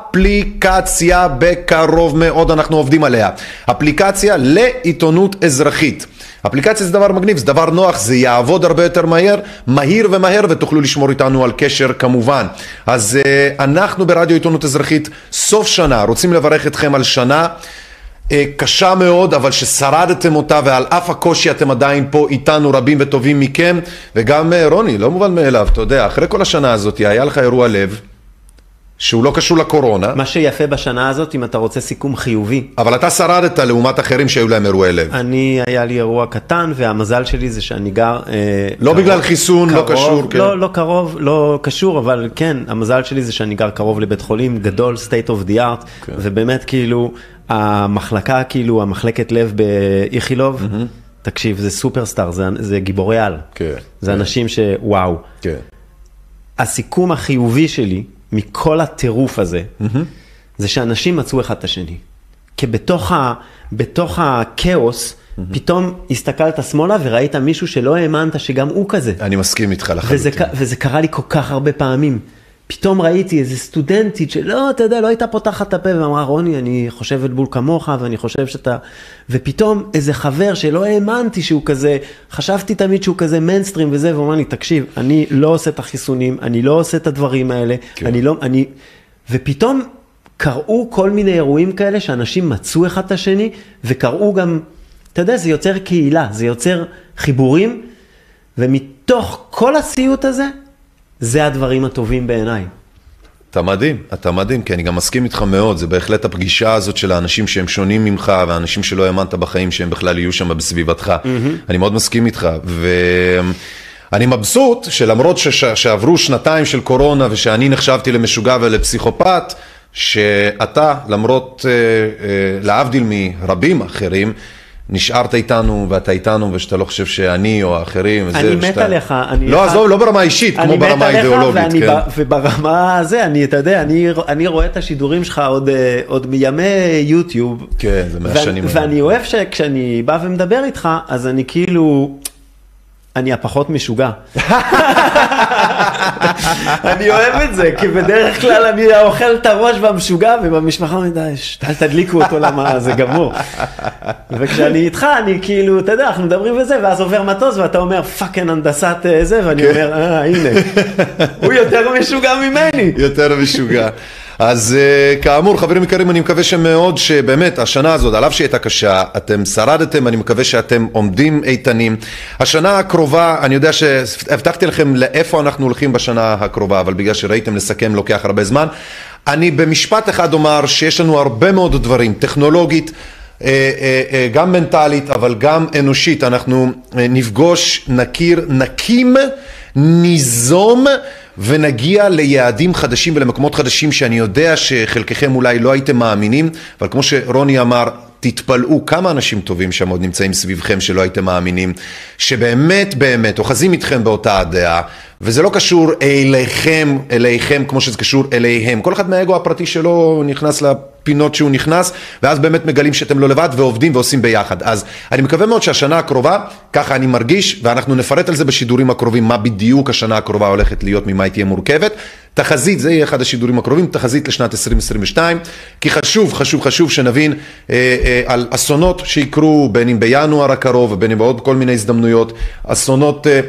אפליקציה בקרוב מאוד, אנחנו עובדים עליה, אפליקציה לעיתונות אזרחית. אפליקציה זה דבר מגניב, זה דבר נוח, זה יעבוד הרבה יותר מהר, מהיר ומהר, ותוכלו לשמור איתנו על קשר כמובן. אז uh, אנחנו ברדיו עיתונות אזרחית סוף שנה, רוצים לברך אתכם על שנה uh, קשה מאוד, אבל ששרדתם אותה, ועל אף הקושי אתם עדיין פה איתנו, רבים וטובים מכם. וגם uh, רוני, לא מובן מאליו, אתה יודע, אחרי כל השנה הזאת היה לך אירוע לב, שהוא לא קשור לקורונה. מה שיפה בשנה הזאת, אם אתה רוצה סיכום חיובי. אבל אתה שרדת לעומת אחרים שהיו להם אירועי לב. אני, היה לי אירוע קטן, והמזל שלי זה שאני גר... לא קרוב, בגלל חיסון, קרוב, לא קשור. כן. לא, לא קרוב, לא קשור, אבל כן, המזל שלי זה שאני גר קרוב לבית חולים גדול, state of the art, כן. ובאמת כאילו, המחלקה, כאילו, המחלקת לב באיכילוב, mm-hmm. תקשיב, זה סופרסטאר, זה, זה גיבורי על. כן. זה כן. אנשים שוואו. כן. הסיכום החיובי שלי, מכל הטירוף הזה, mm-hmm. זה שאנשים מצאו אחד את השני. כי בתוך, ה, בתוך הכאוס, mm-hmm. פתאום הסתכלת שמאלה וראית מישהו שלא האמנת שגם הוא כזה. אני מסכים איתך לחלוטין. וזה, וזה קרה לי כל כך הרבה פעמים. פתאום ראיתי איזו סטודנטית שלא, אתה יודע, לא הייתה פותחת את הפה ואמרה, רוני, אני חושבת בול כמוך ואני חושב שאתה... ופתאום איזה חבר שלא האמנתי שהוא כזה, חשבתי תמיד שהוא כזה מיינסטרים וזה, והוא אמר לי, תקשיב, אני לא עושה את החיסונים, אני לא עושה את הדברים האלה, כן. אני לא... אני... ופתאום קראו כל מיני אירועים כאלה שאנשים מצאו אחד את השני, וקראו גם, אתה יודע, זה יוצר קהילה, זה יוצר חיבורים, ומתוך כל הסיוט הזה, זה הדברים הטובים בעיניי. אתה מדהים, אתה מדהים, כי אני גם מסכים איתך מאוד, זה בהחלט הפגישה הזאת של האנשים שהם שונים ממך, והאנשים שלא האמנת בחיים שהם בכלל יהיו שם בסביבתך. Mm-hmm. אני מאוד מסכים איתך, ואני מבסוט שלמרות ש... שעברו שנתיים של קורונה, ושאני נחשבתי למשוגע ולפסיכופת, שאתה, למרות, להבדיל מרבים אחרים, נשארת איתנו ואתה איתנו ושאתה לא חושב שאני או האחרים אני מת עליך לא עזוב לא ברמה אישית כמו ברמה אידיאולוגית וברמה הזה אני אתה יודע אני רואה את השידורים שלך עוד מימי יוטיוב כן זה מהשנים ואני אוהב שכשאני בא ומדבר איתך אז אני כאילו אני הפחות משוגע. אני אוהב את זה, כי בדרך כלל אני אוכל את הראש והמשוגע, ובמשפחה מדי, אל תדליקו אותו למה, זה גמור. וכשאני איתך, אני כאילו, אתה יודע, אנחנו מדברים בזה, ואז עובר מטוס, ואתה אומר, פאקן הנדסת זה, ואני אומר, אה, הנה, הוא יותר משוגע ממני. יותר משוגע. אז כאמור, חברים יקרים, אני מקווה שמאוד שבאמת השנה הזאת, עליו שהייתה קשה, אתם שרדתם, אני מקווה שאתם עומדים איתנים. השנה הקרובה, אני יודע שהבטחתי לכם לאיפה אנחנו הולכים בשנה הקרובה, אבל בגלל שראיתם לסכם לוקח הרבה זמן. אני במשפט אחד אומר שיש לנו הרבה מאוד דברים, טכנולוגית, גם מנטלית, אבל גם אנושית. אנחנו נפגוש, נכיר, נקים, ניזום, ונגיע ליעדים חדשים ולמקומות חדשים שאני יודע שחלקכם אולי לא הייתם מאמינים, אבל כמו שרוני אמר, תתפלאו כמה אנשים טובים שם עוד נמצאים סביבכם שלא הייתם מאמינים, שבאמת באמת אוחזים איתכם באותה הדעה, וזה לא קשור אליכם, אליכם כמו שזה קשור אליהם. כל אחד מהאגו הפרטי שלו נכנס לפינות שהוא נכנס, ואז באמת מגלים שאתם לא לבד ועובדים ועושים ביחד. אז אני מקווה מאוד שהשנה הקרובה, ככה אני מרגיש, ואנחנו נפרט על זה בשידורים הקרובים, מה בדיוק השנה הקרובה הולכת להיות, ממה היא תהיה מורכבת. תחזית, זה יהיה אחד השידורים הקרובים, תחזית לשנת עשרים עשרים ושתיים, כי חשוב, חשוב, חשוב שנבין אה, אה, על אסונות שיקרו, בין אם בינואר הקרוב, ובין אם בעוד כל מיני הזדמנויות, אסונות... אה,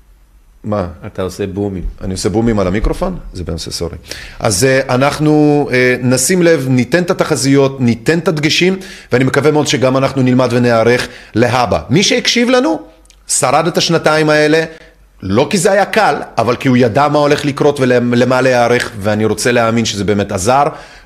מה? אתה עושה בומים. אני עושה בומים על המיקרופון? זה בנושא, סורי. אז uh, אנחנו uh, נשים לב, ניתן את התחזיות, ניתן את הדגשים, ואני מקווה מאוד שגם אנחנו נלמד ונערך להבא. מי שהקשיב לנו, שרד את השנתיים האלה, לא כי זה היה קל, אבל כי הוא ידע מה הולך לקרות ולמה להיערך, ואני רוצה להאמין שזה באמת עזר,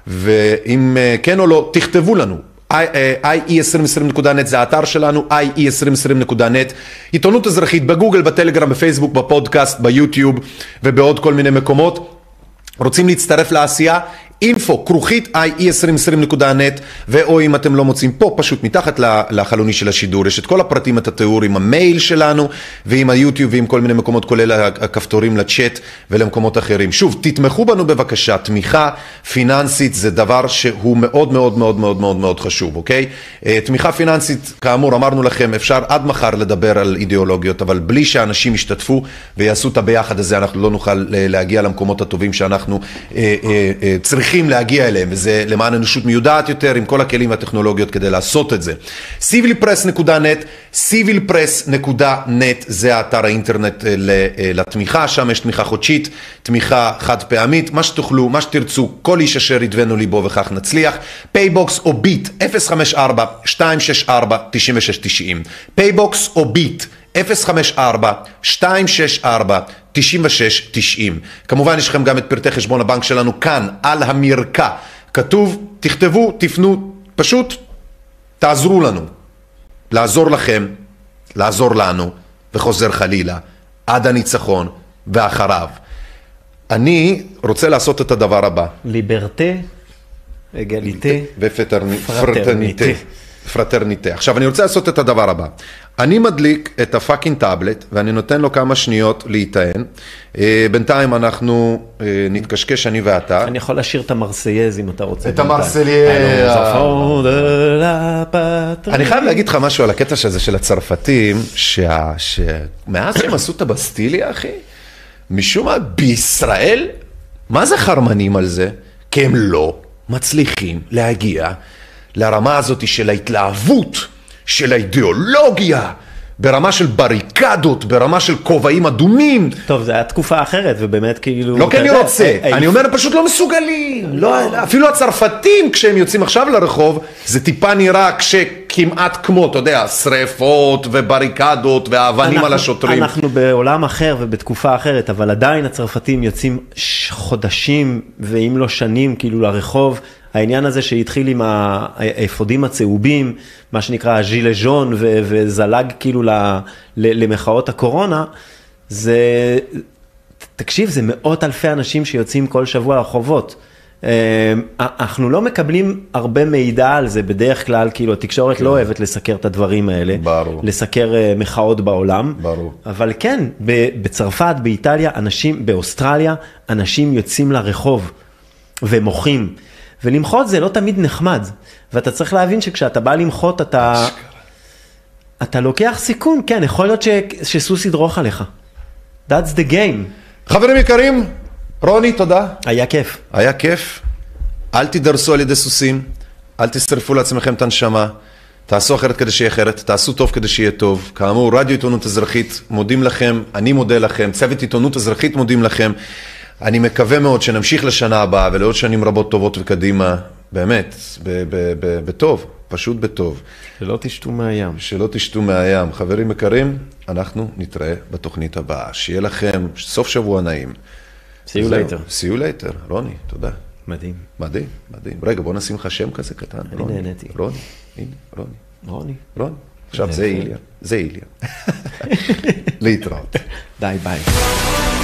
ואם uh, כן או לא, תכתבו לנו. איי אי עשרים עשרים נקודה נט זה האתר שלנו, איי אי עשרים עשרים נקודה נט, עיתונות אזרחית בגוגל, בטלגרם, בפייסבוק, בפודקאסט, ביוטיוב ובעוד כל מיני מקומות. רוצים להצטרף לעשייה? אינפו, כרוכית איי אי עשרים עשרים נקודה נט, ואו אם אתם לא מוצאים פה, פשוט מתחת לחלוני של השידור, יש את כל הפרטים, את התיאור עם המייל שלנו, ועם היוטיוב, ועם כל מיני מקומות, כולל הכפתורים לצ'אט ולמקומות אחרים. שוב, תתמכו בנו בבקשה, תמיכה פיננסית זה דבר שהוא מאוד מאוד מאוד מאוד מאוד מאוד חשוב, אוקיי? תמיכה פיננסית, כאמור, אמרנו לכם, אפשר עד מחר לדבר על אידיאולוגיות, אבל בלי שאנשים ישתתפו ויעשו את הביחד הזה, אנחנו לא נוכל להגיע למקומות הטובים שאנחנו צריכים להגיע אליהם, וזה למען אנושות מיודעת יותר, עם כל הכלים והטכנולוגיות כדי לעשות את זה. סיביל פרס נקודה נט, סיביל פרס נקודה נט, זה האתר האינטרנט לתמיכה, שם יש תמיכה חודשית, תמיכה חד פעמית, מה שתוכלו, מה שתרצו, כל איש אשר ידבנו ליבו וכך נצליח. פייבוקס או ביט, אפס חמש ארבע שתיים שש ארבע תשעים ושש תשעים. פייבוקס או ביט, אפס חמש ארבע שתיים שש ארבע תשעים ושש תשעים. כמובן יש לכם גם את פרטי חשבון הבנק שלנו כאן על המרקע. כתוב, תכתבו, תפנו, פשוט תעזרו לנו. לעזור לכם, לעזור לנו, וחוזר חלילה, עד הניצחון ואחריו. אני רוצה לעשות את הדבר הבא. ליברטה, אגליטה, ופרטרניטה. פרטרניטה. עכשיו אני רוצה לעשות את הדבר הבא. אני מדליק את הפאקינג טאבלט, ואני נותן לו כמה שניות להיטען. בינתיים אנחנו נתקשקש, אני ואתה. אני יכול לשיר את המרסייז אם אתה רוצה. את המרסייז. אני חייב להגיד לך משהו על הקטע הזה של הצרפתים, שמאז שהם עשו את הבסטיליה, אחי, משום מה בישראל, מה זה חרמנים על זה? כי הם לא מצליחים להגיע לרמה הזאת של ההתלהבות, של האידיאולוגיה, ברמה של בריקדות, ברמה של כובעים אדומים. טוב, זה היה תקופה אחרת, ובאמת כאילו... לא כי אני רוצה, אני אומר, פשוט לא מסוגלים. אפילו הצרפתים, כשהם יוצאים עכשיו לרחוב, זה טיפה נראה כשכמעט כמו, אתה יודע, שריפות ובריקדות והאבנים על השוטרים. אנחנו בעולם אחר ובתקופה אחרת, אבל עדיין הצרפתים יוצאים חודשים, ואם לא שנים, כאילו לרחוב, העניין הזה שהתחיל עם האפודים הצהובים, מה שנקרא הז'ילה ז'ון, וזלג כאילו למחאות הקורונה, זה, תקשיב, זה מאות אלפי אנשים שיוצאים כל שבוע לרחובות. אנחנו לא מקבלים הרבה מידע על זה, בדרך כלל, כאילו התקשורת לא אוהבת לסקר את הדברים האלה, ברור. לסקר מחאות בעולם, ברור. אבל כן, בצרפת, באיטליה, אנשים, באוסטרליה, אנשים יוצאים לרחוב ומוחים. ולמחות זה לא תמיד נחמד, ואתה צריך להבין שכשאתה בא למחות, אתה, אתה לוקח סיכון, כן, יכול להיות ש, שסוס ידרוך עליך. That's the game. חברים יקרים, רוני, תודה. היה כיף. היה כיף. אל תדרסו על ידי סוסים, אל תשרפו לעצמכם את הנשמה, תעשו אחרת כדי שיהיה אחרת, תעשו טוב כדי שיהיה טוב. כאמור, רדיו עיתונות אזרחית, מודים לכם, אני מודה לכם, צוות עיתונות אזרחית מודים לכם. אני מקווה מאוד שנמשיך לשנה הבאה ולעוד שנים רבות טובות וקדימה, באמת, בטוב, פשוט בטוב. שלא תשתו מהים. שלא תשתו מהים. חברים יקרים, אנחנו נתראה בתוכנית הבאה. שיהיה לכם סוף שבוע נעים. See you later. See you later. רוני, תודה. מדהים. מדהים, מדהים. רגע, בוא נשים לך שם כזה קטן. אני נהניתי. רוני, הנה, רוני. רוני. רוני. עכשיו זה איליה. זה איליה. להתראות. די, ביי.